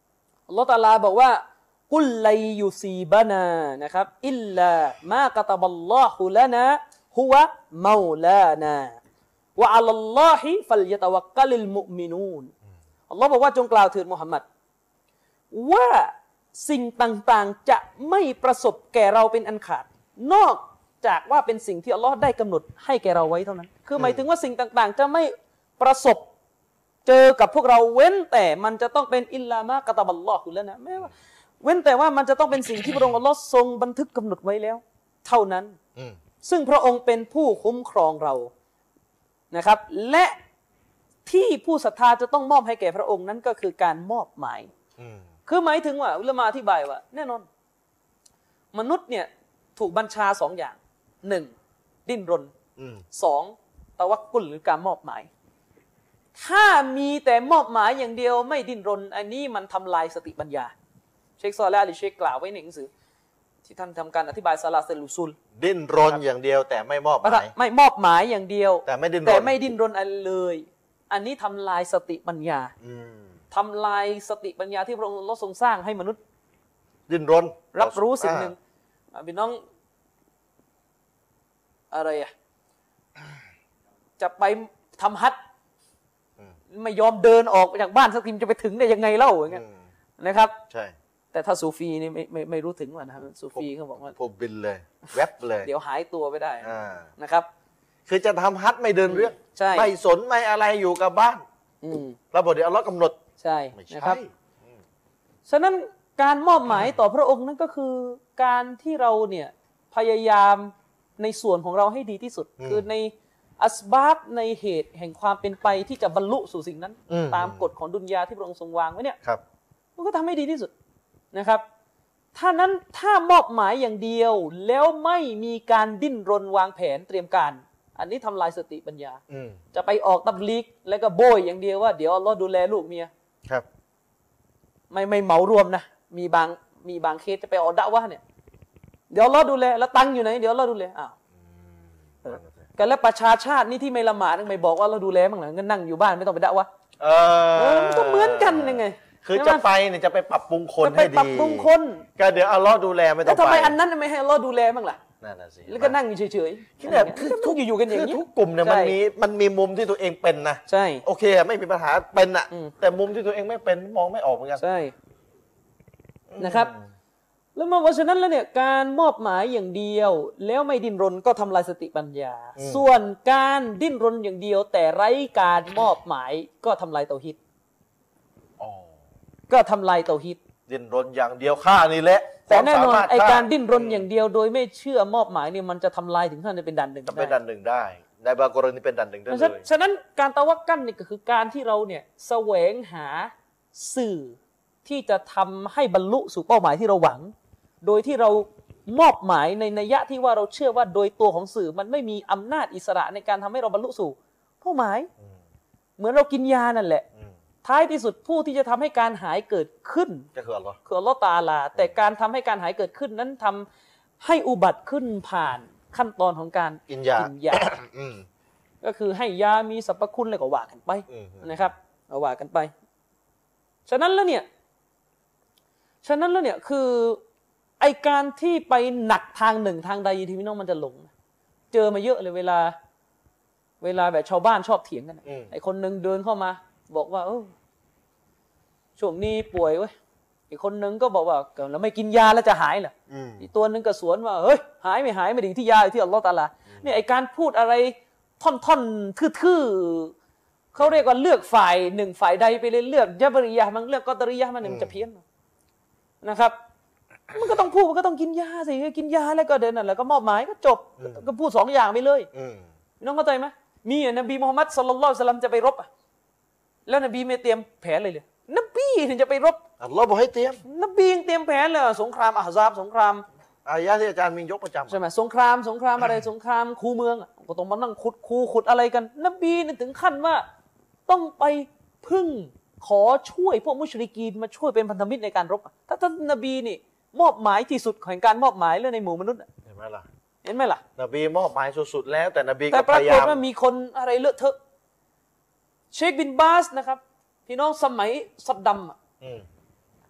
อัลลอฮฺตะอาลาบอกว่ากุลไลยูซีบานานะครับอิลลามากะตะบัลลอฮุลานะฮุวะเมาลานาวะอะลัลลอฮิฟัลยะตะวักกะลิลมุอ์มินูนอัลลอฮ์บอกว่าจงกล่าวเถิดมุฮัมมัดว่าสิ่งต่างๆจะไม่ประสบแก่เราเป็นอันขาดนอกจากว่าเป็นสิ่งที่อัลลอฮ์ได้กำหนดให้แก่เราไว้เท่านั้นคือหมายถึงว่าสิ่งต่างๆจะไม่ประสบเจอกับพวกเราเว้นแต่มันจะต้องเป็นอิลลามากะตะบัลลอฮุลานะแม้ว่าเว้นแต่ว่ามันจะต้องเป็นสิ่งที่พระองค์อัลลอฮ์ทรงบันทึกกำหนดไว้แล้วเท่านั้นซึ่งพระองค์เป็นผู้คุ้มครองเรานะครับและที่ผู้ศรัทธาจะต้องมอบให้แก่พระองค์นั้นก็คือการมอบหมายคือหมายถึงว่าอุลามะอธิบายว่าแน่นอนมนุษย์เนี่ยถูกบัญชาสองอย่างหนึ่งดิ้นรนสองตะวักกุลหรือการมอบหมายถ้ามีแต่มอบหมายอย่างเดียวไม่ดิ้นรนอันนี้มันทำลายสติปัญญาเชคซอลาลิเชคกล่าวไว้ในหนังสือที่ท่านทำการอธิบายซาลาเซลูซุลดิ้นรนอย่างเดียวแต่ไม่มอบหมายไม่มอบหมายอย่างเดียวแต่ไม่ดิ้นรนแต่ไม่ดิ้นรนอะไรเลยอันนี้ทำลายสติปัญญาทำลายสติปัญญาที่พระองค์ทรงสร้างให้มนุษย์ดิ้นรนรับรู้สิ่งหนึ่งพี่น้องอะไรอ่ะจะไปทำฮัจญ์ไม่ยอมเดินออกจากบ้านสักทีจะไปถึงได้ยังไงเล่าอย่างเงี้ยนะครับใช่แต่ถ้าซูฟีนี่ไม่ไม่ไม่รู้ถึงว่านะครับซูฟีเขาบอกว่าผมบินเลยแวบเลยเดี๋ยวหายตัวไปได้นะครับคือจะทำฮัจญ์ไม่เดินเรื่องไม่สนไม่อะไรอยู่กับบ้านระบบเดี๋ยวอัลเลาะห์กำหนดใช่นะครับฉะนั้นการมอบหมายต่อพระองค์นั่นก็คือการที่เราเนี่ยพยายามในส่วนของเราให้ดีที่สุดคือในอัสบาบในเหตุแห่งความเป็นไปที่จะบรรลุสู่สิ่งนั้นตามกฎของดุนยาที่พระองค์ทรงวางไว้เนี่ยมันก็ทำให้ดีที่สุดนะครับถ้านั้นถ้ามอบหมายอย่างเดียวแล้วไม่มีการดิ้นรนวางแผนเตรียมการอันนี้ทำลายสติปัญญาจะไปออกตับลีกแล้วก็โบยอย่างเดียวว่าเดี๋ยวอัลลอฮ์ดูแลลูกเมียครับไม่ไม่เหมารวมนะมีบางมีบางเคสจะไปออกดะวะเนี่ยเดี๋ยวอัลลอฮ์ดูแลแล้วตังอยู่ไหนเดี๋ยวอัลลอฮ์ดูแลอ้าวกันแล้วประชาชาตินี่ที่ไม่ละหมาดไม่บอกว่าเราดูแลบ้างหรองั้นนั่งอยู่บ้านไม่ต้องไปดะวะเออมันก็เหมือนกันยังไงคือจะไปเนี่ยจะไปปรับปรุงคนให้ดีปรับปรุงคนก็เดี๋ยวอัลลอฮ์ดูแลไม่ต้องไปแล้วทำไมอันนั้นไม่ให้อัลลอฮ์ดูแลบ้างล่ะนั่นน่ะสิแล้วก็นั่งอยู่เฉยๆคือแบบทุกอยู่ๆกันอย่างนี้ทุกกลุ่มเนี่ยมันมีมันมีมุมที่ตัวเองเป็นนะใช่โอเคไม่มีปัญหาเป็นอ่ะแต่มุมที่ตัวเองไม่เป็นมองไม่ออกเหมือนกันใช่นะครับแล้วมาเพราะฉะนั้นแล้วเนี่ยการมอบหมายอย่างเดียวแล้วไม่ดิ้นรนก็ทำลายสติปัญญาส่วนการดิ้นรนอย่างเดียวแต่ไร้การมอบหมายก็ทำลายเตาฮีดก็ทำลายเตาฮีดดิ้นรนอย่างเดียวฆ่านี่แหละแต่แน่นอนไอการดิ้นรนอย่างเดียวโดยไม่เชื่อมอบหมายเนี่ยมันจะทำลายถึงขั้นเป็นดันหนึ่งได้เป็นดันหนึ่งได้ในบางกรณีเป็นดันหนึ่งได้เลยฉะนั้นการตะวักกัลนี่ก็คือการที่เราเนี่ยแสวงหาสื่อที่จะทำให้บรรลุสู่เป้าหมายที่เราหวังโดยที่เรามอบหมายในนัยยะที่ว่าเราเชื่อว่าโดยตัวของสื่อมันไม่มีอำนาจอิสระในการทำให้เราบรรลุสู่เป้าหมายเหมือนเรากินยานั่นแหละท้ายที่สุดผู้ที่จะทำให้การหายเกิดขึ้นก็คืออัลลอฮ์คืออัลลอฮ์ตะอาลาแต่การทำให้การหายเกิดขึ้นนั้นทำให้อุบัติขึ้นผ่านขั้นตอนของการกินยากินยาก็คือให้ยามีสรรพคุณอะไรก็ว่ากันไปนะครับเอาว่ากันไปฉะนั้นแล้วเนี่ยฉะนั้นแล้วเนี่ยคือไอการที่ไปหนักทางหนึ่งทางใดทีพี่น้องมันจะหลงเจอมาเยอะเลยเวลาเวลาแบบชาวบ้านชอบเถียงกันไอคนนึงเดินเข้ามาบอกว่าเออช่วงนี้ป่วยเว้ยอีกคนนึงก็บอกว่าแล้วไม่กินยาแล้วจะหายเหรออีกตัวนึงก็สวนว่าเฮ้ยหายไม่หายไม่ดีที่ยาที่อัลลอฮฺตะอาลาเนี่ยไอการพูดอะไรท่อนๆทื่อๆเขาเรียกว่าเลือกฝ่ายหนึ่งฝ่ายใดไปเลยเลือกญะบริยะห์มันเลือกกอดาริยะห์มันมันจะเพี้ยนนะครับมันก็ต้องพูดมันก็ต้องกินยาสิกินยาแล้วก็เดินนั่นแล้วก็มอบหมายก็จบก็พูดสองอย่างไปเลยน้องเข้าใจไหมมีอ่ะนบีมุฮัมมัดศ็อลลัลลอฮุอะลัยฮิวะซัลลัมจะไปรบอ่ะแล้วนบีไม่เตรียมแผนเลยเลยนบีถึงจะไปรบอัลลอฮ์บอกให้เตรียมนบียังเตรียมแผนเลยสงครามอะฮ์ซาบสงครามอายะที่อาจารย์มียกประจำใช่ไหมสงครามสงครามอะไรสงครามคูเมืองก็ต้องมานั่งขุดคูขุดอะไรกันนบีนี่ถึงขั้นว่าต้องไปพึ่งขอช่วยพวกมุชริกีนมาช่วยเป็นพันธมิตรในการรบถ้าท่านนบีนี่มอบหมายที่สุดของการมอบหมายเรื่องในหมู่มนุษย์เห็นไหมล่ะเห็นไหมล่ะนบีมอบหมายสุดๆแล้วแต่นบีก็พยายามแต่ปรากฏว่ามีคนอะไรเลอะเทอะเชคบินบาสนะครับพี่น้องสมัยซัดดัม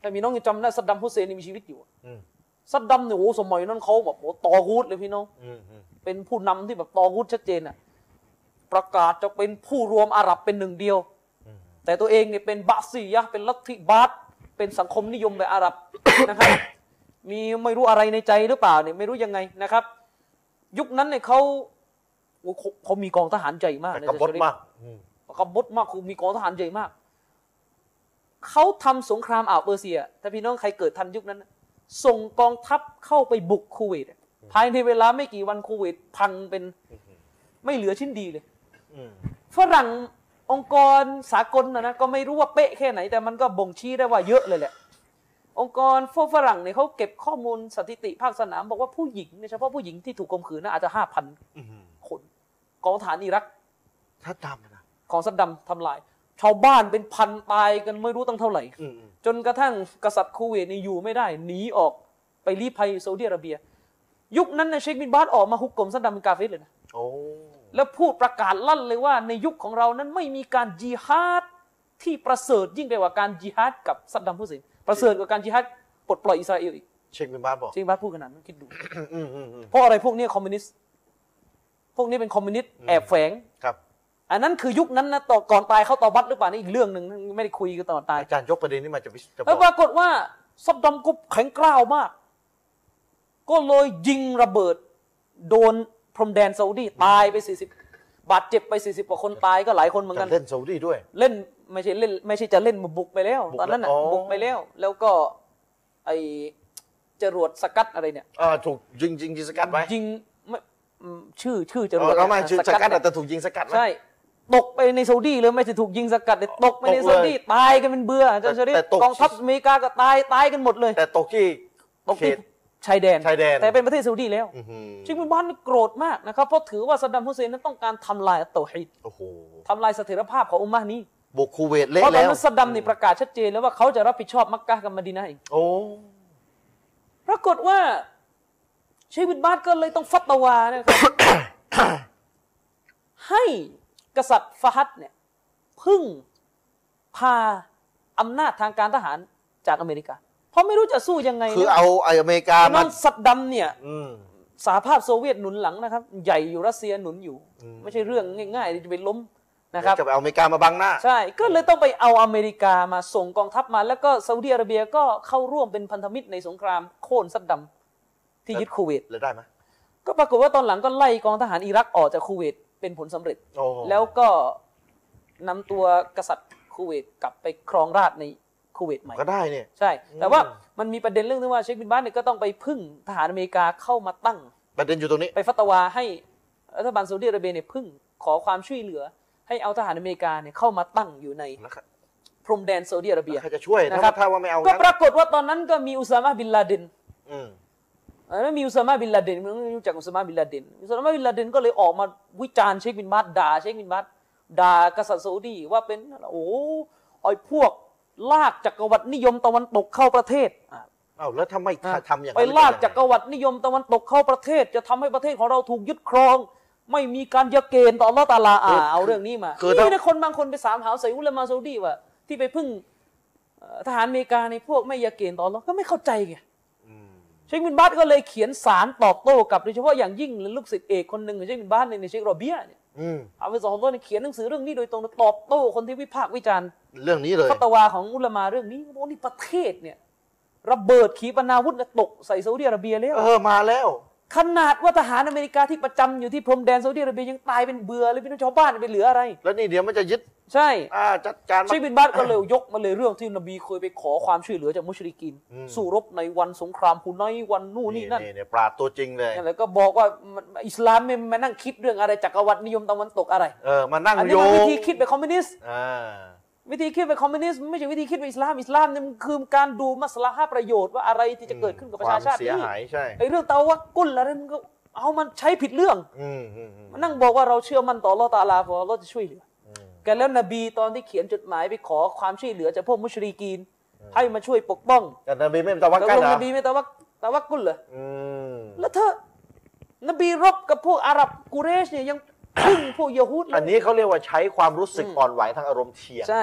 แต่พี่น้องยังจำได้ซัดดัมฮุสเซนนี่มีชีวิตอยู่ซัดดัมเนี่ยโอ้สมัยนั้นเขาแบบโอ้ตอกูดเลยพี่น้องเป็นผู้นำที่แบบตอกูดชัดเจนอ่ะประกาศจะเป็นผู้รวมอาหรับเป็นหนึ่งเดียวแต่ตัวเองเนี่ยเป็นบาซียะเป็นลัทธิบาสเป็นสังคมนิยมแบบอาหรับ นะครับมีไม่รู้อะไรในใจหรือเปล่าเนี่ยไม่รู้ยังไงนะครับยุคนั้นเนี่ยเขาเขามีกองทหารใหญ่มากกบฏมากกบฏมากคือมีกองทหารใหญ่มากเขาทำสงครามอ่าวเปอร์เซียถ้าพี่น้องใครเกิดทันยุคนั้นส่งกองทัพเข้าไปบุกคูเวตภายในเวลาไม่กี่วันคูเวตพังเป็นไม่เหลือชิ้นดีเลยฝรั่งองค์กรสากลนะนะก็ไม่รู้ว่าเป๊ะแค่ไหนแต่มันก็บ่งชี้ได้ว่าเยอะเลยแหละองค์กรพวกฝรั่งเนี่ยเขาเก็บข้อมูลสถิติภาคสนามบอกว่าผู้หญิงเฉพาะผู้หญิงที่ถูกข่มขืนน่ะอาจจะห้าพันคนกองทหารอิรักซัดดัมนะของซัดดัมทำลายชาวบ้านเป็นพันตายกันไม่รู้ตั้งเท่าไหร่จนกระทั่งกษัตริย์คูเวตนี่อยู่ไม่ได้หนีออกไปลี้ภัยซาอุดิอาระเบียยุคนั้นนะเชคบินบาสออกมาฮุกกลมซัดดัมเป็นกาเฟรเลยนะโอ้แล้วพูดประกาศลั่นเลยว่าในยุคของเรานั้นไม่มีการจิฮาดที่ประเสริฐยิ่งไปกว่าการจิฮาดกับซัดดัมฮุสเซนประเสริฐกว่าการจิฮาดปลดปล่อยอิสราเอลอีกเชคบินบาสบอกเชคบินบาสพูดขนาดนั้นคิดดูเพราะอะไรพวกนี้คอมมิวนิสต์พวกนี้เป็นคอมมิวนิสต์แอบแฝงครับอันนั้นคือยุคนั้นนะต่อก่อนตายเขาตอบัตหรือเปล่านี่อีกเรื่องนึงไม่ได้คุยกันตอนตายอาจารย์ยกประเด็นนี้มาจะจะแล้วปรากฏว่าซัดดัมกุบแข็งกร้าวมากก็เลยยิงระเบิดโดนพรมแดนซาอุดีตายไปสี่สิบบาดเจ็บไปสี่สิบกว่าคนตายก็หลายคนเหมือนกันเล่นซาอุดีด้วยเล่นไม่ใช่เล่นไม่ใช่จะเล่นบุกไปแล้วตอนนั้นน่ะบุกไปแล้วแล้วก็ไอจรวดสกัดอะไรเนี่ยอ่าถูกยิงยิงยิงสกัดไว้ยิงไม่ชื่อชื่อจรวดเราไม่ชื่อสกัดแต่ถูกยิงสกัดใช่ตกไปในซาอุดีเลยไม่ใช่ถูกยิงสกัดแต่ตกไปในซาอุดีตายกันเป็นเบื่ออาจารย์ชริฟกองทัพอเมริกาก็ตายตายกันหมดเลยแต่ตกที่ตกที่ชายแดนแต่เป็นประเทศซาอุดีแล้วชิงบินบาสนี่โกรธมากนะครับเพราะถือว่าซัดดัมฮุสเซนนั้นต้องการทำลายอัตเตาฮีดทำลายเสถียรภาพของอุมมะห์นี้บุกคูเวตเละแล้วเพราะตอนนั้นซัดดัมนี่ประกาศชัดเจนแล้วว่าเขาจะรับผิดชอบมักกะฮ์กับมะดีนะห์เองโอ้ปรากฏว่าชิงบินบาสก็เลยต้องฟัตวานะครับ ให้กษัตริย์ฟาฮัดเนี่ยพึ่งพาอำนาจทางการทหารจากอเมริกาเพราะไม่รู้จะสู้ยังไงคือเอาไออเมริกามาซัดดัมเนี่ยสหภาพโซเวียตหนุนหลังนะครับใหญ่อยู่รัสเซียหนุนอยู่ไม่ใช่เรื่องง่ายๆที่จะไปล้มนะครับจะไปเอาอเมริกามาบังหน้าใช่ก็เลยต้องไปเอาอเมริกามาส่งกองทัพมาแล้วก็ซาอุดิอาระเบียก็เข้าร่วมเป็นพันธมิตรในสงครามโค่นซัดดัมที่ยึดคูเวตเลยได้ไหมก็ปรากฏว่าตอนหลังก็ไล่กองทหารอิรักออกจากคูเวตเป็นผลสำเร็จแล้วก็นำตัวกษัตริย์คูเวตกลับไปครองราชย์ในคูเวตใหม่ก็ได้เนี่ยใช่แต่ว่ามันมีประเด็นเรื่องที่ว่าเชคบินบาสเนี่ยก็ต้องไปพึ่งทหารอเมริกาเข้ามาตั้งประเด็นอยู่ตรงนี้ไปฟัตวาให้รัฐบาลซาอุดิอาระเบียเนี่ยพึ่งขอความช่วยเหลือให้เอาทหารอเมริกาเนี่ยเข้ามาตั้งอยู่ในพรมแดนซาอุดิอาระเบียใครจะช่วยนะครับถ้าว่าไม่เอาก็ปรากฏว่าตอนนั้นก็มีอุซามะห์บินลาเดนอืมแล้วมีอุซามะห์บินลาเดนรู้จักอุซามะห์บินลาเดนอุซามะห์บินลาเดนก็เลยออกมาวิจารณ์เชคบินบาสด่าเชคบินบาสด่ากษัตริย์ซาอุดีว่าเป็นโอ้ไอ้พวกลากจักรวรรดินิยมตะวันตกเข้าประเทศอ้าวแล้วทำไมทำอย่างนั้นไปลากจักรวรรดินิยมตะวันตกเข้าประเทศจะทำให้ประเทศของเราถูกยึดครองไม่มีการยะเกณฑ์ต่ออัลเลาะห์ตะอาลาอ่าเอาเรื่องนี้มานี่นะคนบางคนไปสามหาใส่อุลามะซาอุดีว่าที่ไปพึ่งทหารอเมริกาในพวกไม่ยะเกณฑ์ต่ออัลเลาะห์ก็ไม่เข้าใจไงเชคบินบาสก็เลยเขียนสารตอบโต้กับโดยเฉพาะอย่างยิ่งลูกศิษย์เอกคนหนึ่งของเชคบินบาสในเชคโรเบียเนี่ยเอาไปสอนเนี่ยเขียนหนังสือเรื่องนี้โดยตรงตอบโต้คนที่วิพากษ์วิจารณ์เรื่องนี้เลยฟัตวาของอุลามะเรื่องนี้ว่านี่ประเทศเนี่ยระเบิดขีปนาวุธตกใส่ซาอุดิอาระเบียแล้วเออมาแล้วขนาดว่าทหารอเมริกาที่ประจำอยู่ที่พรมแดนซาอุดิอาระเบียยังตายเป็นเบื่อเลยพี่น้องชาวบ้านไปเหลืออะไรแล้วนี่เดี๋ยวมันจะยึดใช่อ่าจัดการเชคบินบาสก็เลยยกมาเลยเรื่องที่นบีเคยไปขอความช่วยเหลือจากมุชริกีนสู้รบในวันสงครามฮุนัยวันนู่นนี่นั่นเนี่ยปราดตัวจริงเลยแล้วก็บอกว่าอิสลามไม่มานั่งคิดเรื่องอะไรจักรวรรดินิยมตะวันตกอะไรเออมานั่งโยงอันนี้วิธีคิดแบบคอมมิวนิสต์อ่าวิธีคิดแบบคอมมิวนิสต์ไม่ใช่วิธีคิดแบบอิสลามอิสลามเนี่ยมันคือการดูมัสลาฮะห์ประโยชน์ว่าอะไรที่จะเกิดขึ้นกับประชาชาติเสียหายใช่ไอ้เรื่องตะวักกุลอะไรมันก็เอามันใช้ผิดเรื่องมันนั่งบอกว่าเราเชื่อมั่นต่ออัลเลาะห์ตะอาลาเพราะอัลเลาะห์จะช่วยเหลือกันแล้วนบีตอนที่เขียนจดหมายไปขอความช่วยเหลือจากพวกมุชริกีนให้มาช่วยปกป้องแต่นบีไม่ตะวักกันเหรอนบีไม่ตะวักตะวักกุลเหรอแล้วเธอนบีรบกับพวกอาหรับกุเรชเนี่ยยังพึ่งพวกยะฮูดอันนี้เขาเรียกว่าใช้ความรู้สึกอ่อนไหวทางอารมณ์เทียมใช่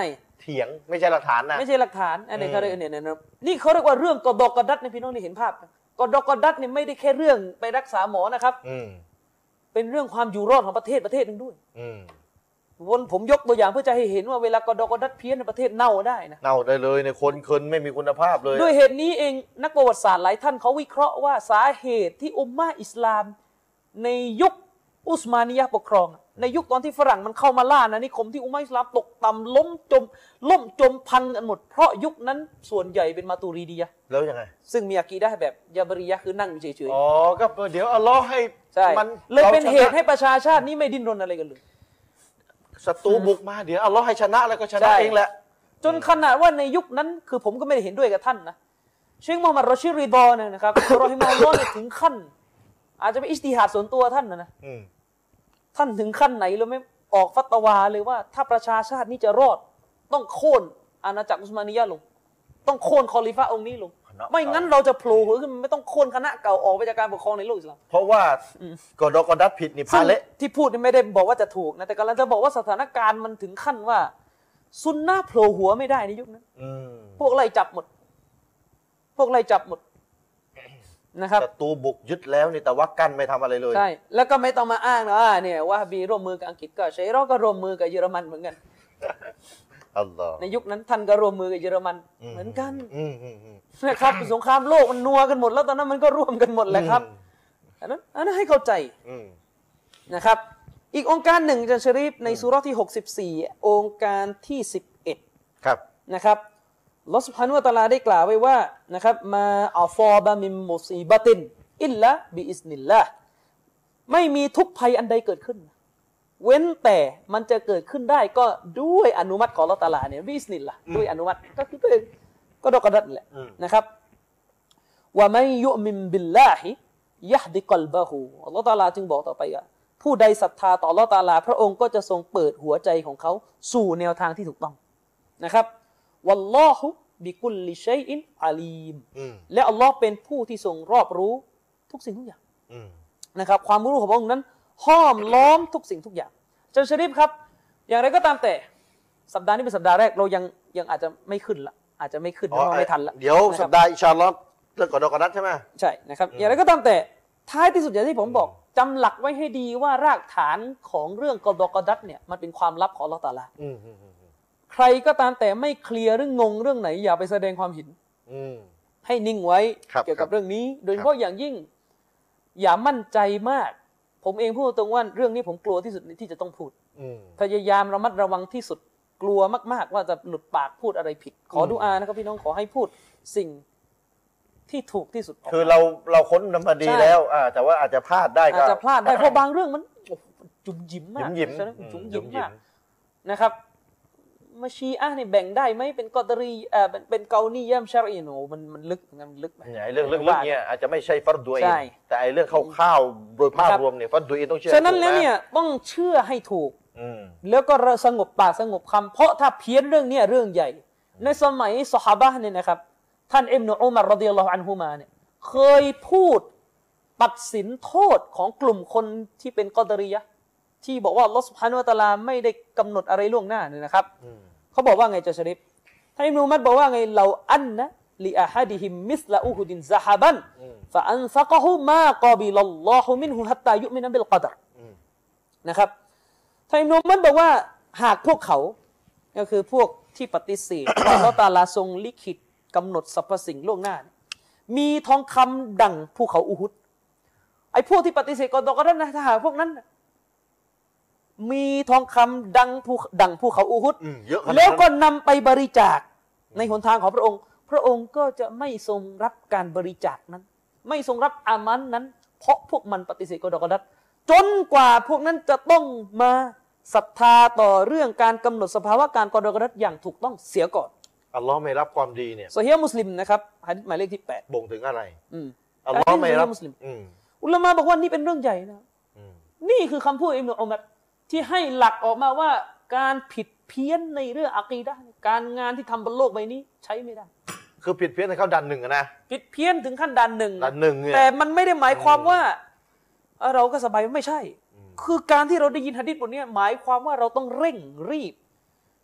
เถียงไม่ใช่หลักฐานนะไม่ใช่หลักฐานอันนี้เขาเรียกเนี่ยนะนี่เขาเรียกว่าเรื่องกอดอกอดัดในพี่น้องนี่เห็นภาพกอดอกอดัดนี่ไม่ได้แค่เรื่องไปรักษาหมอนะครับเป็นเรื่องความอยู่รอดของประเทศประเทศนึงด้วยวนผมยกตัวอย่างเพื่อจะให้เห็นว่าเวลากอดอกอดัดเพี้ยนในประเทศเน่าได้นะเน่าได้เลยในคนคนไม่มีคุณภาพเลยด้วยเหตุนี้เองนักประวัติศาสตร์หลายท่านเขาวิเคราะห์ว่าสาเหตุที่อุมมะอิสลามในยุคอุสมานียะห์ปกครองในยุคตอนที่ฝรั่งมันเข้ามาล่านะนิคมที่อุมมะอิสลามตกต่ำล้มจมล่มจมพังกันหมดเพราะยุคนั้นส่วนใหญ่เป็นมาตูรีดียะห์แล้วยังไงซึ่งมีอากีดะห์แบบยะบรียะห์คือนั่งเฉยๆอ๋อก็เดี๋ยวอัลเลาะห์ให้มันเลยเป็นเหตุให้ประชาชาตินี้ไม่ดิ้นรนอะไรกันเลยศัตรูบุกมาเดี๋ยวอัลเลาะห์ให้ชนะแล้วก็ชนะเองแหละจนขนาดว่าในยุคนั้นคือผมก็ไม่ได้เห็นด้วยกับท่านนะเชคมูฮัมหมัดรอชิด ริฎอเนี่ยนะครับรอฮิมะฮุลลอฮ์เนี่ยถึงขั้นอาจจะเป็นอิจติฮาดส่วนตัวท่านนะนะท่านถึงขั้นไหนเลยไม่ออกฟัตวาเลยว่าถ้าประชาชาตินี้จะรอดต้องโค่นอาณาจักรอุสมานียะห์ลงต้องโค่นคอลิฟะห์องค์นี้ลงไม่งั้นเราจะโผล่หัวขึ้นไม่ต้องโค่นคณะเก่าออกไปจากการปกครองในโลกอิสลามเพราะว่ากอดอกอดัดผิดนี่พาเละที่พูดนี่ไม่ได้บอกว่าจะถูกนะแต่กำลังจะบอกว่าสถานการณ์มันถึงขั้นว่าซุนนะห์โผล่หัวไม่ได้ในยุคนั้นพวกไล่จับหมดพวกไล่จับหมดนะครับศัตรูบุกยึดแล้วนี่แต่ว่ากั้นไม่ทำอะไรเลยใช่แล้วก็ไม่ต้องมาอ้างนะว่าเนี่ยวะฮ์บีร่วมมือกับอังกฤษก็ใช้เราก็ร่วมมือกับเยอรมันเหมือนกันอัลลอฮ์ในยุคนั้นท่านก็ร่วมมือกับเยอรมันเหมือนกันนะครับสงครามโลกมันนัวกันหมดแล้วตอนนั้นมันก็ร่วมกันหมดแหละครับอันนั้นอันนั้นให้เข้าใจนะครับอีกองค์การหนึ่งอาจารย์ชะรีฟในซูเราะห์ที่หกสิบสี่องค์การที่สิบเอ็ดครับนะครับอัลเลาะห์ซุบฮานะฮูวะตะอาลาได้กล่าวไว้ว่านะครับมาอัฟอบะมินมุซีบะตินอิลลาบิอิซนิลลาห์ไม่มีทุกภัยอันใดเกิดขึ้นเว้นแต่มันจะเกิดขึ้นได้ก็ด้วยอนุมัติของอัลเลาะห์ตะอาลาเนี่ยบิอิซนิลลาห์ด้วยอนุมัติก็คือด้วยก็ดอกกระดัดแหละนะครับว่ามัยยุมินบิลลาฮิยะฮดิกัลบะฮูอัลเลาะห์ตะอาลาจึงบอกต่อไปว่าผู้ใดศรัทธาต่ออัลเลาะห์ตะอาลาพระองค์ก็จะทรงเปิดหัวใจของเขาสู่แนวทางที่ถูกต้องนะครับวัลลอฮุบิกุลลิชัยอินอาลีมและอัลลอฮ์เป็นผู้ที่ทรงรอบรู้ทุกสิ่งทุกอย่างนะครับความรู้ของพระองค์นั้นห้อมล้อมทุกสิ่งทุกอย่างอาจารย์ชะรีฟครับอย่างไรก็ตามแต่สัปดาห์นี้เป็นสัปดาห์แรกเรายังยังอาจจะไม่ขึ้นละอาจจะไม่ขึ้นเพราะไม่ทันละเดี๋ยวสัปดาห์อินชาอัลลอฮ์เรื่องกอดอกอดัดใช่ไหมใช่นะครับอย่างไรก็ตามแต่ท้ายที่สุดอย่างที่ผมบอกจำหลักไว้ให้ดีว่ารากฐานของเรื่องกอดอกอดัดเนี่ยมันเป็นความลับของอัลเลาะห์ตะอาลาใครก็ตามแต่ไม่เคลียร์เรื่องงงเรื่องไหนอย่าไปแสดงความเห็นให้นิ่งไว้เกี่ยวกับเรื่องนี้โดยเฉพาะอย่างยิ่งอย่ามั่นใจมากผมเองพูดตรงว่าเรื่องนี้ผมกลัวที่สุดที่จะต้องพูดพยายามระมัดระวังที่สุดกลัวมากๆว่าจะหลุดปากพูดอะไรผิดขอดุอานะครับพี่น้องขอให้พูดสิ่งที่ถูกที่สุดคือเราเราค้นนำมาดีแล้วแต่ว่าอาจจะพลาดได้ก็อาจจะพลาดได้เพราะบางเรื่องมันจุ่มยิ้มมากยิ้มจุ่มยิ้มมากนะครับมาชีอะห์นี่แบ่งได้ไหมเป็นกอดรีเอ่อเป็นเกานียัมชะรอีโนมันมันลึกมันลึกไปเรื่องลึกๆเนี่ยอาจจะไม่ใช่ฟัรดุอินแต่ไอ้เรื่องคร่าวๆโดยภาพรวมเนี่ยฟัรดุอินต้องเชื่อฉะนั้นแล้วเนี่ยต้องเชื่อให้ถูกแล้วก็สงบปากสงบคำเพราะถ้าเพี้ยนเรื่องนี้เรื่องใหญ่ในสมัยซอฮาบะห์เนี่ยนะครับท่านอิบนุอุมัรรอฎิยัลลอฮุอันฮุมาเนี่ยเคยพูดตัดสินโทษของกลุ่มคนที่เป็นกอดรียะห์ที่บอกว่าอัลเลาะห์ซุบฮานะฮูวะตะอาลาไม่ได้กำหนดอะไรล่วงหน้าเนี่ยนะครับเขาบอกว่าไงจะชะริฟท่านอิบนุอุมัรบอกว่าไงเราอันนะลิอะฮัดิฮิมมิสละอูฮุดินซะฮะบันฟะอันฟะกะฮุมากอบิลัลลอฮุมินฮุฮัตตายุมินะบิลกอดรนะครับท่านอิบนุอุมัรบอกว่าหากพวกเขาก็คือพวกที่ปฏิเสธว่าอัลเลาะห์ตะอาลาทรงลิขิตกำหนดสรรพสิ่งล่วงหน้ามีทองคำดั่งภูเขาอูฮุดไอ้พวกที่ปฏิเสธกอดอกอดัดนะถ้าหากพวกนั้นมีทองคำดังภูดังภูเขาอูฮุดแล้วก็นำไปบริจาคในหนทางของพระองค์พระองค์ก็จะไม่ทรงรับการบริจาคนั้นไม่ทรงรับอามันนั้นเพราะพวกมันปฏิเสธกอดอกอดัดจนกว่าพวกนั้นจะต้องมาศรัทธาต่อเรื่องการกำหนดสภาวะการกอดอกอดัดอย่างถูกต้องเสียก่อนอัลลอฮ์ไม่รับความดีเนี่ยซอฮีฮ์มุสลิมนะครับหะดีษหมายเลขที่แปดบ่งถึงอะไรอัลลอฮ์ไม่รับมุสลิมอุลามะบอกว่านี่เป็นเรื่องใหญ่นะนี่คือคำพูดอิบนุอุมัรที่ให้หลักออกมาว่าการผิดเพี้ยนในเรื่องอะกีดะห์การงานที่ทำบนโลกใบนี้ใช้ไม่ได้คือผิดเพี้ยนในเข้าดันหนึ่งนะผิดเพี้ยนถึงขั้นดันหนึ่งดันหนึ่งแต่มันไม่ได้หมายความว่าเราก็สบายไม่ใช่คือการที่เราได้ยินหะดีษบทนี้หมายความว่าเราต้องเร่งรีบ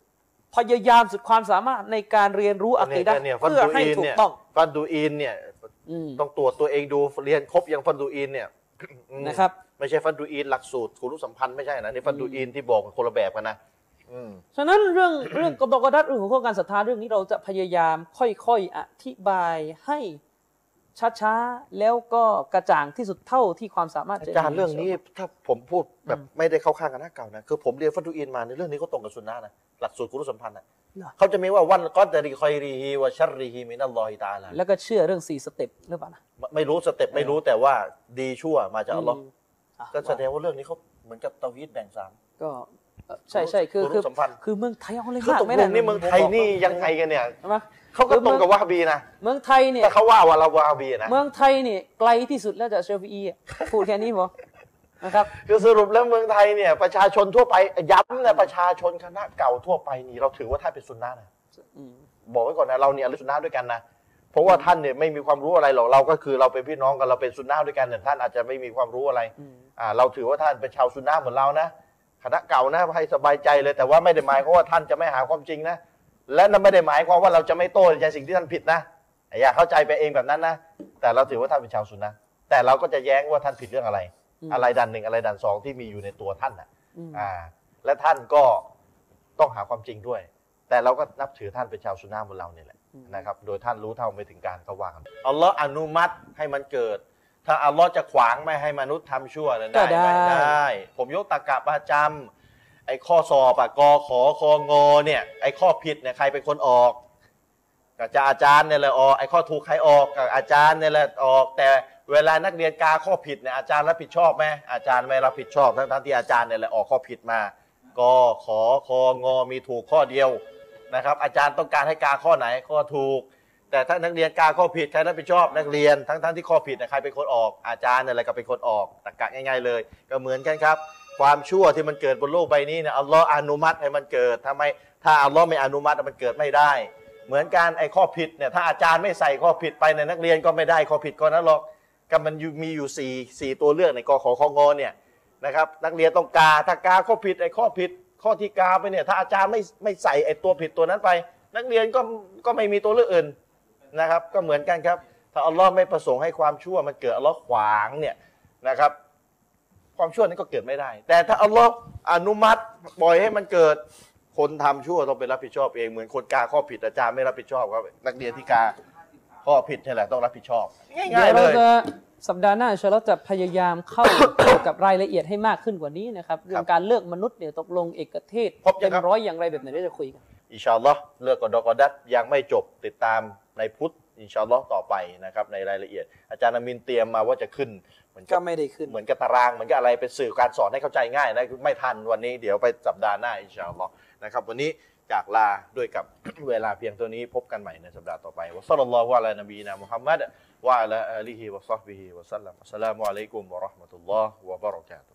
พยายามสุดความสามารถในการเรียนรู้อะกีดะห์เพื่อให้ถูกต้องฟันดูอินเนี่ยต้องตรวจตัวเองดูเรียนครบยังฟันดูอินเนี่ยนะครับไม่ใช่ฟันดูอินหลักสูตรครูรู้สัมพันธ์ไม่ใช่นะนี่ฟันดูอินที่บอกคนละแบบกันนะฉะนั้นเรื่องเรื่องกฎกดัษเรื่องของข้อการศรัทธาเรื่องนี้เราจะพยายามค่อยๆอธิบายให้ช้าๆแล้วก็กระจ่างที่สุดเท่าที่ความสามารถอาจารย์เรื่องนี้ถ้าผมพูดแบบไม่ได้เข้าข้างกันนะเก่านะคือผมเรียนฟันดูอินมาในเรื่องนี้ก็ตรงกับสุนนะนะหลักสูตรครูรู้สัมพันธ์นะเขาจะมีว่าวันก็จะรีคอยรีฮีวะชัรรีฮีมินัลลอฮิตาลาแล้วก็เชื่อเรื่องสี่สเต็ปหรือเปล่านะไม่รู้สเต็ปไม่รู้แต่ว่าดีชั่วมาจากอัลลอฮ์ก็แสดงว่าเรื่องนี้เขาเหมือนกับเตาฮีดแบ่งสามก็ใช่ใช่คือคือคือเมืองไทยเอาอะไรมากไม่ได้นี่เมืองไทยนี่ยังไงกันเนี่ยเขาก็ตรงกับวะฮาบีนะเมืองไทยเนี่ยแต่เขาว่าว่าเราวะฮาบีนะเมืองไทยนี่ไกลที่สุดแล้วจากชาฟิอีพูดแค่นี้พอนะครับคือสรุปแล้วเมืองไทยเนี่ยประชาชนทั่วไปย้ำนะประชาชนคณะเก่าทั่วไปนี่เราถือว่าท่านเป็นซุนนะห์นะบอกไว้ก่อนนะเราเนี่ยอัลซุนนะห์ด้วยกันนะเพราะว่าท่านเนี่ยไม่มีความรู้อะไรหรอกเราก็คือเราเป็นพี่น้องกันเราเป็นซุนนะห์ด้วยกันเนี่ยท่านอาจจะไม่มีความรู้อะไรอ่าเราถือว่าท่านเป็นชาวซุนนะห์เหมือนเรานะคณะเก่านะให้สบายใจเลยแต่ว่าไม่ได้หมายความว่าท่านจะไม่หาความจริงนะและนั่นไม่ได้หมายความว่าเราจะไม่โต้ในสิ่งที่ท่านผิดนะอย่าเข้าใจไปเองแบบนั้นนะแต่เราถือว่าท่านเป็นชาวซุนนะห์แต่เราก็จะแย้งว่าท่านผิดเรื่องอะไรอะไรดันหนึ่งอะไรดันสองที่มีอยู่ในตัวท่านอ่ะอ่าและท่านก็ต้องหาความจริงด้วยแต่เราก็นับถือท่านเป็นชาวซุนนะห์เหมือนเราเนี่ยแหละนะครับโดยท่านรู้เท่าไม่ถึงการก็ว่ากันอัลลอฮ์อนุมัติให้มันเกิดถ้าอัลลอฮ์จะขวางไม่ให้มนุษย์ทำชั่วนั้นได้ไม่ได้ผมยกตะกะประจำไอ้ข้อสอบอะกอขอคองอเนี่ยไอ้ข้อผิดเนี่ยใครเป็นคนออกก็จะอาจารย์เนี่ยแหละออกไอ้ข้อถูกใครออกกับอาจารย์เนี่ยแหละออกแต่เวลานักเรียนกาข้อผิดเนี่ยอาจารย์รับผิดชอบไหมอาจารย์ไม่รับผิดชอบทั้งทั้งที่อาจารย์เนี่ยแหละออกข้อผิดมากอขอคองอมีถูกข้อเดียวนะครับอาจารย์ต้องการให้กาข้อไหนข้อถูกแต่ถ้านักเรียนกาข้อผิดใครรับผิดชอบนักเรียนทั้งทั้งที่ข้อผิดใครเป็นคนออกอาจารย์เนี่ยแหละก็เป็นคนออกตรรกะง่ายๆเลยก็เหมือนกันครับความชั่วที่มันเกิดบนโลกใบนี้เนี่ยอัลลอฮ์อนุมัติให้มันเกิดทำไมถ้าอัลลอฮ์ไม่อนุมัติมันเกิดไม่ได้เหมือนกันไอ้ข้อผิดเนี่ยถ้าอาจารย์ไม่ใส่ข้อผิดไปในนักเรียนก็ไม่ได้ข้อผิดก็นั้นหรอกก็มันมีอยู่สี่สี่ตัวเลือกในกขอคองอเนี่ยนะครับนักเรียนต้องกาถ้ากาข้อผิดไอ้ข้อผิดข้อที่กาไปเนี่ยถ้าอาจารย์ไม่ไม่ใส่ไอ้ตัวผิดตัวนั้นไปนักเรียนก็ก็ไม่มีตัวเลือกอื่นนะครับก็เหมือนกันครับถ้าอัลลอฮ์ไม่ประสงค์ให้ความชั่วมันเกิดอัลลอฮ์ขวางเนี่ยนะครับความชั่วนั้นก็เกิดไม่ได้แต่ถ้าอัลลอฮ์อนุมัติปล่อยให้มันเกิดคนทำชั่วต้องไปรับผิดชอบเองเหมือนคนกาข้อผิดอาจารย์ไม่รับผิดชอบครับนักเรียนที่กาข้อผิดนี่แหละต้องรับผิดชอบง่ายๆเลยสัปดาห์หน้าเราจะพยายามเข้า กับรายละเอียดให้มากขึ้นกว่านี้นะครับเรื่องการเลือกมนุษย์เนี่ยตกลงเอกเทศเป็นร้อยอย่างไรแบบไหนได้จะคุยกันอินชาอัลลอฮ์เลือกกอดอกอดัดยังไม่จบติดตามในพุทธอินชาอัลลอฮ์ต่อไปนะครับในรายละเอียดอาจารย์อามินเตรียมมาว่าจะขึ้นเหมือนก็ไม่ได้ขึ้นเหมือนกับตารางเหมือนกับอะไรเป็นสื่อการสอนให้เข้าใจง่ายนะไม่ทันวันนี้เดี๋ยวไปสัปดาห์หน้าอินชาอัลลอฮ์นะครับวันนี้จากลาด้วยกับเวลาเพียงเท่านี้พบกันใหม่ในสัปดาห์ต่อไปวะซัลลัลลอฮุอะลานบีนะมุฮัมมัดวะอะลาอาลีฮิวะซอฮบิฮิวะซัลลัมอัสสลามุอะลัยกุมวะเราะห์มะตุลลอฮ์วะบะเราะกาตุฮ์